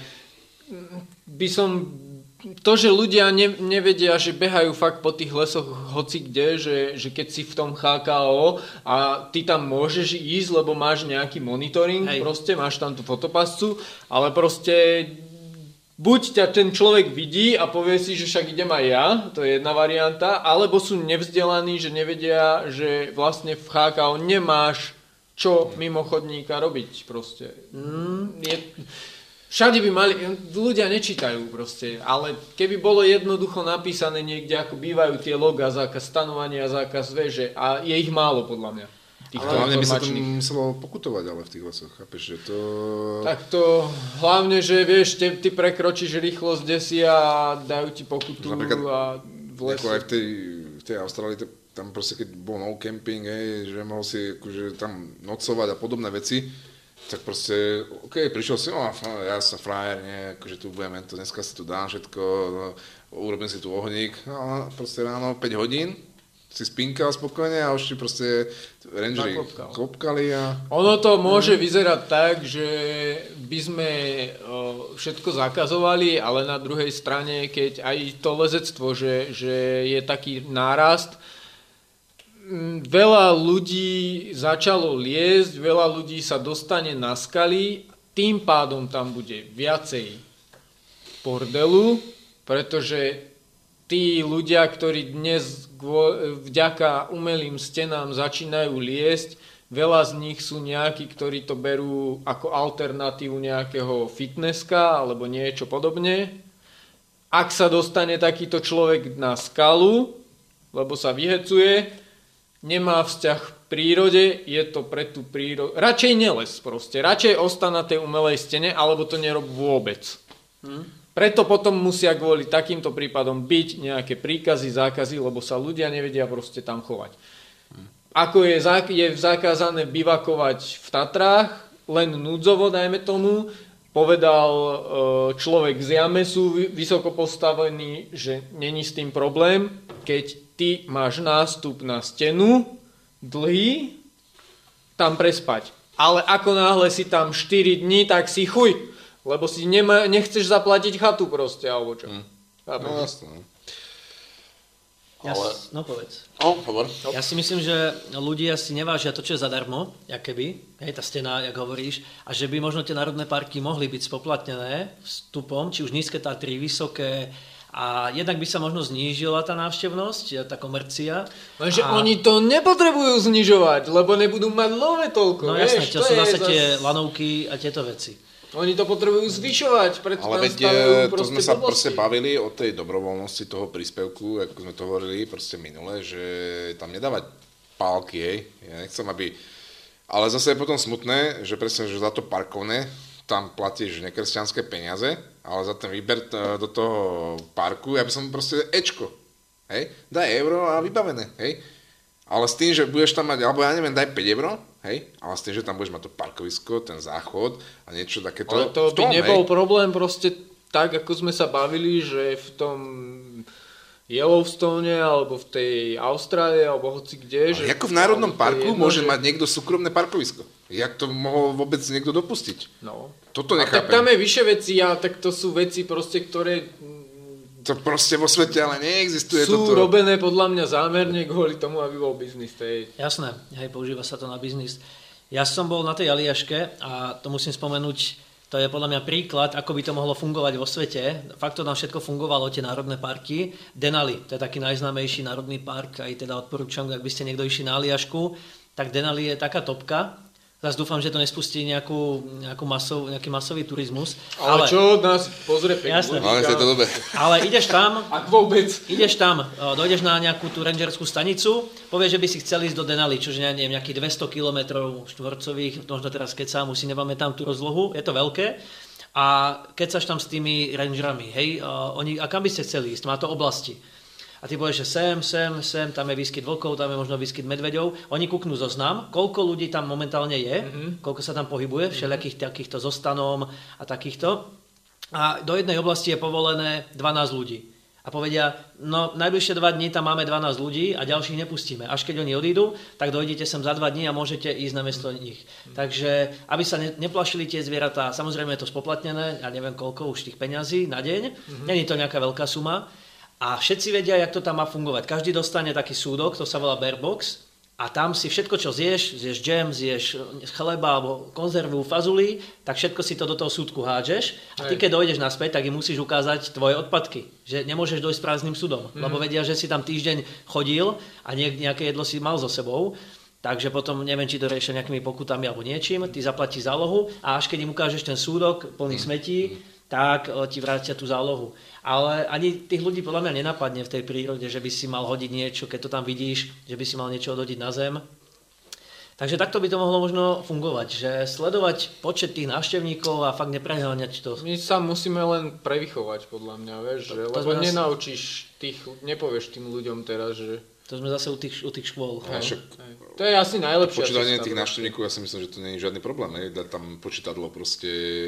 Speaker 2: by som... To, že ľudia nevedia, že behajú fakt po tých lesoch hoci kde, že keď si v tom HKO a ty tam môžeš ísť, lebo máš nejaký monitoring, proste máš tam tú fotopascu, ale proste buď ťa ten človek vidí a povie si, že však idem aj ja, to je jedna varianta, alebo sú nevzdelaní, že nevedia, že vlastne v HKO nemáš čo mimo chodníka robiť proste. Všade by mali, ľudia nečítajú proste, ale keby bolo jednoducho napísané niekde, ako bývajú tie logá, zákaz stanovania, zákaz veže, a je ich málo podľa mňa. týchto
Speaker 3: Hlavne by sa to
Speaker 2: informačných.
Speaker 3: muselo pokutovať ale v tých lesoch, chápeš, že to...
Speaker 2: Tak to hlavne, že vieš, ty prekročíš rýchlosť desi a dajú ti pokutu
Speaker 3: Napríklad,
Speaker 2: a v lese.
Speaker 3: aj v tej Austrálii, tam proste keď bol no camping, že mohol si akože tam nocovať a podobné veci, tak proste, prišiel si, ja som frajer, nie, akože tu budeme, dneska si tu dám všetko, urobím si tu ohník, no proste ráno 5 hodín, si spinkal spokojne a už ti proste rangeri klopkali a...
Speaker 2: Ono to môže vyzerať tak, že by sme všetko zakazovali, ale na druhej strane, keď aj to lezectvo, že je taký nárast, veľa ľudí začalo liesť, veľa ľudí sa dostane na skaly, tým pádom tam bude viacej bordelu, pretože tí ľudia, ktorí dnes vďaka umelým stenám začínajú liesť, veľa z nich sú nejakí, ktorí to berú ako alternatívu nejakého fitnesska alebo niečo podobne. Ak sa dostane takýto človek na skalu, lebo sa vyhecuje, nemá vzťah k prírode, je to pre tú prírodu... Radšej neles proste, radšej ostan na tej umelej stene, alebo to nerob vôbec. Preto potom musia kvôli takýmto prípadom byť nejaké príkazy, zákazy, lebo sa ľudia nevedia proste tam chovať. Ako je zakázané bivakovať v Tatrách, len núdzovo, dajme tomu, povedal človek z Jamesu, vysoko postavený, že není s tým problém, keď ty máš nástup na stenu, dlhý, tam prespať. Ale ako náhle si tam 4 dní, tak si chuj. Lebo si nechceš zaplatiť chatu proste, alebo čo.
Speaker 3: No jasné.
Speaker 1: No povedz.
Speaker 3: Hovor.
Speaker 1: Ja si myslím, že ľudia si nevážia to, čo je zadarmo, jakoby, tá stena, jak hovoríš, a že by možno tie národné parky mohli byť spoplatnené vstupom, či už nízke Tatry, vysoké, a jednak by sa možno znížila tá návštevnosť, tá komercia.
Speaker 2: Lenže oni to nepotrebujú znižovať, lebo nebudú mať love toľko.
Speaker 1: No jasné, to sú zase tie lanovky a tieto veci.
Speaker 2: Oni to potrebujú zvyšovať, preto
Speaker 3: ale
Speaker 2: tam
Speaker 3: veď to sme sa proste bavili o tej dobrovoľnosti toho príspevku, ako sme to hovorili proste minule, že tam nedávať pálky, ja nechcem, aby... Ale zase je potom smutné, že presne, že za to parkovné tam platíš nekresťanské peniaze, ale za ten výber do toho parku, ja by som proste Ečko, daj euro a vybavené, ale s tým, že budeš tam mať, alebo ja neviem, daj 5 euro, ale s tým, že tam budeš mať to parkovisko, ten záchod a niečo takéto.
Speaker 2: Ale to by nebol problém proste tak, ako sme sa bavili, že v tom Yellowstone alebo v tej Austrálii alebo hoci kde.
Speaker 3: Že ako v Národnom parku môže mať niekto súkromné parkovisko? Jak to mohol vôbec niekto dopustiť?
Speaker 2: No.
Speaker 3: Toto
Speaker 2: nechápem. A tak tam je vyššie veci, a tak to sú veci proste, ktoré...
Speaker 3: To proste vo svete ale neexistuje.
Speaker 2: Sú
Speaker 3: toto.
Speaker 2: robené podľa mňa zámerne kvôli tomu, aby bol biznis.
Speaker 1: Jasné, používa sa to na biznis. Ja som bol na tej Aliaške a to musím spomenúť, to je podľa mňa príklad, ako by to mohlo fungovať vo svete. Fakt to nám všetko fungovalo, tie národné parky. Denali, to je taký najznámejší národný park, aj teda odporúčam, ak by ste niekto išli na Aliašku, tak Denali je taká topka. Zas dúfam, že to nespustí nejaký masový turizmus.
Speaker 2: Ale čo nás pozrie pekne.
Speaker 3: Ale v tejto dobe.
Speaker 1: Ale ideš tam,
Speaker 2: ak vôbec.
Speaker 1: Ideš tam, dojdeš na nejakú tú rangerskú stanicu, povieš, že by si chcel ísť do Denali, čože neviem, nejakých 200 km štvorcových, možno teraz keď sa musí, nepamätám tú rozlohu, je to veľké. A keď saš tam s tými rangerami, a kam by ste chceli ísť? Má to oblasti. A ty povieš, že sem, tam je výskyt vlkov, tam je možno výskyt medveďov. Oni kúknú zoznam, koľko ľudí tam momentálne je, koľko sa tam pohybuje, všelijakých takýchto zostanom a takýchto. A do jednej oblasti je povolené 12 ľudí. A povedia, no najbližšie 2 dní tam máme 12 ľudí a ďalších nepustíme. Až keď oni odídu, tak dojdete sem za 2 dní a môžete ísť namiesto nich. Takže, aby sa neplašili tie zvieratá, samozrejme je to spoplatnené, ja neviem koľko už tých peňazí na deň, není to nejaká veľká suma. A všetci vedia, jak to tam má fungovať. Každý dostane taký súdok, to sa volá bear box, a tam si všetko, čo zješ džem, zješ chleba alebo konzervu, fazuli, tak všetko si to do toho súdku hádžeš. A ty, keď dojdeš naspäť, tak im musíš ukázať tvoje odpadky. Že nemôžeš dojsť s prázdnym súdom, lebo vedia, že si tam týždeň chodil a nejaké jedlo si mal so sebou. Takže potom neviem, či to riešia nejakými pokutami alebo niečím, ty zaplatíš zálohu a až keď im ukážeš ten súdok plný smetí, tak ti vrátia tú zálohu. Ale ani tých ľudí podľa mňa nenapadne v tej prírode, že by si mal hodiť niečo, keď to tam vidíš, že by si mal niečo odhodiť na zem. Takže takto by to mohlo možno fungovať, že sledovať počet tých návštevníkov a fakt nepreháňať to.
Speaker 2: My sa musíme len prevychovať, podľa mňa, vieš, lebo nenaučíš nepovieš tým ľuďom teraz, že...
Speaker 1: To sme zase u tých škôl.
Speaker 2: To je asi najlepšia cesta.
Speaker 3: Počítanie tých návštevníkov, ja si myslím, že to nie je žiadny problém, dať tam počítadlo proste...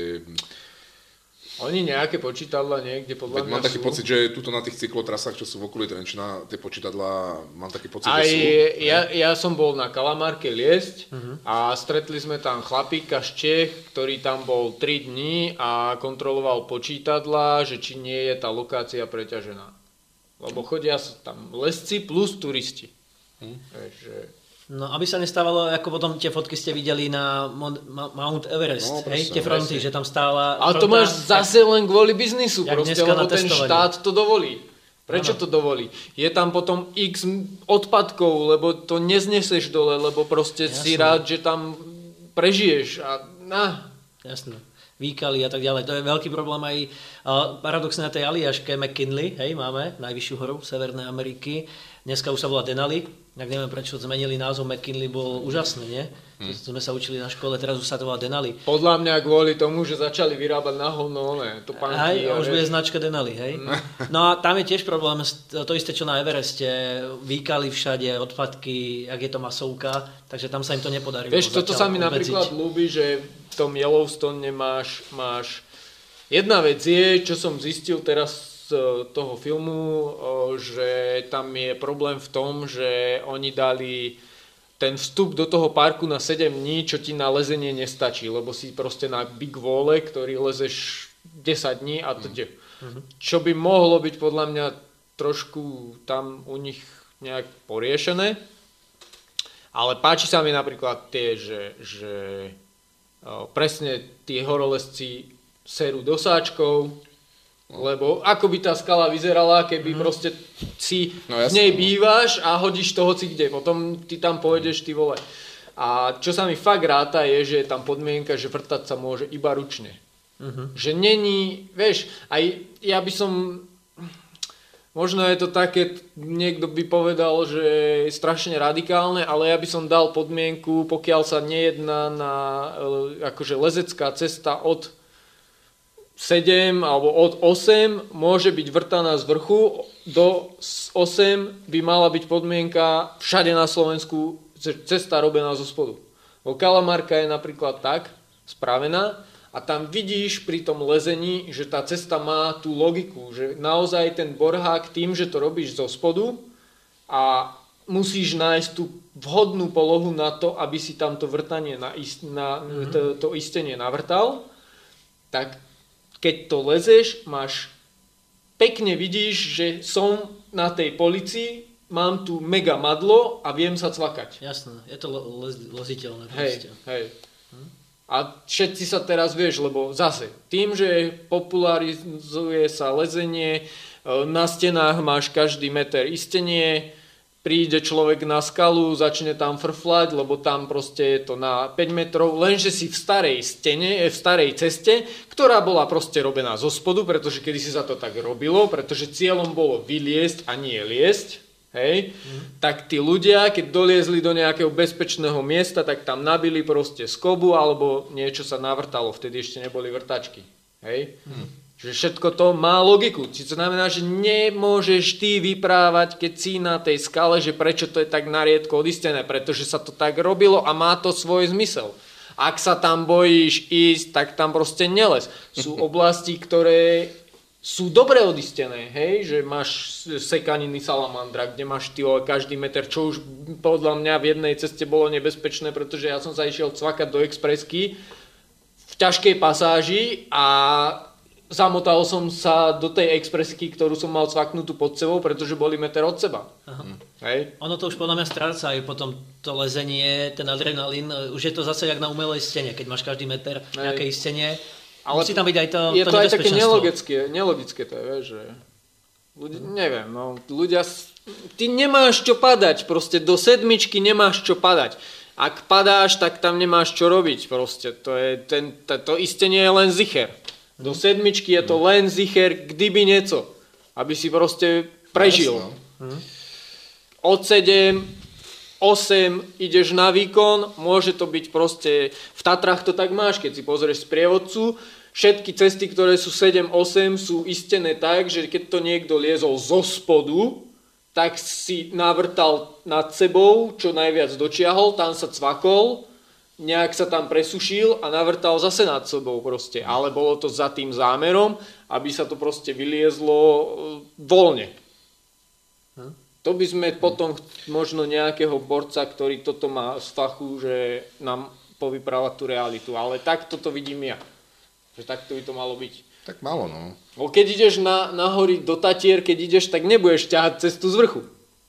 Speaker 2: Oni nejaké počítadla niekde podľa mňa
Speaker 3: mám taký
Speaker 2: sú.
Speaker 3: pocit, že tuto na tých cyklotrasách, čo sú v okolí Trenčína, tie počítadlá, mám taký pocit,
Speaker 2: že
Speaker 3: sú.
Speaker 2: Ja som bol na Kalamárke liesť a stretli sme tam chlapíka z Čech, ktorý tam bol 3 dní a kontroloval počítadla, že či nie je tá lokácia preťažená. Lebo chodia tam lesci plus turisti.
Speaker 1: No, aby sa nestávalo, ako potom tie fotky ste videli na Mount Everest, tie fronty, že tam stála...
Speaker 2: Ale to máš zase len kvôli biznisu, proste, lebo ten štát to dovolí. Prečo to dovolí? Je tam potom x odpadkov, lebo to nezneseš dole, lebo proste si rád, že tam prežiješ.
Speaker 1: Jasné. Výkaly a tak ďalej. To je veľký problém aj paradoxne na tej Aliaške McKinley, máme najvyššiu horu Severnej Ameriky. Dneska už sa volá Denali. Tak neviem, prečo zmenili názov. McKinley bol úžasný, nie? To sme sa učili na škole, teraz už sa to volá Denali.
Speaker 2: Podľa mňa kvôli tomu, že začali vyrábať na hovno, topánky.
Speaker 1: Už bude značka Denali, hej? No a tam je tiež problém, to isté, čo na Evereste. Výkaly všade, odpadky, jak je to masovka, takže tam sa im to nepodarí.
Speaker 2: Vieš, toto sa mi napríklad ľúbi, že v tom Yellowstone máš... Jedna vec je, čo som zistil teraz z toho filmu, že tam je problém v tom, že oni dali ten vstup do toho parku na 7 dní, čo ti na lezenie nestačí, lebo si proste na big wall, ktorý lezeš 10 dní a teda. Čo by mohlo byť podľa mňa trošku tam u nich nejak poriešené. Ale páči sa mi napríklad tie, že presne tí horolezci serú do sáčkov, lebo ako by tá skala vyzerala, keby proste si v nej bývaš a hodíš to hoci kde, potom ty tam pôjdeš, ty vole. A čo sa mi fakt ráta je, že je tam podmienka, že vrtať sa môže iba ručne. Že není, vieš, aj ja by som, možno je to také, niekto by povedal, že je strašne radikálne, ale ja by som dal podmienku, pokiaľ sa nejedná na akože lezecká cesta od 7 alebo od 8 môže byť vrtaná z vrchu, do 8 by mala byť podmienka všade na Slovensku cesta robená zo spodu. Kalamárka je napríklad tak spravená a tam vidíš pri tom lezení, že tá cesta má tú logiku, že naozaj ten borhák tým, že to robíš zo spodu a musíš nájsť tú vhodnú polohu na to, aby si tam to vrtanie to istenie navrtal, tak keď to lezeš, pekne vidíš, že som na tej policii, mám tu mega madlo a viem sa cvakať.
Speaker 1: Jasné, je to leziteľné.
Speaker 2: Hej. A všetci sa teraz vieš, lebo zase tým, že popularizuje sa lezenie, na stenách máš každý meter istenie, príde človek na skalu, začne tam frflať, lebo tam proste je to na 5 metrov, lenže si v starej ceste, ktorá bola proste robená zo spodu, pretože kedy si sa to tak robilo, pretože cieľom bolo vyliesť a nie liesť, hej, tak tí ľudia, keď doliezli do nejakého bezpečného miesta, tak tam nabili proste skobu, alebo niečo sa navrtalo, vtedy ešte neboli vrtačky, hej. Že všetko to má logiku. To znamená, že nemôžeš ty vyprávať, keď si na tej skale, že prečo to je tak nariedko odistené, pretože sa to tak robilo a má to svoj zmysel. Ak sa tam bojíš ísť, tak tam proste nelez. Sú oblasti, ktoré sú dobre odistené, hej, že máš sekaniny salamandra, kde máš každý meter, čo už podľa mňa v jednej ceste bolo nebezpečné, pretože ja som sa išiel cvakať do expresky v ťažkej pasáži a zamotal som sa do tej expresky, ktorú som mal cvaknutú pod sebou, pretože boli meter od seba. Hej.
Speaker 1: Ono to už podľa mňa stráca aj potom to lezenie, ten adrenalín. Už je to zase jak na umelej stene, keď máš každý meter nejaké istenie. Ale musí tam byť aj to nebezpečenstvo.
Speaker 2: Je to aj také nelogické to je, vieš, že neviem, ľudia, ty nemáš čo padať, proste do 7 nemáš čo padať. Ak padáš, tak tam nemáš čo robiť, proste. To istenie je len zicher. Do 7 je to len zicher, kdyby nieco. Aby si proste prežil. Od 7 8, ideš na výkon, môže to byť proste, v Tatrách to tak máš, keď si pozrieš sprievodcu, všetky cesty, ktoré sú 7-8, sú istené tak, že keď to niekto liezol zo spodu, tak si navrtal nad sebou, čo najviac dočiahol, tam sa cvakol, nejak sa tam presušil a navrtal zase nad sebou proste. Ale bolo to za tým zámerom, aby sa to proste vyliezlo voľne. To by sme potom možno nejakého borca, ktorý toto má z fachu, že nám povypráva tú realitu. Ale takto to vidím ja. Že takto by to malo byť.
Speaker 3: Tak malo, no.
Speaker 2: Bo keď ideš na hory do Tatier, keď ideš, tak nebudeš ťahať cestu z vrchu.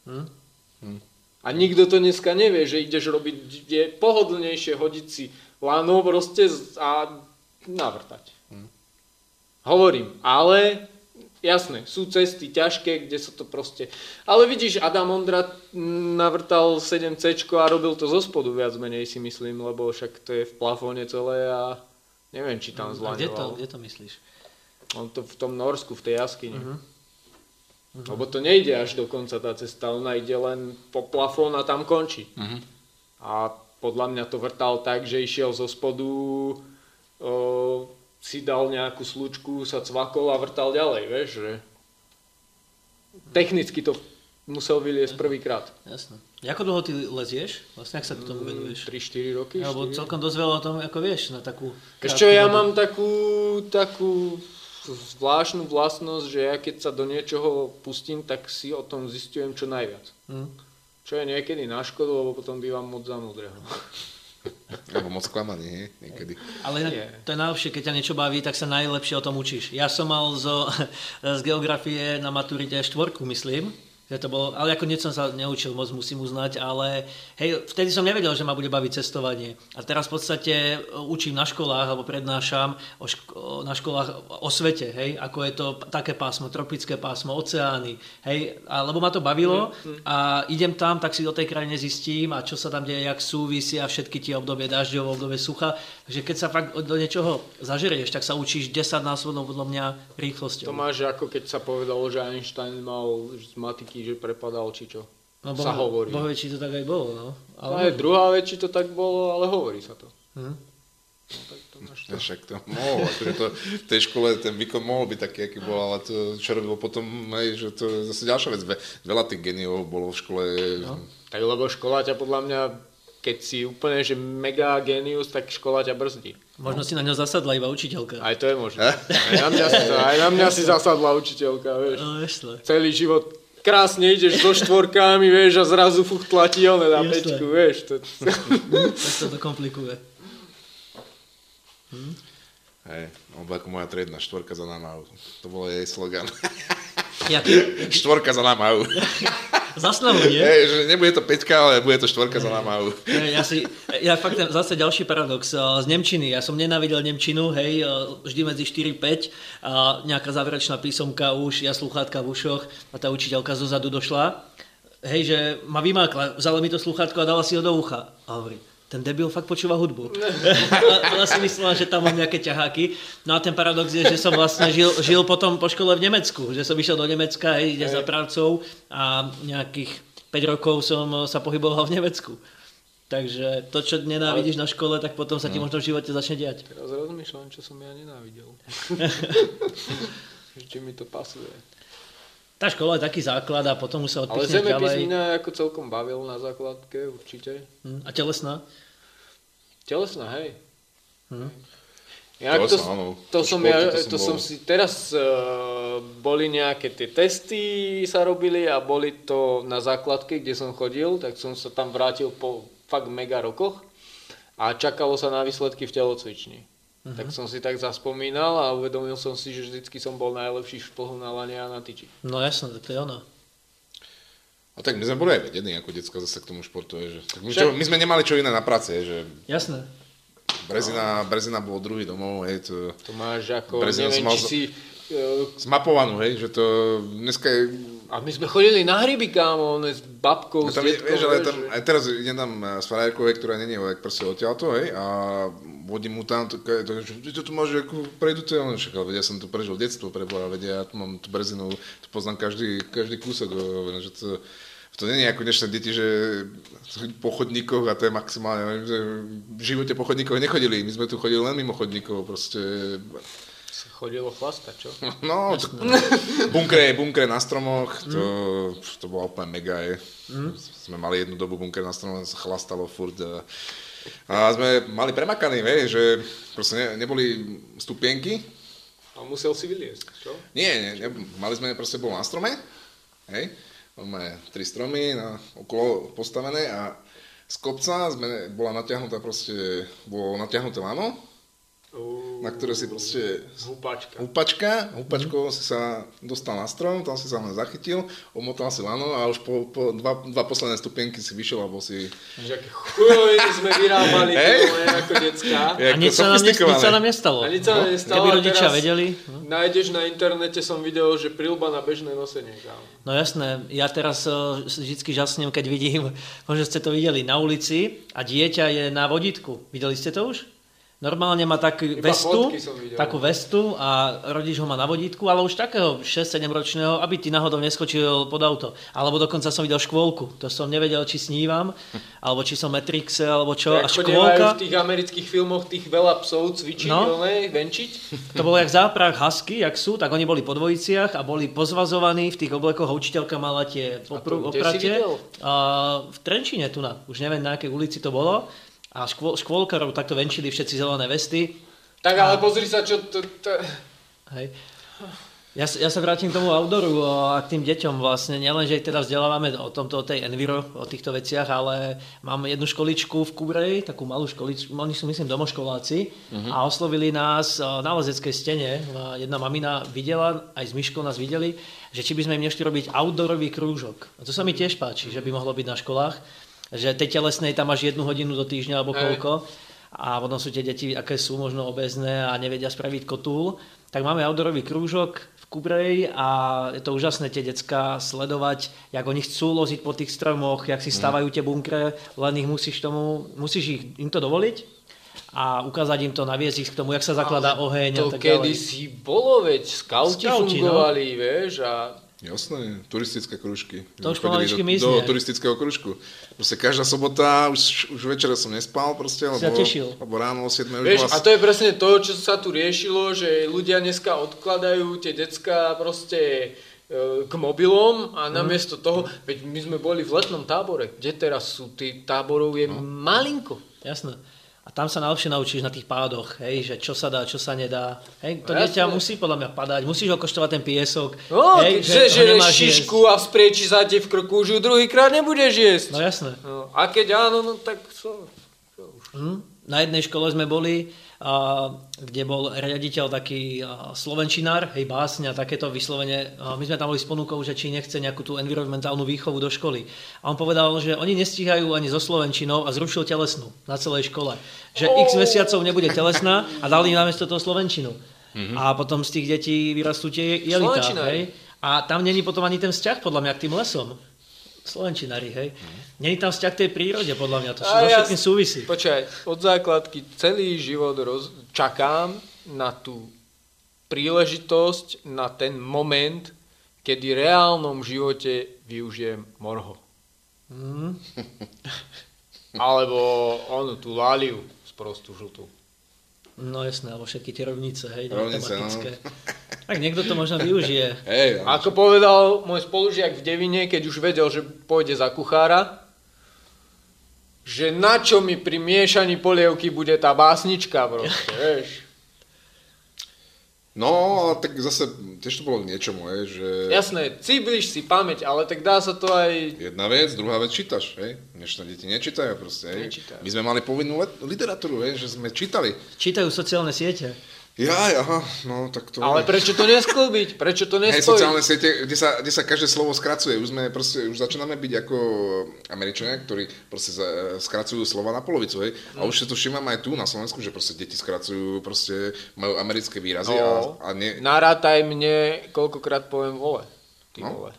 Speaker 2: A nikto to dneska nevie, že ideš robiť, je pohodlnejšie hodiť si lano proste a navrtať. Hovorím, ale jasné, sú cesty ťažké, kde sa to proste... Ale vidíš, Adam Ondra navrtal 7C a robil to zo spodu viac menej si myslím, lebo však to je v plafóne celé a neviem, či tam zlaňoval.
Speaker 1: Kde to myslíš?
Speaker 2: On to v tom Norsku, v tej jaskyni. Lebo to nejde až do konca tá cesta, ona ide len po plafón a tam končí. A podľa mňa to vrtal tak, že išiel zo spodu, si dal nejakú slučku, sa cvakol a vrtal ďalej, vieš, že technicky to musel vyliesť prvýkrát.
Speaker 1: Jasné. Ako dlho ty lezieš? Vlastne, ak sa k tomu venuješ?
Speaker 2: 3-4 roky.
Speaker 1: Alebo celkom dosť veľa o tom, ako vieš, na takú...
Speaker 2: Ešte ja mám takú zvláštnu vlastnosť, že ja keď sa do niečoho pustím, tak si o tom zistujem čo najviac. Čo je niekedy na škodu, lebo potom bývam moc za múdreho.
Speaker 3: Alebo moc klamaný, hej, niekedy.
Speaker 1: Ale to je najlepšie, keď ťa niečo baví, tak sa najlepšie o tom učíš. Ja som mal z geografie na maturite 4, myslím. Že to bolo, ale ako nič som sa neučil, moc musím uznať, ale hej, vtedy som nevedel, že ma bude baviť cestovanie. A teraz v podstate učím na školách, alebo prednášam na školách o svete, hej, ako je to také pásmo, tropické pásmo, oceány, hej, lebo ma to bavilo a idem tam, tak si o tej krajine zistím a čo sa tam deje, jak súvisia všetky tie obdobie dažďov, obdobie sucha. Takže keď sa fakt do niečoho zažerieš, tak sa učíš 10-násobnou podľa mňa rýchlosťou.
Speaker 2: To máš ako keď sa povedalo, že Einstein mal z matiky, že prepadal, či čo sa hovorí.
Speaker 1: Boh vie, či to tak aj bolo, no.
Speaker 2: Ale druhá vec, či to tak bolo, ale hovorí sa to.
Speaker 3: No, tak to máš to. Však to mohol, akože to v tej škole ten výkon mohol byť taký, aký bol, ale to, čo robil potom, že to je zase ďalšia vec. Veľa tých geniov bolo v škole.
Speaker 2: No. Tak lebo škola ťa podľa mňa, keď si úplne, že mega genius, tak škola ťa brzdí.
Speaker 1: Možno si na ňo zasadla iba učiteľka.
Speaker 2: Aj to je možné. Aj na mňa si zasadla učiteľka, vieš.
Speaker 1: No,
Speaker 2: celý život krásne ideš so štvorkami, vieš, a zrazu fuchtla ti one na peťku, vieš.
Speaker 1: Tak sa to komplikuje.
Speaker 3: Hej, on bol ako moja triedna, 4 za námahu. To bol jej slogan.
Speaker 1: Jaký?
Speaker 3: 4 za námahu.
Speaker 1: Za snahu, nie?
Speaker 3: Hej, že nebude to 5, ale bude to 4 za námahu.
Speaker 1: Ja fakt zase ďalší paradox z nemčiny. Ja som nenávidel nemčinu, hej, vždy medzi 4-5 a nejaká záverečná písomka už, ja slúchátka v ušoch a tá učiteľka zozadu došla. Hej, že ma vymákla, vzala mi to slúchátko a dala si ho do ucha. A hovorí, ten debil fakt počúva hudbu. Ona si myslela, že tam mám nejaké ťaháky. No a ten paradox je, že som vlastne žil potom po škole v Nemecku. Že som išiel do Nemecka, ide za prácou a nejakých 5 rokov som sa pohyboval v Nemecku. Takže to, čo nenávidíš na škole, tak potom sa ti možno v živote začne diať.
Speaker 2: Teraz rozmýšľam, čo som ja nenávidel. Či mi to pasuje.
Speaker 1: Tá škola je taký základ a potom už sa odpichneš ďalej.
Speaker 2: Ale zemepis mňa ako celkom bavil na základke, určite.
Speaker 1: A telesná?
Speaker 2: Telesná, hej. To som si teraz boli nejaké tie testy sa robili a boli to na základke, kde som chodil, tak som sa tam vrátil po fakt mega rokoch a čakalo sa na výsledky v telocvični. Tak som si tak zaspomínal a uvedomil som si, že vždycky som bol najlepší v šplhu na lane a na tyči.
Speaker 1: No jasné, tak to je ono.
Speaker 3: A tak my sme boli aj vedení ako decka zase k tomu športu. My sme nemali čo iné na práce. Že
Speaker 1: jasné.
Speaker 3: Brezina bolo druhý domov. Hej,
Speaker 2: to máš ako, neviem, či si...
Speaker 3: Zmapovanú, hej, že to dneska je...
Speaker 2: A my sme chodili na hryby, kámo, s babkou, s detkou.
Speaker 3: Vieš, ale tam, aj teraz idem tam s frajerkovej, ktorá není jak proste odtiaľto, hej, a vodím mu tam, to tu máš ako prejdúce, ale ja som tu prežil detstvo, preboha, vedia, ja tu mám tú Brezinu, tu poznám každý kúsok, že to... To nie je ako dnešné deti, že po chodníkoch a to je maximálne. V živote po chodníkoch nechodili, my sme tu chodili len mimo chodníkov, proste.
Speaker 2: Chodilo chlasta, čo?
Speaker 3: No, bunkre na stromoch, to bolo úplne mega. Sme mali jednu dobu bunker na stromoch, sa chlastalo furt. A sme mali premakaný, že proste neboli stupienky.
Speaker 2: A musel si vyliesť, čo?
Speaker 3: Nie, mali sme proste, bol na strome, hej. Máme 3 stromy okolo postavené a z kopca bolo natiahnuté lano, na ktoré si proste húpačkou si sa dostal na strom, tam si sa len zachytil, omotal si lano a už po dva posledné stupienky si vyšiel a bol si...
Speaker 2: Že aké chujoviny sme vyrábali ako decká.
Speaker 1: A nič sa nám nestalo. Keby rodičia vedeli.
Speaker 2: Nájdeš na internete, som videl, že prilba na bežné nosenie.
Speaker 1: No jasné, ja teraz vždycky žasnem, keď vidím, možno ste to videli na ulici a dieťa je na vodítku. Videli ste to už? Normálne má takú vestu a rodič ho má na vodítku, ale už takého 6-7 ročného, aby ti náhodou neskočil pod auto. Alebo dokonca som videl škôlku. To som nevedel, či snívam, alebo či som Matrixe, alebo čo.
Speaker 2: A škôlka... v tých amerických filmoch tých veľa psov cvičiť, venčiť.
Speaker 1: To bolo jak záprah husky, jak sú, tak oni boli po dvojiciach a boli pozvazovaní v tých oblekoch. Učiteľka mala tie opratie. V Trenčíne tu už neviem, na akej ulici to bolo. A škôlkarov takto venčili všetci zelené vesty.
Speaker 2: Tak ale pozri sa, čo to...
Speaker 1: Hej. Ja sa vrátim k tomu outdooru a k tým deťom vlastne. Nielen, že ich teda vzdelávame o tej enviro, o týchto veciach, ale mám jednu školičku v Kubrej, takú malú školičku, oni sú myslím domoškoláci a oslovili nás na Lezeckej stene. Jedna mamina videla, aj s Myškou nás videli, že či by sme im nešli robiť outdoorový krúžok. A to sa mi tiež páči, že by mohlo byť na školách. Že tej telesnej tam máš 1 hodinu do týždňa alebo koľko a potom sú tie deti, aké sú možno obézne a nevedia spraviť kotúl, tak máme outdoorový krúžok v Kubrej a je to úžasné tie decká sledovať, jak oni chcú loziť po tých stromoch, jak si stavajú tie bunkre, len ich musíš im to dovoliť a ukázať im to, naviesť ich k tomu, jak sa zakladá oheň a tak ďalej.
Speaker 2: To kedysi bolo, veď skauti fungovali, vieš, a...
Speaker 3: Jasné, turistické kružky.
Speaker 1: To už pomaličky
Speaker 3: do turistického kružku. Proste každá sobota, už večera som nespal proste, lebo ráno o 7 už
Speaker 2: vieš, a to je presne to, čo sa tu riešilo, že ľudia dneska odkladajú tie decká proste k mobilom a namiesto toho, veď my sme boli v letnom tábore, kde teraz sú tých táborov je malinko.
Speaker 1: Jasné. A tam sa najlepšie naučíš na tých pádoch, hej, že čo sa dá, čo sa nedá. Hej, to dieťa musí podľa mňa padať, musíš ho koštovať ten piesok.
Speaker 2: No, hej, že šišku a v sprieči za te v krku, už ju druhýkrát nebudeš jesť.
Speaker 1: No jasné.
Speaker 2: No, a keď áno, no tak čo už.
Speaker 1: Na jednej škole sme boli, kde bol riaditeľ taký slovenčinár, hej, básňa, takéto vyslovene. My sme tam boli s ponukou, že či nechce nejakú tú environmentálnu výchovu do školy. A on povedal, že oni nestíhajú ani so slovenčinou a zrušil telesnú na celej škole. Že x mesiacov nebude telesná a dali namiesto toho slovenčinu. A potom z tých detí vyrastú tie jelitá. Hej? A tam není potom ani ten vzťah, podľa mňa, k tým lesom. Slovenčinári, hej. Není tam vzťah k tej prírode, podľa mňa, to so všetkým súvisí.
Speaker 2: Počkaj, od základky celý život čakám na tú príležitosť, na ten moment, kedy v reálnom živote využijem morho. Alebo onu, tú láliu sprostú žltú.
Speaker 1: No jasné, alebo všetky tie rovnice, hej, matematické. No. Tak niekto to možno využije.
Speaker 3: Hej,
Speaker 2: ako povedal môj spolužiak v Devine, keď už vedel, že pôjde za kuchára, že na čo mi pri miešaní polievky bude tá básnička proste, vieš.
Speaker 3: No, tak zase tiež to bolo k niečomu, že...
Speaker 2: Jasné, cíbliš si pamäť, ale tak dá sa to aj...
Speaker 3: Jedna vec, druhá vec čítaš, hej. Dnešné deti nečítajú proste, hej. My sme mali povinnú literatúru, hej, že sme čítali.
Speaker 1: Čítajú sociálne siete.
Speaker 3: Aha, no tak to...
Speaker 2: Ale prečo to nesklbiť? Prečo to nespojiť?
Speaker 3: Hej, sociálne siete, kde sa každé slovo skracuje. Už začíname byť ako Američania, ktorí proste skracujú slova na polovicu, hej. A už sa to všímam aj tu na Slovensku, že proste deti skracujú, proste majú americké výrazy a nie...
Speaker 2: Narátaj mne, koľkokrát poviem vole. Ty vole.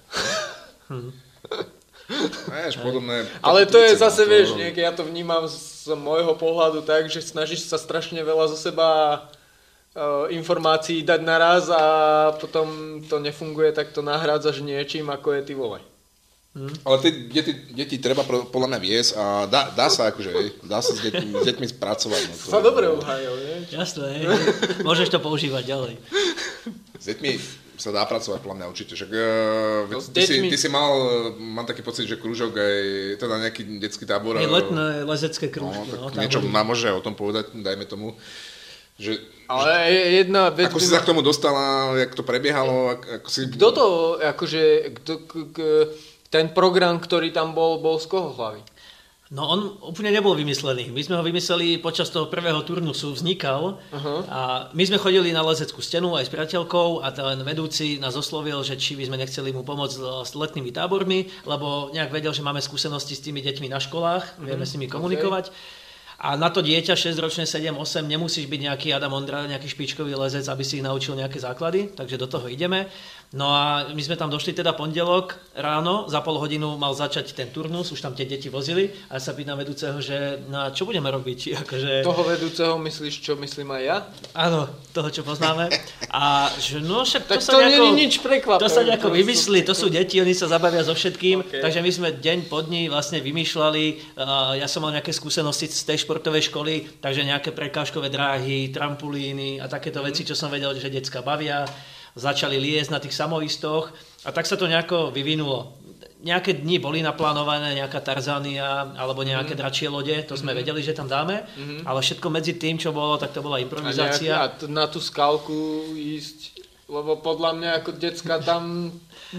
Speaker 3: Podobné...
Speaker 2: Ale to je zase, vieš, ja to vnímam z môjho pohľadu tak, že snažíš sa strašne veľa zo seba informácií dať naraz a potom to nefunguje, tak to nahrádzaš niečím, ako je ty vole.
Speaker 3: Ale tie deti treba podľa mňa viesť a dá sa akože, dá sa s deťmi spracovať. No,
Speaker 2: Sa dobre obhájal, nie?
Speaker 1: Jasné, môžeš to používať ďalej.
Speaker 3: S deťmi sa dá pracovať podľa mňa určite. Však, ty si mám taký pocit, že krúžok aj teda nejaký detský tábor.
Speaker 1: Letné lezecké krúžky.
Speaker 3: Niečo môže o tom povedať, dajme tomu. Že,
Speaker 2: ale jedna vec...
Speaker 3: Ako si sa k tomu dostala, jak to prebiehalo?
Speaker 2: Kto to, akože, ten program, ktorý tam bol z koho hlavy?
Speaker 1: No on úplne nebol vymyslený. My sme ho vymysleli počas toho prvého turnusu, vznikal a my sme chodili na lezeckú stenu aj s priateľkou a ten vedúci nás oslovil, že či by sme nechceli mu pomôcť s letnými tábormi, lebo nejak vedel, že máme skúsenosti s tými deťmi na školách, vieme s nimi komunikovať. A na to dieťa 6-ročné, 7-8 nemusíš byť nejaký Adam Ondra, nejaký špičkový lezec, aby si ich naučil nejaké základy, takže do toho ideme. No a my sme tam došli teda pondelok ráno, za pol hodinu mal začať ten turnus, už tam tie deti vozili a ja sa pýtam vedúceho, že na čo budeme robiť? Akože...
Speaker 2: Toho vedúceho myslíš, čo myslím aj ja?
Speaker 1: Áno, toho, čo poznáme. A že no však
Speaker 2: tak to nie je nič prekvapivé.
Speaker 1: To sa nejako vymyslí, to sú deti, oni sa zabavia so všetkým, takže my sme deň po dni vlastne vymýšľali, ja som mal nejaké skúsenosti z tej športovej školy, takže nejaké prekážkové dráhy, trampolíny a takéto veci, čo som vedel, že decka bavia. Začali liesť na tých samoistoch a tak sa to nejako vyvinulo. Nejaké dni boli naplánované, nejaká Tarzania alebo nejaké dračie lode, to sme vedeli, že tam dáme, ale všetko medzi tým, čo bolo, tak to bola improvizácia.
Speaker 2: A na tú skalku ísť, lebo podľa mňa ako decka tam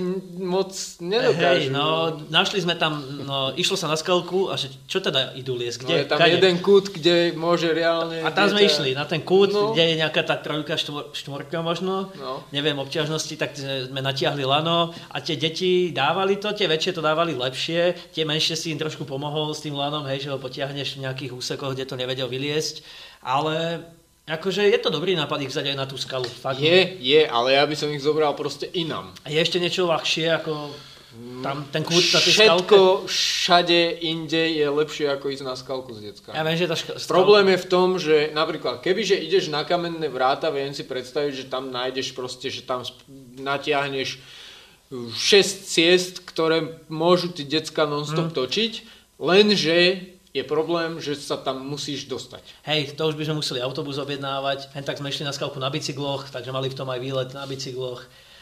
Speaker 2: moc nedokážu.
Speaker 1: Hej, no našli sme tam, no išlo sa na skalku a že čo teda idú liesť? Kde?
Speaker 2: No je tam jeden kút, kde môže reálne...
Speaker 1: A tam sme išli, na ten kút, kde je nejaká tá trojka, štvorka možno, neviem, obťažnosti, tak sme natiahli lano a tie deti dávali to, tie väčšie to dávali lepšie, tie menšie si im trošku pomohol s tým lanom, hej, že ho potiahneš v nejakých úsekoch, kde to nevedel vyliesť, ale... Akože je to dobrý nápad ich vzať aj na tú skalu. Fakt.
Speaker 2: Je, ale ja by som ich zobral proste inam.
Speaker 1: A je ešte niečo ľahšie ako tam ten kút na tej skalke?
Speaker 2: Všetko všade inde je lepšie ako ísť na skalku s deckami.
Speaker 1: Ja viem, že tá
Speaker 2: Problém je v tom, že napríklad kebyže ideš na kamenné vráta, viem si predstaviť, že tam nájdeš proste, že tam natiahneš 6 ciest, ktoré môžu tí decka non-stop točiť, lenže je problém, že sa tam musíš dostať.
Speaker 1: Hej, to už by sme museli autobus objednávať. Tak sme išli na skalku na bicykloch, takže mali v tom aj výlet na bicykloch.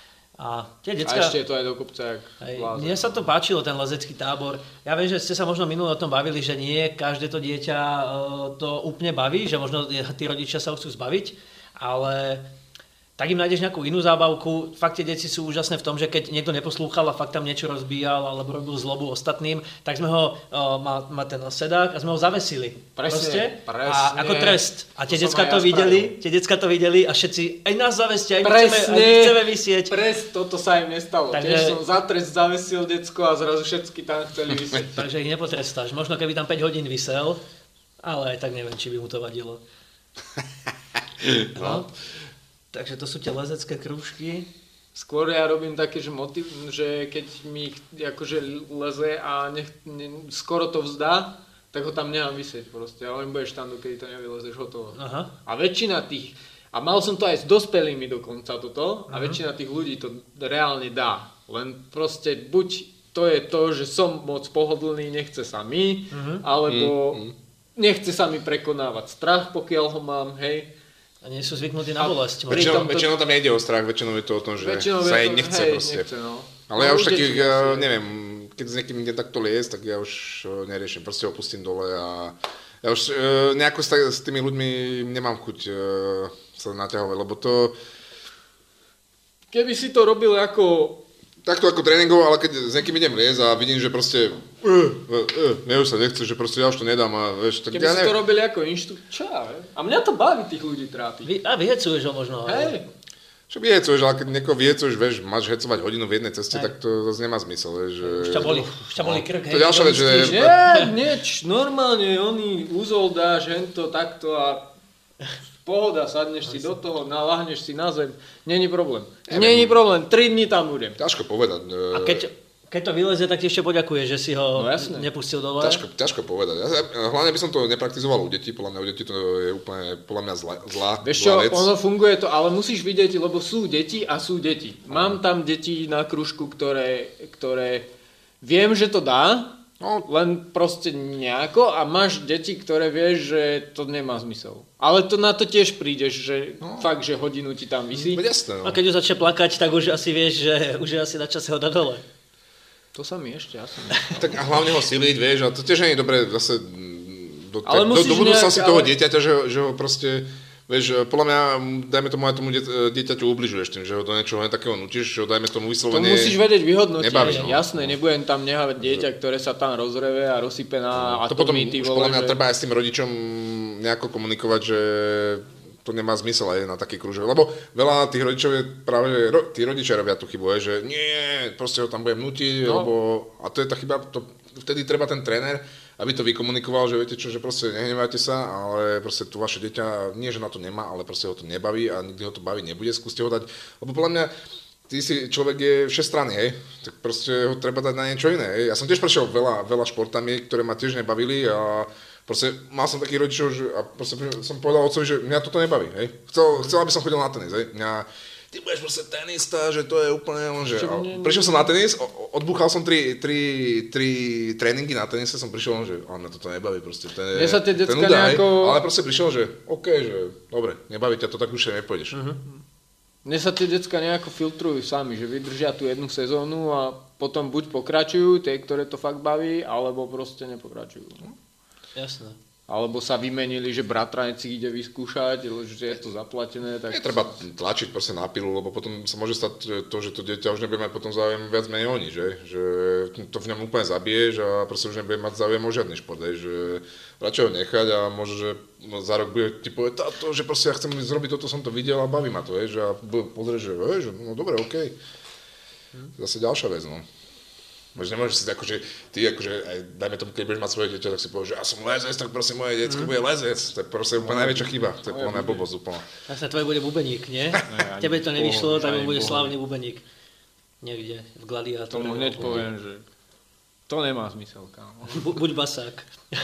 Speaker 1: A tie decka...
Speaker 2: A ešte je to aj do kopca, jak vláza.
Speaker 1: Mne sa to páčilo, ten lezecký tábor. Ja viem, že ste sa možno minule o tom bavili, že nie každé to dieťa to úplne baví, že možno tí rodičia sa ho chcú zbaviť, ale... tak im nájdeš nejakú inú zábavku. Fakt tie deti sú úžasné v tom, že keď niekto neposlúchal a fakt tam niečo rozbíjal alebo robil zlobu ostatným, tak sme ho, má ten sedák a sme ho zavesili.
Speaker 2: Presne.
Speaker 1: A ako trest. A tie decka to videli a všetci, aj nás zaveste, aj my chceme vysieť.
Speaker 2: Toto sa im nestalo. Tiež som za trest zavesil decko a zrazu všetky tam chceli vysieť.
Speaker 1: Takže ich nepotrestáš. Možno keby tam 5 hodín visel, ale aj tak neviem, či by mu to vadilo. No. Takže to sú tie lezecké krúžky.
Speaker 2: Skôr ja robím také, že keď mi akože leze a skoro to vzdá, tak ho tam nechám vysieť proste. Ale budeš tam, dokedy to nevylezeš, hotovo. Aha. A väčšina tých, a mal som to aj s dospelými dokonca toto, a väčšina tých ľudí to reálne dá. Len proste buď to je to, že som moc pohodlný, nechce sa mi, alebo nechce sa mi prekonávať strach, pokiaľ ho mám, hej.
Speaker 1: A nie sú zvyknutí na bolesť.
Speaker 3: Väčšinou tam nejde o strach, väčšinou je to o tom, že sa jej nechce proste. Ale ja už takých, neviem, keď s niekým ide takto liesť, tak ja už neriešim, proste ho pustím dole a ja už nejako s tými ľuďmi nemám chuť sa naťahovať, lebo to...
Speaker 2: Keby si to robil ako...
Speaker 3: Takto ako tréningov, ale keď s niekým idem liesť a vidím, že proste mne už sa nechce, že proste ja už to nedám a vieš, tak
Speaker 2: keby
Speaker 3: ja
Speaker 2: si to robili ako inštruktor, a mňa to baví tých ľudí trápiť.
Speaker 1: A vyhecuješ ho možno.
Speaker 2: Hej.
Speaker 3: Čo vyhecuješ, ale keď niekoho vyhecuješ, vieš, máš hecovať hodinu v jednej ceste, tak to zase nemá zmysel, vieš.
Speaker 1: Už ťa boli krk, hej.
Speaker 3: To ďalšia vec, že...
Speaker 2: Normálne, oni úzol dáš, hento, takto a... Pohoda, sadneš si do toho, naláhneš si na zem, není problém. Není problém, 3 dní tam budem.
Speaker 3: Ťažko povedať.
Speaker 1: A keď to vyleze, tak ti ešte poďakuje, že si ho nepustil dole.
Speaker 3: Ťažko povedať. Hlavne by som to nepraktizoval u detí, podľa mňa u detí to je úplne zlá
Speaker 2: Vieš čo,
Speaker 3: vec.
Speaker 2: ono funguje to, ale musíš vidieť, lebo sú deti a sú deti. Mám tam deti na krúžku, ktoré viem, že to dá,
Speaker 3: No.
Speaker 2: len proste nejako a máš deti, ktoré vieš, že to nemá zmysel. Ale to na to tiež prídeš, že fakt, že hodinu ti tam visí.
Speaker 3: Jasné,
Speaker 1: A keď už začne plakať, tak už asi vieš, že už je asi na čase ho dať dole.
Speaker 2: To sa mi ešte asi
Speaker 3: Tak a hlavne ho siliť, vieš, a to tiež nie je dobré zase do budúcnosti toho dieťaťa, že ho proste, vieš, podľa mňa, dajme tomu aj tomu dieťaťu ubližuješ tým, že ho do niečoho len takého nutíš, že ho dajme tomu vyslovene...
Speaker 2: To musíš vedieť vyhodnotiť,
Speaker 3: nebavíš, no.
Speaker 2: Jasné, nebudem tam nehávať dieťa, ktoré sa tam rozreve a rozsype na
Speaker 3: to potom
Speaker 2: atómy,
Speaker 3: už podľa mňa treba aj s tým rodičom nejako komunikovať, že to nemá zmysel aj na taký krúžok, lebo veľa tých rodičov je práve, že tí rodičia robia tú chybu, že nie, proste ho tam budem nutiť, lebo, a to je tá chyba, vtedy treba ten tréner, aby to vykomunikoval, že viete čo, že proste nehnevajte sa, ale proste tu vaše dieťa, nie že na to nemá, ale proste ho to nebaví a nikdy ho to baviť nebude, skúste ho dať, lebo podľa mňa ty si človek je všestranný, hej, tak proste ho treba dať na niečo iné, hej. Ja som tiež prešiel veľa športami, ktoré ma tiež nebavili a proste mal som takých rodičov, že, a proste som povedal otcovi, že mňa toto nebaví, hej. Chcel, aby som chodil na tenis, hej. Ty budeš proste tenista, že to je úplne, že... Prišiel som na tenis, odbúchal som tri tréningy na tenise, som prišiel, že mňa toto nebaví proste.
Speaker 2: Mne sa tie decka nejako...
Speaker 3: Ale proste prišiel, že OK, že dobre, nebaví ťa to, tak už nepôjdeš.
Speaker 2: Mne sa tie decka nejako filtrujú sami, že vydržia tú jednu sezónu a potom buď pokračujú, tie, ktoré to fakt baví, alebo proste nepokračujú.
Speaker 1: Jasné.
Speaker 2: Alebo sa vymenili, že bratranec si ide vyskúšať, že je to zaplatené. Tak...
Speaker 3: Je treba tlačiť proste na pilu, lebo potom sa môže stať to, že to dieťa už nebude mať potom záujem viac menej o nič, že to v ňom úplne zabiješ a proste už nebude mať záujem o žiadny šport, že radšej ho nechať a možno, že za rok bude ti povedať táto, že proste ja chcem zrobiť toto, som to videl a baví ma to, že a pozrieš, že no dobre, okej. Zase ďalšia vec, no. Možno nemôžeš si akože, ty akože, aj dajme tomu, keď budeš mať svoje dieťa, tak si povieš, že ja som lezec, tak prosím moje dieťa bude lezec. To je proste úplne najväčšia chyba, to je úplne blbosť úplne.
Speaker 1: Vlastne tvoje bude bubeník, nie? Tebe to nevyšlo, tak bude slávny bubeník. Niekde, v gladiátore.
Speaker 2: Tomu hneď poviem, že to nemá zmysel, kámo.
Speaker 1: Buď basák.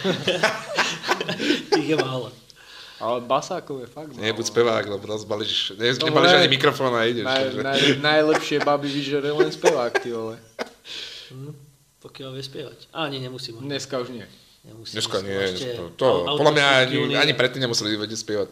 Speaker 1: Tých je málo.
Speaker 2: Ale basákov je fakt málo.
Speaker 3: Nie, buď spevák, lebo rozbalíš, nebalíš ani mikrofón a ideš.
Speaker 2: Najlepšie baby vyžere len spevák, ty vole.
Speaker 1: Pokiaľ vie spievať. Ani nemusím.
Speaker 2: Dneska už nie.
Speaker 3: Dneska nie. Podľa mňa ani predtým nemuseli vedieť spievať.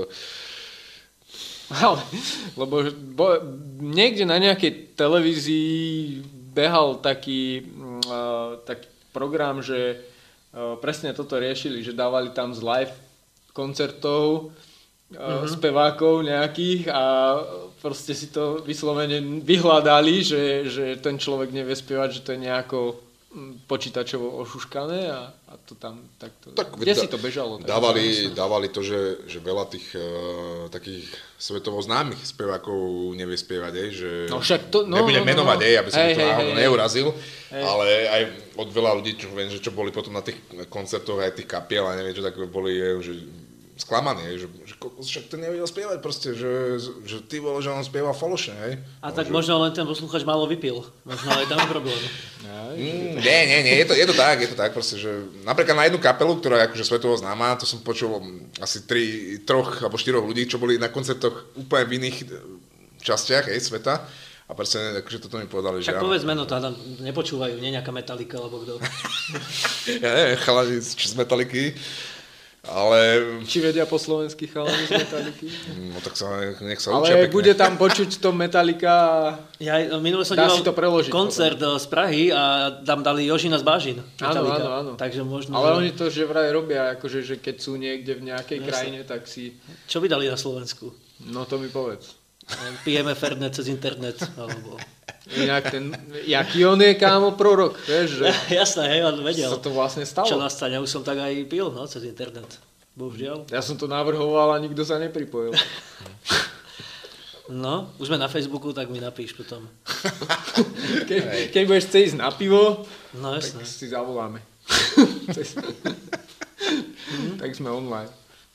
Speaker 2: Ale, lebo niekde na nejakej televízii behal taký program, že presne toto riešili, že dávali tam z live koncertov spevákov nejakých a proste si to vyslovene vyhľadali, že ten človek nevie spievať, že to je nejako počítačovo ošuškané a to tam takto... Tak, kde si to bežalo?
Speaker 3: Dávali to, že veľa tých takých svetovo známych spevákov nevie spievať, že
Speaker 2: no však to,
Speaker 3: nebudem menovať, aby som to náhodou neurazil, ale aj od veľa ľudí, čo viem, že čo boli potom na tých koncertoch, aj tých kapiel a neviem čo, tak boli, že sklamaný, že však ten nevedel spievať proste, že ty vole, že on spieva falošne, hej.
Speaker 1: A tak možno len ten posluchač málo vypil. Možno aj tam je problém.
Speaker 3: Nie, je to tak proste, že napríklad na jednu kapelu, ktorá je akože svetovo známa, to som počul asi 3 alebo 4 ľudí, čo boli na koncertoch úplne v iných častiach, sveta. A proste, akože toto mi povedali, že
Speaker 1: však povedz meno, to tam nepočúvajú, nie nejaká Metallica, alebo kto.
Speaker 3: Ja neviem, chalani z Metalliky. Ale...
Speaker 2: Či vedia po slovensky chalani z Metalliky?
Speaker 3: No tak nech sa učia
Speaker 2: ale
Speaker 3: pekne.
Speaker 2: bude tam počuť to Metallica.
Speaker 1: Ja minule som
Speaker 2: díval
Speaker 1: koncert z Prahy a tam dali Jožina z Bážin.
Speaker 2: Áno.
Speaker 1: Takže možno,
Speaker 2: ale oni to že vraj robia, akože, že keď sú niekde v nejakej krajine, tak si...
Speaker 1: Čo by dali na Slovensku?
Speaker 2: No to mi povedz.
Speaker 1: Pijeme Fernet cez internet, alebo...
Speaker 2: Inak jaký on je, kámo, prorok, vieš, že...
Speaker 1: Jasné, hej, on vedel.
Speaker 2: Sa to vlastne stalo.
Speaker 1: Čo na stane, už som tak aj pil, no, cez internet. Bohužiaľ.
Speaker 2: Ja som to navrhoval a nikto sa nepripojil.
Speaker 1: No, už sme na Facebooku, tak mi napíš potom.
Speaker 2: Keď budeš chcieť ísť na pivo,
Speaker 1: no, jasné.
Speaker 2: Tak si zavoláme. Tak sme online.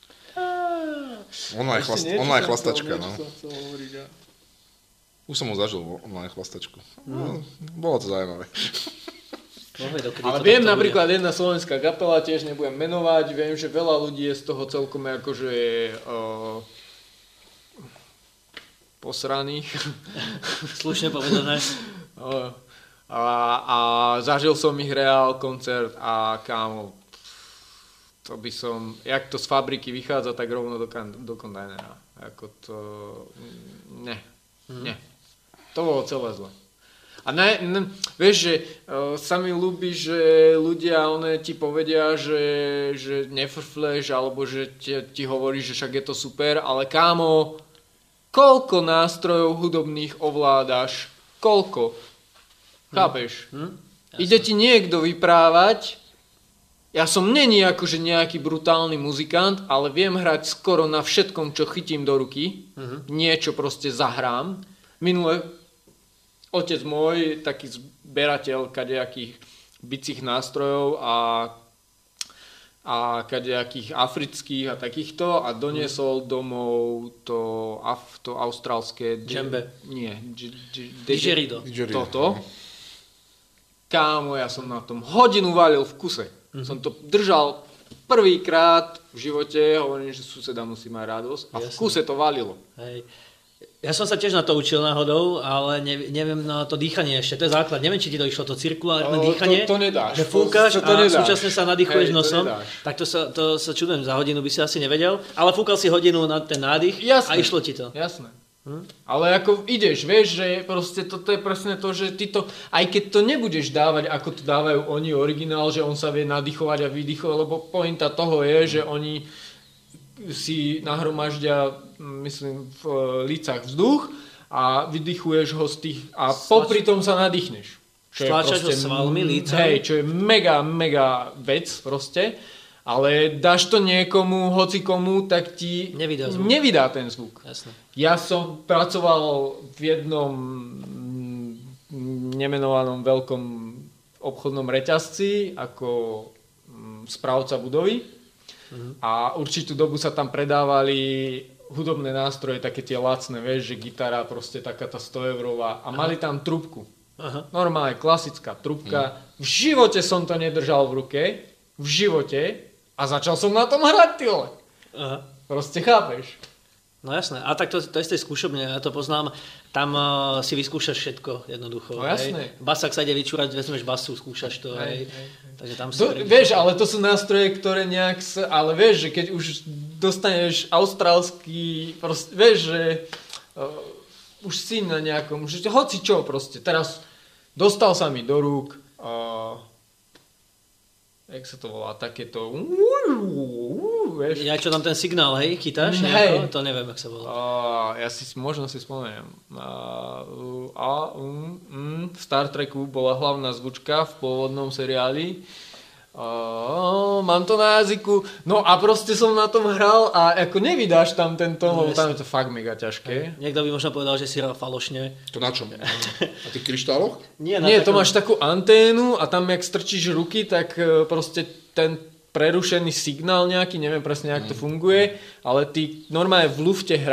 Speaker 3: Online chlastačka, no. Už som mu zažil online chlastačku. No, bolo to zaujímavé.
Speaker 2: Ale viem napríklad jedna slovenská kapela, tiež nebudem menovať, viem, že veľa ľudí je z toho celkom akože posraných.
Speaker 1: Slušne povedané.
Speaker 2: A zažil som ich reál koncert a kámo, to by som, jak to z fabriky vychádza, tak rovno do kontajnera. Ako to, ne. To bolo celé zle. A vieš, že sa mi ľúbi, že ľudia ti povedia, že nefrfleš, alebo že ti hovorí, že však je to super, ale kámo, koľko nástrojov hudobných ovládaš? Koľko? Chápeš? Ide ti niekto vyprávať, ja som není akože nejaký brutálny muzikant, ale viem hrať skoro na všetkom, čo chytím do ruky. Niečo proste zahrám. Minule otec môj, taký zberateľ kadejakých bicích nástrojov a kadejakých afrických a takýchto a doniesol domov to austrálske
Speaker 1: džembe.
Speaker 2: Nie.
Speaker 1: Didgeridoo.
Speaker 2: Toto. Kámo, ja som na tom hodinu valil v kuse. Som to držal prvýkrát v živote, hovorím, že suseda musí mať radosť a v kuse to valilo.
Speaker 1: Hej. Ja som sa tiež na to učil náhodou, ale neviem na to dýchanie ešte, to je základ. Neviem, či ti to išlo to cirkulárne dýchanie,
Speaker 2: to nedáš,
Speaker 1: že fúkaš a súčasne sa nadýchuješ nosom. Tak to sa čudujem, za hodinu by si asi nevedel, ale fúkal si hodinu na ten nádych.
Speaker 2: Jasné,
Speaker 1: a išlo ti to.
Speaker 2: Jasné. Ale ako ideš, vieš, že proste toto je presne to, že ty to, aj keď to nebudeš dávať, ako to dávajú oni originál, že on sa vie nadýchovať a vydýchovať, lebo pointa toho je, že oni si nahromaždia, myslím, v lícach vzduch a vydychuješ ho z tých a popri tom sa nadýchneš.
Speaker 1: Stláčaš ho svalmi, lícami.
Speaker 2: Hej, čo je mega vec proste. Ale dáš to niekomu, hocikomu, tak ti nevydá ten zvuk.
Speaker 1: Jasne.
Speaker 2: Ja som pracoval v jednom nemenovanom veľkom obchodnom reťazci ako správca budovy a určitú dobu sa tam predávali hudobné nástroje, také tie lacné, vieš, že gitara proste taká tá 100 eurová a mali tam trubku. Normálne klasická trubka. V živote som to nedržal v ruke, v živote. A začal som na tom hrať, tyle. Proste chápeš.
Speaker 1: No jasné. A tak to je z tej skúšobne, ja to poznám. Tam si vyskúšaš všetko jednoducho.
Speaker 2: No jasné.
Speaker 1: Basák sa ide vyčúrať, vezmeš basu, skúšaš to. Hej. Takže tam si
Speaker 2: vieš, ale to sú nástroje, ktoré nejak sa... Ale vieš, že keď už dostaneš austrálsky... Proste, vieš, že už si na nejakom... Že hoci čo proste. Teraz dostal sa mi do rúk... jak sa to volá, takéto... Vieš?
Speaker 1: Ja čo tam ten signál, hej, chytáš? To neviem, jak sa volá.
Speaker 2: Ja možno si spomeniem. V Star Treku bola hlavná zvučka v pôvodnom seriáli. Mám to na jazyku. No a proste som na tom hral a ako nevydáš tam ten tón, lebo tam je to fakt mega ťažké.
Speaker 1: Niekto by možno povedal, že si hral falošne.
Speaker 3: To na čom? Na tých kryštáloch?
Speaker 2: Nie, to máš takú anténu a tam, jak strčíš ruky, tak proste ten prerušený signál nejaký, neviem presne, jak to funguje, ale ty normálne v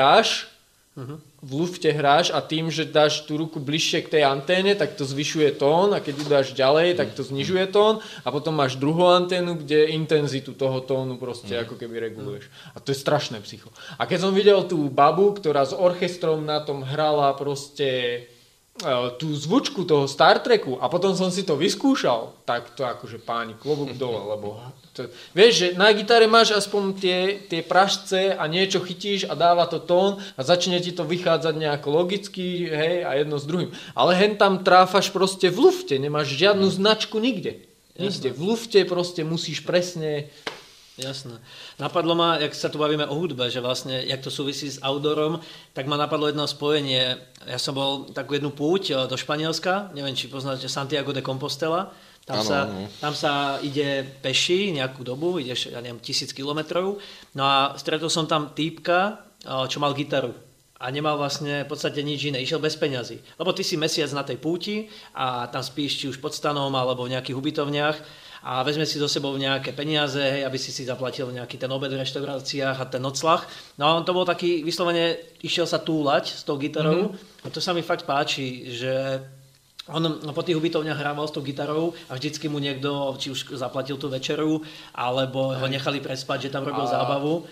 Speaker 2: lufte hráš a tým, že dáš tú ruku bližšie k tej anténe, tak to zvyšuje tón a keď ju dáš ďalej, tak to znižuje tón a potom máš druhú anténu, kde intenzitu toho tónu proste ako keby reguluješ. A to je strašné psycho. A keď som videl tú babu, ktorá s orchestrom na tom hrala proste tú zvučku toho Star Treku a potom som si to vyskúšal, tak to akože páni, klobúk dole, lebo vieš, že na gitare máš aspoň tie pražce a niečo chytíš a dáva to tón a začne ti to vychádzať nejako logicky, hej, a jedno s druhým. Ale hen tam tráfaš proste v lufte, nemáš žiadnu značku nikde. Nikde. V lufte proste musíš presne...
Speaker 1: Jasné. Napadlo ma, jak sa tu bavíme o hudbe, že vlastne, jak to súvisí s outdoorom, tak ma napadlo jedno spojenie. Ja som bol takú jednu púť do Španielska, neviem, či poznáte Santiago de Compostela. Tam sa ide peši nejakú dobu, ideš, ja neviem, 1000 kilometrov. No a stretol som tam týpka, čo mal gitaru. A nemal vlastne v podstate nič iné, išiel bez peňazí. Lebo ty si mesiac na tej púti a tam spíš či už pod stanom alebo v nejakých ubytovniach a vezme si so sebou nejaké peniaze, hej, aby si zaplatil nejaký ten obed v reštauráciách a ten noclach. No a on to bol taký, vyslovene išiel sa túlať s tou gitarou a to sa mi fakt páči, že on po tých ubytovniach hrával s tou gitarou a vždycky mu niekto či už zaplatil tú večeru alebo ho nechali prespať, že tam robil zábavu.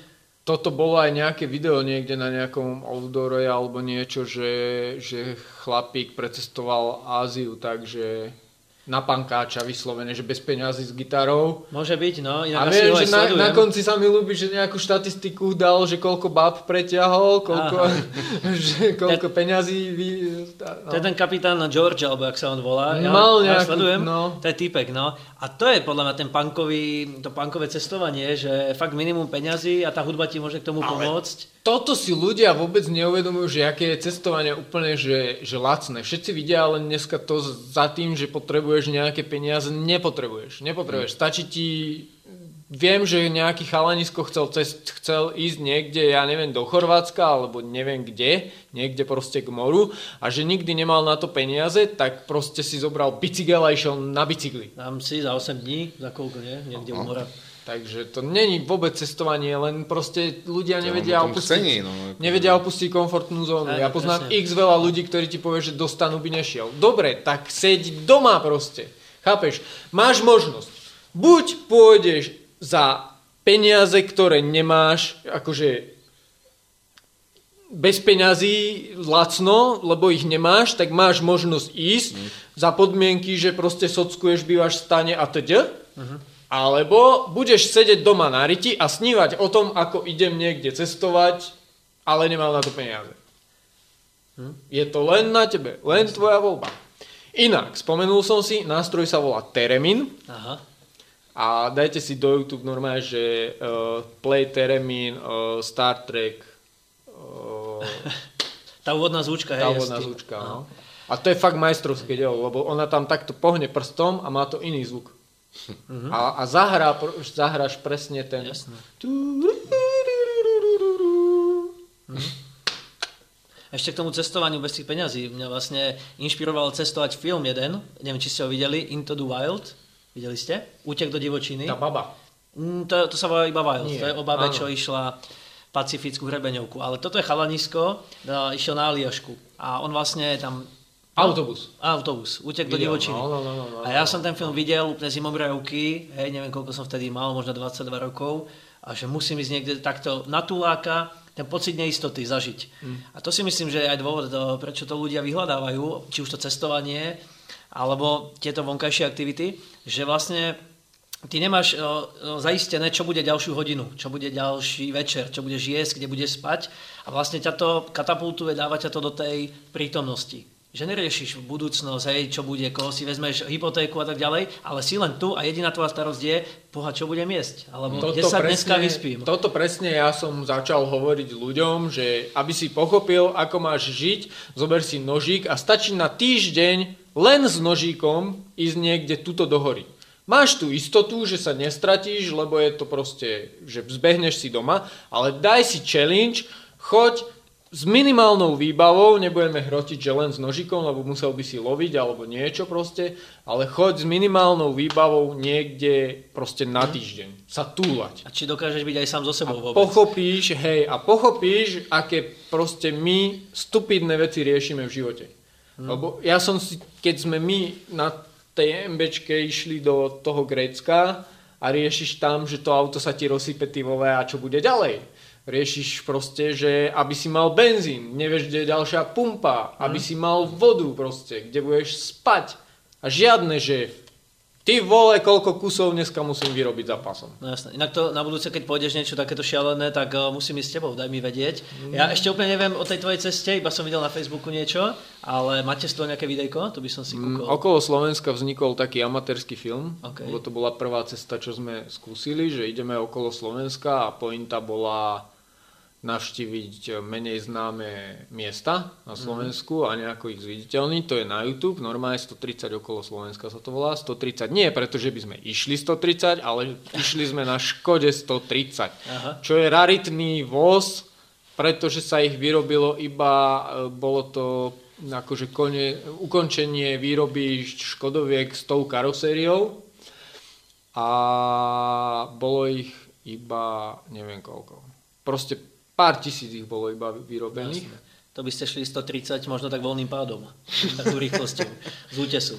Speaker 2: toto bolo aj nejaké video niekde na nejakom outdoore alebo niečo, že chlapík precestoval Áziu, takže na pankáča vyslovene, že bez peňazí s gitarou.
Speaker 1: Môže byť, no.
Speaker 2: A viem, že na konci sa mi ľúbi, že nejakú štatistiku dal, že koľko báb preťahol, koľko peňazí...
Speaker 1: To je ten kapitán George, alebo jak sa on volá.
Speaker 2: Ja
Speaker 1: sledujem, to je týpek, no. A to je podľa mňa to punkové cestovanie, že fakt minimum peňazí a tá hudba ti môže k tomu pomôcť.
Speaker 2: Toto si ľudia vôbec neuvedomujú, že aké je cestovanie úplne že lacné. Všetci vidia ale dneska to za tým, že potrebuješ nejaké peniaze. Nepotrebuješ. Stačí ti... Viem, že nejaký chalanisko chcel ísť niekde, ja neviem, do Chorvátska, alebo neviem kde, niekde proste k moru a že nikdy nemal na to peniaze, tak proste si zobral bicykel a išiel na bicykli.
Speaker 1: Tam si za 8 dní, za koľko, nie? Niekde u mora.
Speaker 2: Takže to není vôbec cestovanie, len proste ľudia nevedia opustiť komfortnú zónu. Ja poznám x veľa ľudí, ktorí ti povie, že do stanu by nešiel. Dobre, tak seď doma proste. Chápeš? Máš možnosť. Buď pôjdeš za peniaze, ktoré nemáš, akože bez peňazí lacno, lebo ich nemáš, tak máš možnosť ísť za podmienky, že proste sockuješ, bývaš v stane a teď. Alebo budeš sedieť doma na riti a snívať o tom, ako idem niekde cestovať, ale nemám na to peniaze. Je to len na tebe, len tvoja voľba. Inak, spomenul som si, nástroj sa volá Theremin.
Speaker 1: Aha.
Speaker 2: A dajte si do YouTube normálne, že Play Theremin, Star Trek.
Speaker 1: Tá úvodná zvučka.
Speaker 2: Tá úvodná zvučka, no. A to je fakt majstrovské dielo, lebo ona tam takto pohne prstom a má to iný zvuk. A zahráš presne ten...
Speaker 1: Jasné. Ešte k tomu cestovaniu bez tých peňazí. Mňa vlastne inšpiroval cestovať film jeden, neviem, či ste ho videli, Into the Wild. Videli ste? Útek do divočiny.
Speaker 2: Tá baba.
Speaker 1: To sa volá iba Wild.
Speaker 2: Nie.
Speaker 1: To je o babe, čo išla pacifickú hrebeňovku. Ale toto je chalanisko, išiel na Aliašku. A on vlastne tam... Autobus. Útek do divočiny.
Speaker 2: No,
Speaker 1: a ja som ten film videl úplne zimomriavky, neviem, koľko som vtedy mal, možno 22 rokov, a že musím ísť niekde takto na túláka, ten pocit neistoty zažiť. A to si myslím, že je aj dôvod, prečo to ľudia vyhľadávajú, či už to cestovanie, alebo tieto vonkajšie aktivity, že vlastne ty nemáš zaistené, čo bude ďalšiu hodinu, čo bude ďalší večer, čo budeš jesť, kde budeš spať, a vlastne ťa to katapultuje, dáva ťa to do tej prítomnosti. Že neriešiš v budúcnosť, čo bude, koho si vezmeš hypotéku a tak ďalej, ale si len tu a jediná tvoja starosť je, čo budem jesť, alebo kde sa dneska vyspím.
Speaker 2: Toto presne ja som začal hovoriť ľuďom, že aby si pochopil, ako máš žiť, zober si nožík a stačí na týždeň len s nožíkom ísť niekde tuto do hory. Máš tú istotu, že sa nestratíš, lebo je to proste, že zbehneš si doma, ale daj si challenge, choď s minimálnou výbavou, nebudeme hrotiť, že len s nožikom, lebo musel by si loviť alebo niečo proste, ale choď s minimálnou výbavou niekde proste na týždeň sa túlať.
Speaker 1: A či dokážeš byť aj sám so sebou vôbec. Pochopíš,
Speaker 2: aké proste my stupidné veci riešime v živote. Lebo ja som si, keď sme my na tej MBčke išli do toho Grécka a riešiš tam, že to auto sa ti rozsype ty vole a čo bude ďalej. Riešiš proste, že aby si mal benzín, nevieš, kde je ďalšia pumpa, aby si mal vodu proste, kde budeš spať. A žiadne, že ty vole, koľko kusov dneska musím vyrobiť za pasom.
Speaker 1: No jasné. Inak to na budúce, keď pôjdeš niečo takéto šialené, tak musím ísť s tebou, daj mi vedieť. Ja ešte úplne neviem o tej tvojej ceste, iba som videl na Facebooku niečo, ale máte z toho nejaké videjko? To by som si kúkol.
Speaker 2: Okolo Slovenska vznikol taký amatérsky film, lebo to bola prvá cesta, čo sme skúsili, že ideme okolo Slovenska a pointa bola navštíviť menej známe miesta na Slovensku a nejako ich zviditeľniť. To je na YouTube, normálne 130 okolo Slovenska sa to volá. 130 nie, pretože by sme išli 130, ale išli sme na Škode 130, čo je raritný voz, pretože sa ich vyrobilo iba, bolo to akože ukončenie výroby Škodoviek s tou karosériou a bolo ich iba neviem koľko. Proste pár tisíc ich bolo iba vyrobených.
Speaker 1: to by ste šli 130 možno tak voľným pádom. Takú rýchlosťou. Z útesu.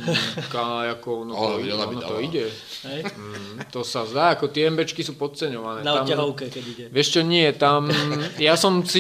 Speaker 2: To ide. To sa zdá, ako tie MBčky sú podceňované.
Speaker 1: Na odťahovke, keď ide.
Speaker 2: Vieš čo, nie, tam... Ja som si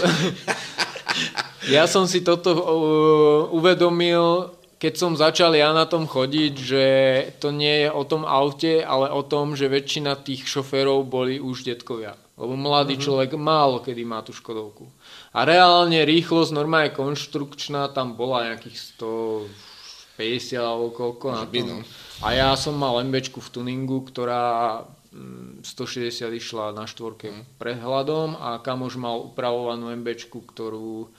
Speaker 2: toto uvedomil, keď som začal ja na tom chodiť, že to nie je o tom aute, ale o tom, že väčšina tých šoférov boli už detkovia. Lebo mladý človek málo kedy má tú Škodovku. A reálne rýchlosť, normálne konštrukčná, tam bola nejakých 150 alebo koľko na tom. A ja som mal MBčku v tuningu, ktorá 160 išla na štvorke prehľadom a kamoš mal upravovanú MBčku, ktorú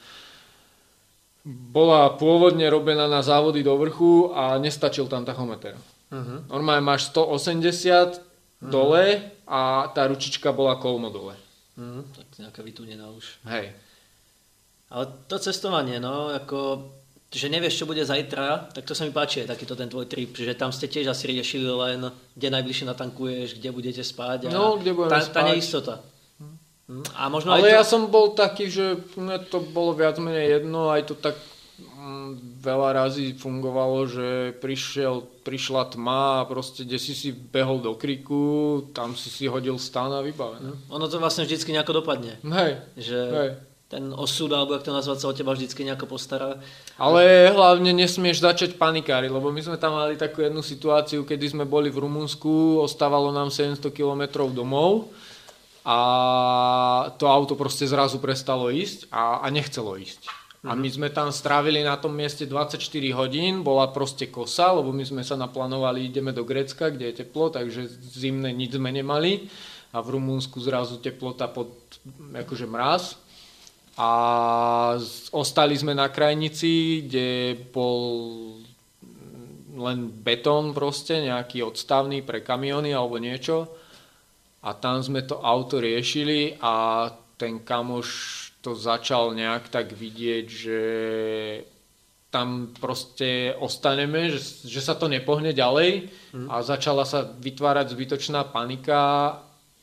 Speaker 2: bola pôvodne robená na závody do vrchu a nestačil tam tachometer. Normálne máš 180 dole a tá ručička bola kolmo dole.
Speaker 1: Tak nejaká vytunená už.
Speaker 2: Hej.
Speaker 1: Ale to cestovanie, no, ako, že nevieš, čo bude zajtra, tak to sa mi páči, takýto ten tvoj trip, že tam ste tiež asi riešili len, kde najbližšie natankuješ, kde budete spať a
Speaker 2: kde budeme spať.
Speaker 1: Tá neistota. A možno
Speaker 2: ale
Speaker 1: aj
Speaker 2: ja som bol taký, že mne to bolo viac menej jedno, aj to tak veľa razy fungovalo, že prišla tma a proste kde si behol do kriku, tam si hodil stán a vybavené.
Speaker 1: Ono to vlastne vždycky nejako dopadne.
Speaker 2: Hej.
Speaker 1: Ten osud, alebo jak to nazvať, sa o teba vždycky nejako postará.
Speaker 2: Ale hlavne nesmieš začať panikáriť, lebo my sme tam mali takú jednu situáciu, kedy sme boli v Rumunsku, ostávalo nám 700 km domov a to auto proste zrazu prestalo ísť a nechcelo ísť. A my sme tam strávili na tom mieste 24 hodín, bola proste kosa, lebo my sme sa naplánovali, ideme do Grécka, kde je teplo, takže zimné nič sme nemali a v Rumunsku zrazu teplota pod akože mráz. A ostali sme na krajnici, kde bol len betón proste, nejaký odstavný pre kamiony alebo niečo. A tam sme to auto riešili a ten kamoš to začal nejak tak vidieť, že tam proste ostaneme, že sa to nepohne ďalej a začala sa vytvárať zbytočná panika.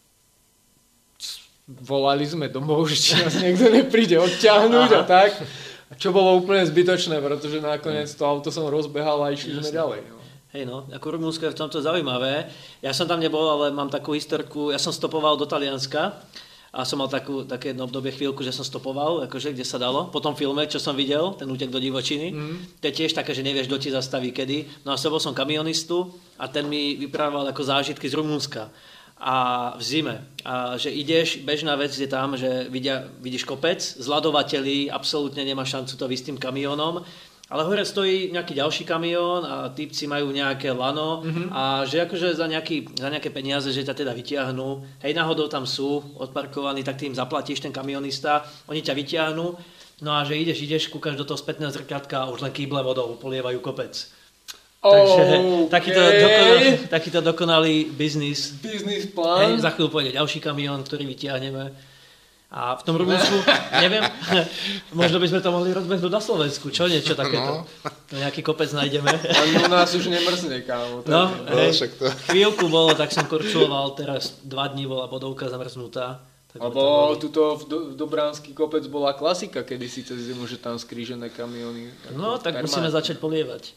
Speaker 2: Volali sme domov, že či nás niekto nepríde odťahnuť a tak. Čo bolo úplne zbytočné, pretože nakoniec to auto som rozbehal a išli sme ďalej. No.
Speaker 1: Hej no, ako Rumunsko je v tomto zaujímavé. Ja som tam nebol, ale mám takú historku. Ja som stopoval do Talianska a som mal také jedno obdobie chvíľku, že som stopoval, akože kde sa dalo. Po tom filme, čo som videl, ten útek do divočiny, to je tiež také, že nevieš, kto ti zastaví kedy. No a bol som kamionistu a ten mi vyprával ako zážitky z Rumunska. A v zime, a že ideš, bežná vec je tam, že vidíš kopec, zľadovateľi, absolútne nemá šancu to ísť tým kamiónom, ale hore stojí nejaký ďalší kamión a típci majú nejaké lano a že akože za nejaké peniaze, že ťa teda vytiahnu, hej, náhodou tam sú odparkovaní, tak ty im zaplatíš, ten kamionista, oni ťa vytiahnu, no a že ideš, kúkaš do toho spätného zrkadla a už len kýble vodou polievajú kopec. Takže takýto dokonalý biznis.
Speaker 2: Biznis plán.
Speaker 1: Za chvíľu pôjde ďalší kamión, ktorý vytiahneme. A v tom Rumunsku, neviem, možno by sme to mohli rozbehnúť na Slovensku, čo niečo takéto. Nejaký kopec nájdeme.
Speaker 2: Ale u nás už nemrzne, kámo.
Speaker 1: No, chvíľku bolo, tak som korčuloval, teraz 2 dní bola bodovka zamrznutá.
Speaker 2: Lebo tuto v Dobránsky kopec bola klasika, kedy si cez zimu, že tam skrížené kamióny.
Speaker 1: No, tak musíme začať polievať.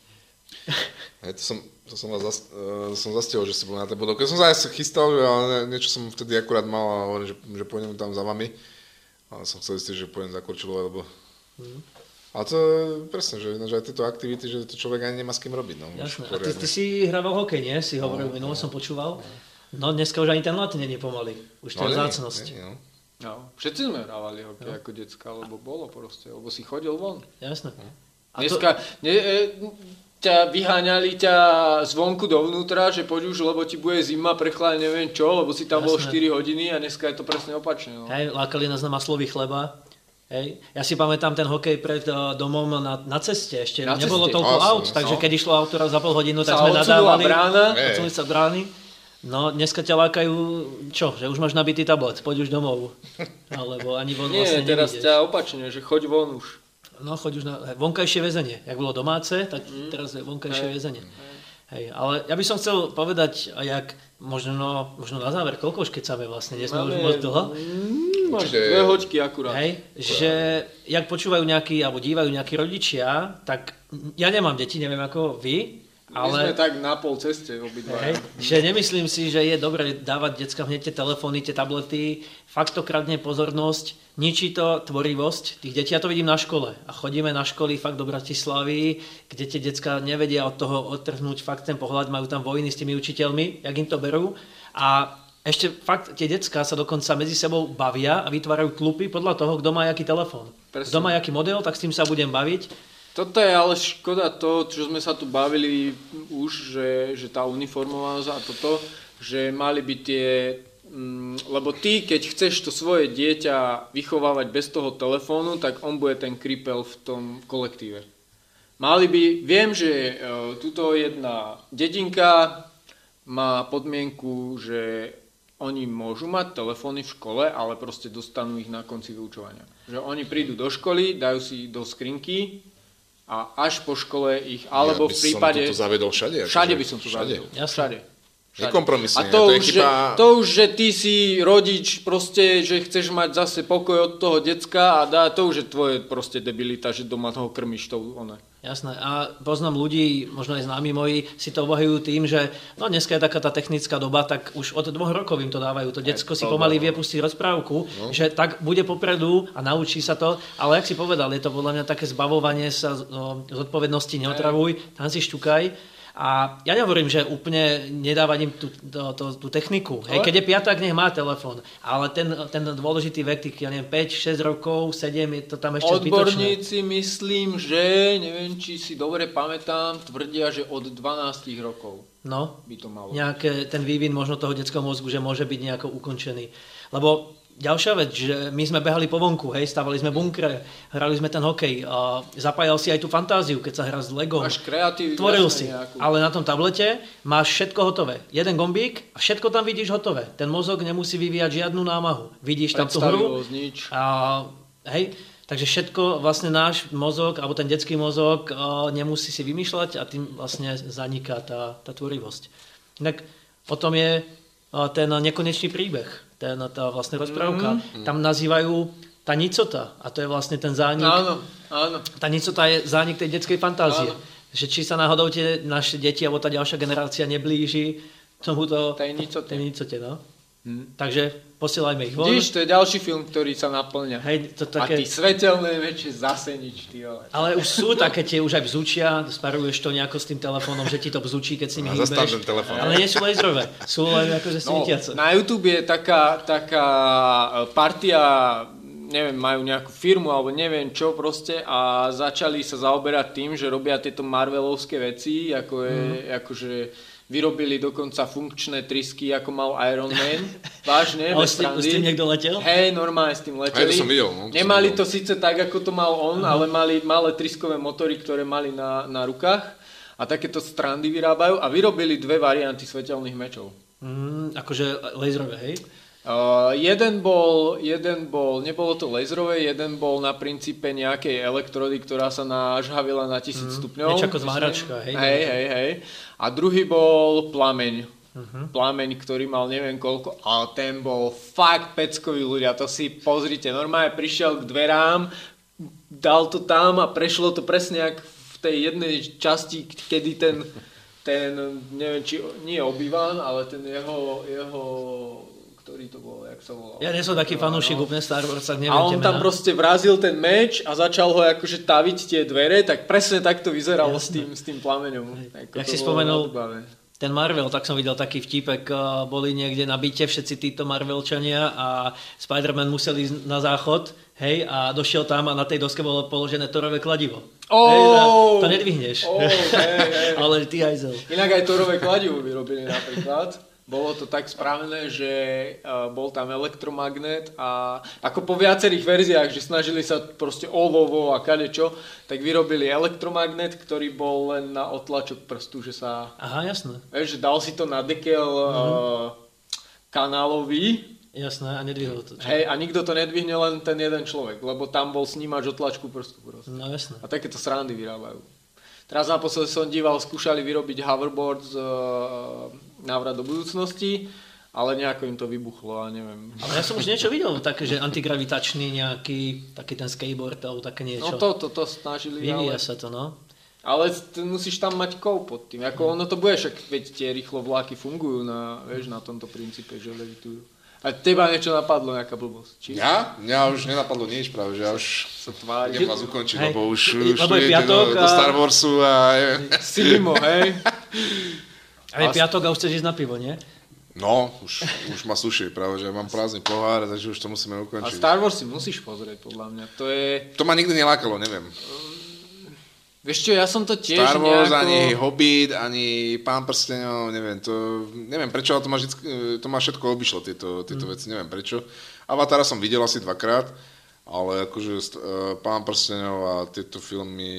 Speaker 3: To som zastihol, že ste boli na tej bodovke. Som sa aj chystal, ale niečo som vtedy akurát mal a hovorím, že pôjdem tam za vami. Ale som chcel zistiť, že pôjdem zakorčilovať, lebo... Ale to je presne, že aj tieto aktivity, že to človek ani nemá s kým robiť. No,
Speaker 1: jasné. A ty si hrával hokej, nie? Si hovoril, minulé som počúval. No dneska už ani ten let nie je pomaly. Už to je vzácnosť.
Speaker 2: No. Všetci sme hrávali hokej ako decka, lebo bolo proste, lebo si chodil von.
Speaker 1: Jasné.
Speaker 2: Dneska... vyháňali ťa zvonku dovnútra, že poď už, lebo ti bude zima, prechladne, neviem čo, lebo si tam bol 4 hodiny a dneska je to presne opačne. No.
Speaker 1: Hej, lákali nás na maslový chleba. Hej. Ja si pamätám ten hokej pred domom na ceste, ešte nebolo toľko aut, takže keď išlo auto raz za pol hodinu, tak sme nadávali. Odsúdila sa brány. No, dneska ťa lákajú, čo, že už máš nabitý tablet, poď už domov. Alebo ani von vlastne nevidíš.
Speaker 2: Nie, teraz ťa opačne, že choď von už.
Speaker 1: No, choď už na vonkajšie väzenie. Jak bolo domáce, tak teraz je vonkajšie väzenie. Hej, ale ja by som chcel povedať, jak možno na záver, koľko už kecáme vlastne, nie sme už moc dlho?
Speaker 2: máš 2 hoďky akurát.
Speaker 1: Hej, že jak počúvajú nejakí, alebo dívajú nejakí rodičia, tak ja nemám deti, neviem ako vy,
Speaker 2: ale... My sme tak na pol ceste obidva.
Speaker 1: Že nemyslím si, že je dobre dávať deckám hneď tie telefóny, tie tablety, fakt to kradne pozornosť, ničí to tvorivosť tých detí. Ja to vidím na škole a chodíme na školy fakt do Bratislavy, kde tie decká nevedia od toho odtrhnúť fakt ten pohľad, majú tam vojny s tými učiteľmi, jak im to berú a ešte fakt tie decká sa dokonca medzi sebou bavia a vytvárajú klupy podľa toho, kto má aký telefón. Kto má aký model, tak s tým sa budem baviť.
Speaker 2: Toto je ale škoda to, čo sme sa tu bavili už, že tá uniformovanosť a toto, že mali by tie... Lebo ty, keď chceš to svoje dieťa vychovávať bez toho telefónu, tak on bude ten kripel v tom kolektíve. Mali by... Viem, že tuto jedna dedinka má podmienku, že oni môžu mať telefóny v škole, ale proste dostanú ich na konci vyučovania. Že oni prídu do školy, dajú si do skrinky a až po škole ich, alebo v prípade...
Speaker 3: Ja by som to zavedol všade.
Speaker 2: Všade by som to zavedol. Všade.
Speaker 3: Nekompromisne.
Speaker 2: A to už, že ty si rodič, proste, že chceš mať zase pokoj od toho decka a to už je tvoje proste debilita, že doma toho krmiš tou one.
Speaker 1: Jasné. A poznám ľudí, možno aj známi moji, si to obhajujú tým, že no dneska je taká tá technická doba, tak už od 2 rokov im to dávajú. To decko si pomaly vie pustiť rozprávku, že tak bude popredu a naučí sa to. Ale jak si povedal, je to podľa mňa také zbavovanie sa zodpovednosti, neotravuj, tam si šťukaj. A ja nehovorím, že úplne nedávať im tú techniku. Hej, keď je piatak, nech má telefón. Ale ten dôležitý vek, tých, ja neviem, 5, 6 rokov, 7, je to tam ešte zbytočné.
Speaker 2: Odborníci myslím, že, neviem, či si dobre pamätám, tvrdia, že od 12 rokov by to malo.
Speaker 1: Ten vývin možno toho detského mozgu, že môže byť nejako ukončený. Lebo ďalšia vec, že my sme behali po vonku, hej, stavali sme bunkre, hrali sme ten hokej, zapájal si aj tú fantáziu, keď sa hrá s Legom.
Speaker 2: Máš kreatívu.
Speaker 1: Tvoril si, ale na tom tablete máš všetko hotové. Jeden gombík a všetko tam vidíš hotové. Ten mozog nemusí vyvíjať žiadnu námahu. Vidíš tam tú hru. Hej, takže všetko, vlastne náš mozog, alebo ten detský mozog nemusí si vymýšľať a tým vlastne zaniká tá tvorivosť. Inak potom je ten nekonečný príbeh. Tá vlastne rozprávka. Tam nazývajú tá nicota. A to je vlastne ten zánik.
Speaker 2: Áno.
Speaker 1: Tá nicota je zánik tej detskej fantázie. Áno. Že či sa náhodou tie naše deti alebo tá ďalšia generácia neblíži tomuto...
Speaker 2: Tej
Speaker 1: nicote, no. Takže posielajme ich von.
Speaker 2: Vidíš, to je ďalší film, ktorý sa naplňa.
Speaker 1: Hej, to také...
Speaker 2: A tí svetelné väčšie zase nič,
Speaker 1: Ale už sú také tie, už aj bzučia, sparuješ to nejako s tým telefónom, že ti to bzučí, keď s nimi hýbeš. Ale nie sú laserové, sú len akože svietiace.
Speaker 2: Na YouTube je taká partia, neviem, majú nejakú firmu alebo neviem čo proste a začali sa zaoberať tým, že robia tieto Marvelovské veci, ako je, akože vyrobili dokonca funkčné trysky, ako mal Iron Man. Vážne, bez
Speaker 1: strandy. S tým niekto letel?
Speaker 2: Hej, normálne s tým leteli.
Speaker 3: Aj to som videl. No,
Speaker 2: Nemali to síce tak, ako to mal on, ale mali malé tryskové motory, ktoré mali na rukách. A takéto strandy vyrábajú a vyrobili 2 varianty svetelných mečov.
Speaker 1: Akože laserové, hej?
Speaker 2: Jeden bol, nebolo to laserové, jeden bol na princípe nejakej elektrody, ktorá sa nažhavila na 1000 stupňov.
Speaker 1: Niečo ako zváračka, hej?
Speaker 2: Hej. A druhý bol plameň. Plameň, ktorý mal neviem koľko, ale ten bol fakt peckový, ľudia, to si pozrite. Normálne prišiel k dverám, dal to tam a prešlo to presne jak v tej jednej časti, kedy ten neviem, či nie Obi-Wan, ale ten jeho ktorý to bol, jak sa volal.
Speaker 1: Ja nie som taký fanúšik úplne Star Wars, tak neviem.
Speaker 2: A on tam proste vrazil ten meč a začal ho akože taviť tie dvere, tak presne takto vyzeralo s tým plameňom.
Speaker 1: Jak si spomenul ten Marvel, tak som videl taký vtipek, boli niekde na byte všetci títo Marvelčania a Spider-Man musel ísť na záchod, hej, a došiel tam a na tej doske bolo položené Thorové kladivo. To nedvihneš.
Speaker 2: Hej.
Speaker 1: Ale ty hajzel.
Speaker 2: Inak aj Thorové kladivo vyrobili napríklad. Bolo to tak spravené, že bol tam elektromagnet a ako po viacerých verziách, že snažili sa proste ovovo a kadečo, tak vyrobili elektromagnet, ktorý bol len na otlačok prstu, že sa...
Speaker 1: Aha, jasné.
Speaker 2: Že dal si to na dekel kanálový.
Speaker 1: Jasné, a nedvihol to.
Speaker 2: Hej, a nikto to nedvihne, len ten jeden človek, lebo tam bol snímač otlačku prstu proste.
Speaker 1: No jasné.
Speaker 2: A takéto srandy vyrábajú. Teraz naposledy som díval, skúšali vyrobiť hoverboard z Návrat do budúcnosti ale nejako im to vybuchlo a neviem.
Speaker 1: Ale ja som už niečo videl, také, že antigravitačný nejaký, taký ten skateboard alebo také niečo.
Speaker 2: No to snažili,
Speaker 1: vyvíja sa to, no.
Speaker 2: Ale musíš tam mať kov pod tým, ako ono to bude, však veď tie rýchlo vláky fungujú na tomto princípe, že levitujú. A teba niečo napadlo, nejaká blbosť? Či?
Speaker 3: Mňa už nenapadlo nič práve, že ja už
Speaker 2: sa tvári.
Speaker 3: idem vás ukončiť,
Speaker 1: Hej.
Speaker 3: lebo už
Speaker 1: Lebo je
Speaker 3: idete
Speaker 1: piatok
Speaker 3: do Star Warsu a...
Speaker 2: Si mimo, hej?
Speaker 1: A je piatok a už chceš ísť na pivo, nie?
Speaker 3: No, už ma suší, práve, že mám prázdny pohár, takže už to musíme
Speaker 2: A
Speaker 3: ukončiť.
Speaker 2: Star Wars si musíš pozrieť, podľa mňa.
Speaker 3: To ma nikdy nelákalo, neviem.
Speaker 2: Vieš čo, ja som to tiež
Speaker 3: Star Wars,
Speaker 2: nejako...
Speaker 3: ani Hobbit, ani Pán prsteňov, neviem prečo, ale to ma všetko obišlo, tieto veci, neviem prečo. Avatára som videl asi 2-krát, ale akože Pán prsteňov a tieto filmy,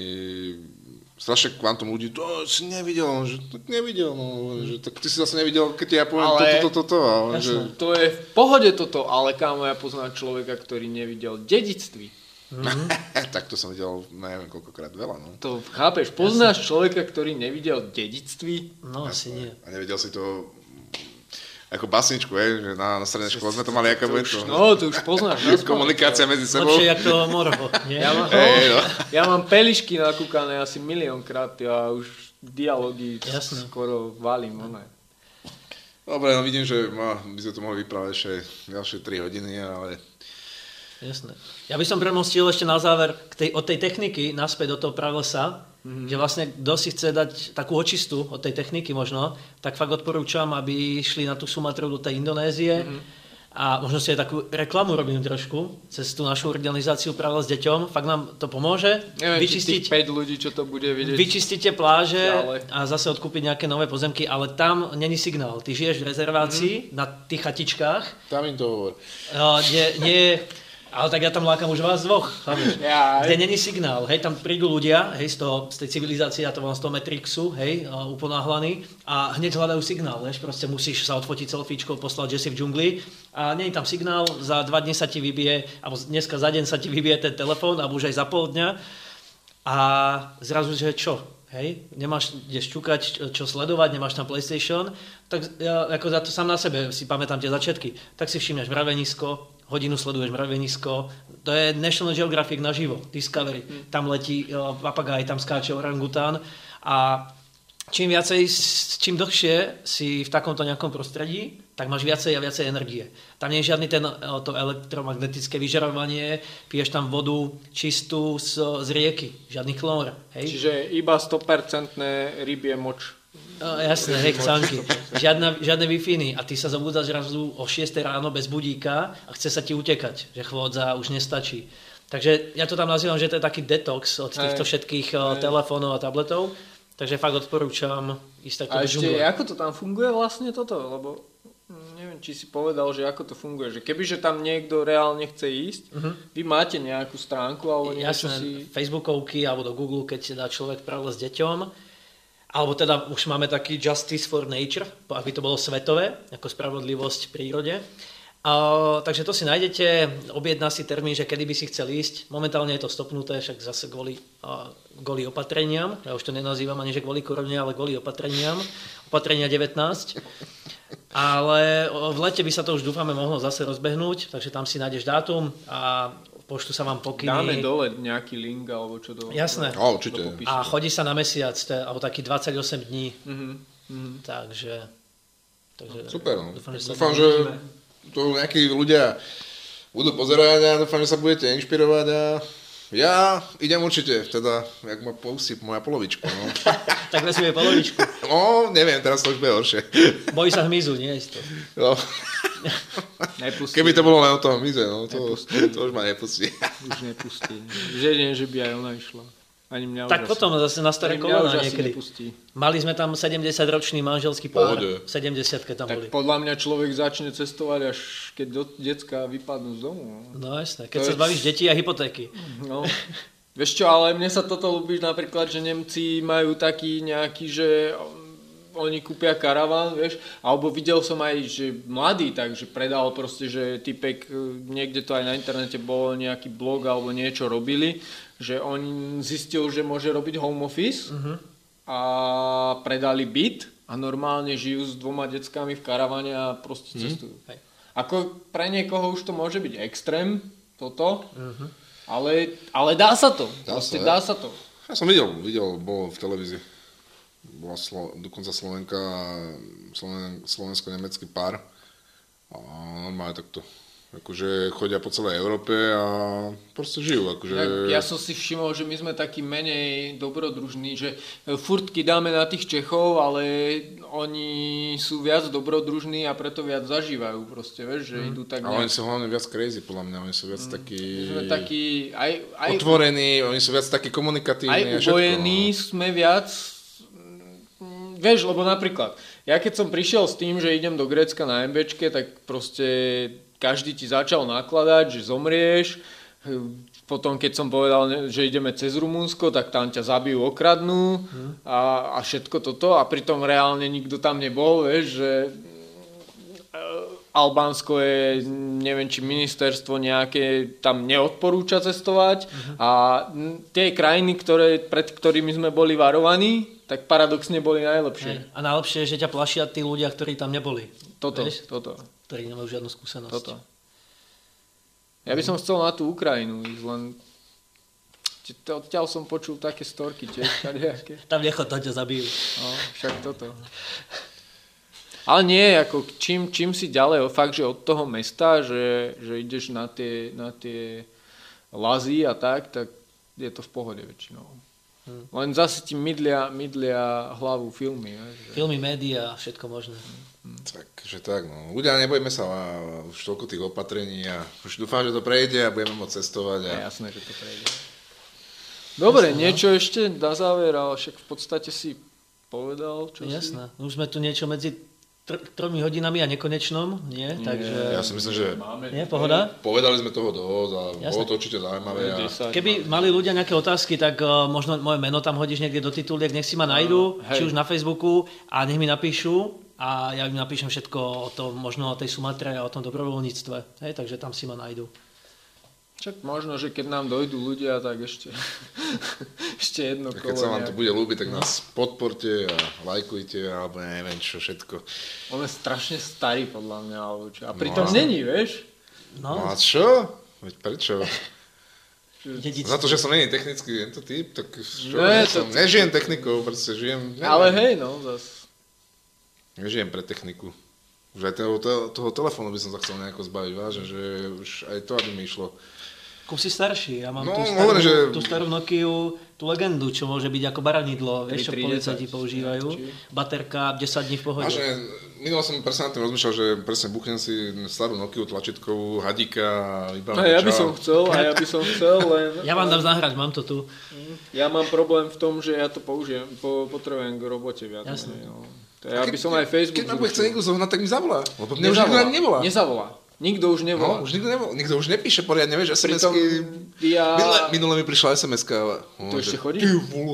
Speaker 3: strašne kvantum ľudí, to si nevidel, že to nevidel, no, že tak ty si zase nevidel, keď ja poviem
Speaker 2: Ale-
Speaker 3: toto, ale že...
Speaker 2: To je v pohode toto, ale kámo, ja poznám človeka, ktorý nevidel dedictví.
Speaker 3: Tak to som videl, neviem koľkokrát, veľa, no.
Speaker 2: To chápeš, poznáš človeka, ktorý nevidel dedictví?
Speaker 1: No asi nie.
Speaker 3: A nevedel si to ako básničku, že na strednej škole sme to mali, aká bude to.
Speaker 2: No, to už poznáš. Na
Speaker 3: Komunikácia medzi sebou.
Speaker 1: Lepšie, jak to Morho, nie?
Speaker 2: Ja mám pelišky nakúkané asi miliónkrát a už dialógy
Speaker 1: Jasné.
Speaker 2: skoro valím. Ono.
Speaker 3: Dobre, no vidím, že by sme to mohli vyprávať ešte ďalšie 3 hodiny, ale...
Speaker 1: Jasné. Ja by som premostil ešte na záver od tej techniky naspäť do toho pralesa, že vlastne kto si chce dať takú očistu od tej techniky možno, tak fakt odporúčam, aby išli na tú Sumatru do tej Indonézie a možno si aj takú reklamu robím trošku cez tú našu organizáciu Prales deťom. Fakt nám to pomôže
Speaker 2: Neviem, či tých 5 ľudí, čo to bude vidieť.
Speaker 1: Vyčistíte pláže
Speaker 2: Ale-
Speaker 1: a zase odkúpiť nejaké nové pozemky, ale tam není signál. Ty žiješ v rezervácii na tých chatičkách,
Speaker 3: Tam im to hovor.
Speaker 1: nie, ale tak ja tam lákam už vás dvoch, chápeš?
Speaker 2: Jaj.
Speaker 1: Kde není signál, hej, tam prídu ľudia, hej, z tej civilizácie, ja to volám z toho Matrixu, hej, uponáhlaný a hneď hľadajú signál, vieš, proste musíš sa odfotiť selfiečkou, poslať, že si v džungli a není tam signál, za 2 dní sa ti vybije, alebo dneska za deň sa ti vybije ten telefón, alebo už aj za pol dňa a zrazu, že čo? Hej, nemáš kde šťukať, čo sledovať, nemáš tam PlayStation, tak ja ako za to sám na sebe si pamätám tie začiatky, tak si všimneš mravenisko, hodinu sleduješ mravenisko, to je National Geographic naživo, Discovery, tam letí papagáj, tam skáče orangután a čím čím dlhšie si v takomto nejakom prostredí, tak máš viacej a viacej energie. Tam nie je žiadny to elektromagnetické vyžarovanie, piješ tam vodu čistú z rieky, žiadny chlór. Hej?
Speaker 2: Čiže iba 100% rybie moč.
Speaker 1: Jasné, hej, chcánky. Žiadne Wi-Fi a ty sa zobúdzaš zrazu o 6 ráno bez budíka a chce sa ti utekať, že chôdza už nestačí. Takže ja to tam nazývam, že to je taký detox od týchto všetkých telefónov a tabletov. Takže fakt odporúčam ísť takto
Speaker 2: A
Speaker 1: do
Speaker 2: ešte,
Speaker 1: džungle.
Speaker 2: ako to tam funguje vlastne toto? Lebo neviem, či si povedal, že ako to funguje. Že kebyže tam niekto reálne chce ísť, vy máte nejakú stránku alebo niečo
Speaker 1: Jasné,
Speaker 2: si...
Speaker 1: Facebookovky alebo do Google, keď si dá človek Prales deťom. Alebo teda už máme taký Justice for Nature, aby to bolo svetové, ako spravodlivosť v prírode. Takže to si nájdete, objedná si termín, že kedy by si chcel ísť. Momentálne je to stopnuté, však zase kvôli opatreniam. Ja už to nenazývam ani, že kvôli korone, ale kvôli opatreniam. Opatrenia 19. Ale v lete by sa to už dúfame mohlo zase rozbehnúť, takže tam si nájdeš dátum a poštu sa vám pokyny.
Speaker 2: Dáme dole nejaký link alebo čo do...
Speaker 1: Jasné.
Speaker 3: Určite.
Speaker 2: do popisu.
Speaker 1: A chodí sa na mesiac, alebo taký 28 dní. Takže
Speaker 3: Super, no.
Speaker 1: Dúfam,
Speaker 3: Dúfam, že to nejakí ľudia budú pozerať a dúfam, že sa budete inšpirovať a ja idem určite, teda, jak ma pustí moja polovička, no.
Speaker 1: Tak vezme polovičku.
Speaker 3: No, neviem, teraz to už bude horšie.
Speaker 1: Bojí sa hmyzu, nie je to.
Speaker 3: No.
Speaker 2: Nepustí.
Speaker 3: Keby to bolo len o tom hmyze, no, to už ma nepustí.
Speaker 2: Už nepustí. Že že by aj ona išla. Ani mňa
Speaker 1: Tak
Speaker 2: už
Speaker 1: potom zase na staré
Speaker 2: Ani mňa
Speaker 1: kolena
Speaker 2: už asi
Speaker 1: niekedy.
Speaker 2: nepustí.
Speaker 1: Mali sme tam 70-ročný manželský pár.
Speaker 3: Pohode.
Speaker 1: 70-ke tam boli.
Speaker 2: Tak podľa mňa človek začne cestovať, až keď decka vypadnú z domu.
Speaker 1: No jasné, keď sa zbavíš detí a hypotéky.
Speaker 2: No. Vieš čo, ale mne sa toto ľúbi napríklad, že Nemci majú taký nejaký, že oni kúpia karaván, vieš, alebo videl som aj, že mladý, takže predal proste, že typek, niekde to aj na internete bolo nejaký blog alebo niečo robili, že on zistil, že môže robiť home office a predali byt a normálne žijú s 2 deckami v karavane a proste cestujú.
Speaker 1: Hej.
Speaker 2: Ako pre niekoho už to môže byť extrém, toto, ale dá sa to. Dá sa to.
Speaker 3: Ja som videl, bol v televízii. Bola dokonca slovensko-nemecký pár. A normálne takto. Akože chodia po celej Európe a proste žijú. Akože...
Speaker 2: Ja som si všimol, že my sme takí menej dobrodružní, že furtky dáme na tých Čechov, ale oni sú viac dobrodružní a preto viac zažívajú proste, vieš, že idú tak
Speaker 3: nejak... Ale oni sú hlavne viac crazy, podľa mňa, oni sú viac
Speaker 2: takí... aj
Speaker 3: otvorení, oni sú viac takí komunikatívni.
Speaker 2: Aj ubojení sme viac... Vieš, lebo napríklad, ja keď som prišiel s tým, že idem do Grécka na MBčke, tak proste každý ti začal nakladať, že zomrieš. Potom keď som povedal, že ideme cez Rumunsko, tak tam ťa zabijú, okradnú a všetko toto. A pritom reálne nikto tam nebol, vieš, že Albánsko je, neviem, či ministerstvo nejaké tam neodporúča cestovať a tie krajiny, pred ktorými sme boli varovaní, tak paradoxne boli najlepšie.
Speaker 1: A najlepšie je, že ťa plašia tí ľudia, ktorí tam neboli.
Speaker 2: Toto.
Speaker 1: Ktorí nemajú žiadnu skúsenosť.
Speaker 2: Toto. Ja by som chcel na tú Ukrajinu ísť, len odtiaľ som počul také storky tiež.
Speaker 1: Tam nechod, to ťa zabijú.
Speaker 2: No, však toto. Ale nie, ako čím si ďalej, fakt, že od toho mesta, že ideš na tie lazy a tak je to v pohode väčšinou. Len zase ti mydlia hlavu filmy. Že...
Speaker 1: Filmy, médiá, všetko možné.
Speaker 3: Takže tak, no. Ľudia, nebojme sa už toľko tých opatrení a už dúfam, že to prejde a budeme môcť cestovať. A...
Speaker 2: Jasné, že to prejde. Dobre, niečo ešte na záver, ale však v podstate si povedal, čo
Speaker 1: Jasné. Už sme tu niečo medzi 3 hodinami a nekonečnom, nie? Takže...
Speaker 3: Ja si myslím, že
Speaker 1: nie, pohoda?
Speaker 3: Povedali sme toho dosť a bolo to určite zaujímavé.
Speaker 1: Keby mali ľudia nejaké otázky, tak možno moje meno tam hodíš niekde do tituliek, nech si ma nájdu, či už na Facebooku a nech mi napíšu a ja im napíšem všetko o tom, možno o tej Sumatre a o tom dobrovoľníctve. Hej, takže tam si ma nájdu.
Speaker 2: Však možno, že keď nám dojdú ľudia, tak ešte jedno kolo.
Speaker 3: Keď sa vám to bude ľúbiť, tak nás podporte a lajkujte, alebo neviem čo všetko.
Speaker 2: On je strašne starý podľa mňa, alebo čo. A pritom není, vieš?
Speaker 3: No a čo? Veď prečo?
Speaker 1: Dedictvo.
Speaker 3: Za to, že som není technický tento typ, tak čo? Nežijem technikou, proste žijem... Neviem.
Speaker 2: Ale hej, no, zas.
Speaker 3: Nežijem pre techniku. Už aj toho telefónu by som sa chcel nejako zbaviť, vážne, že už aj to, aby mi išlo.
Speaker 1: Si starší, ja mám tú starú Nokiu, tú legendu, čo môže byť ako baranidlo, vieš, čo policajti používajú. Baterka 10 dní v pohode.
Speaker 3: Minul som presne na tým rozmýšľal, že presne buchnem si starú Nokiu tlačítkovú, hadíka a vybavím.
Speaker 2: Ja by som chcel, len...
Speaker 1: Ja vám dám zahrať, mám to tu.
Speaker 2: Ja mám problém v tom, že ja to použijem, potrebujem k robote viac.
Speaker 1: Jasné.
Speaker 2: Ja by som aj Facebook...
Speaker 3: Keď ma bude chcieť niekto zohnať, tak mi zavolá. Lebo mne už nikto nevolá.
Speaker 2: Nezavolá. Nikto už nevolá.
Speaker 3: No, už nikto nevolá. Nikto už nepíše poriadne, vieš, SMS-ky. Minule mi prišla SMS-ka.
Speaker 2: To ešte chodí?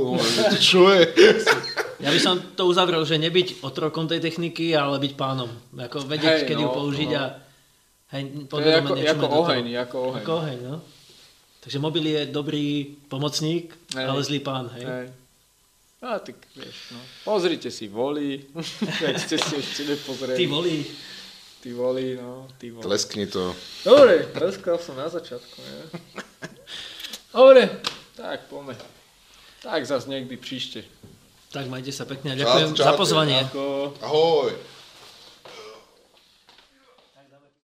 Speaker 3: Čo je?
Speaker 1: Ja by som to uzavrel, že nebyť otrokom tej techniky, ale byť pánom. Ako vedieť, kedy ju použiť a
Speaker 2: podvedome niečo ako oheň,
Speaker 1: no. Takže mobil je dobrý pomocník, ale zlý pán, hej.
Speaker 2: A tak vieš, no. Pozrite si Voli, keď ste si ešte nepozreli. Ty volí, no.
Speaker 3: Tleskni to.
Speaker 2: Dobre, tleskal som na začiatku, ne? Dobre, tak poďme. Tak zase niekdy príšte.
Speaker 1: Tak majte sa pekne a ďakujem za pozvanie.
Speaker 3: Ahoj.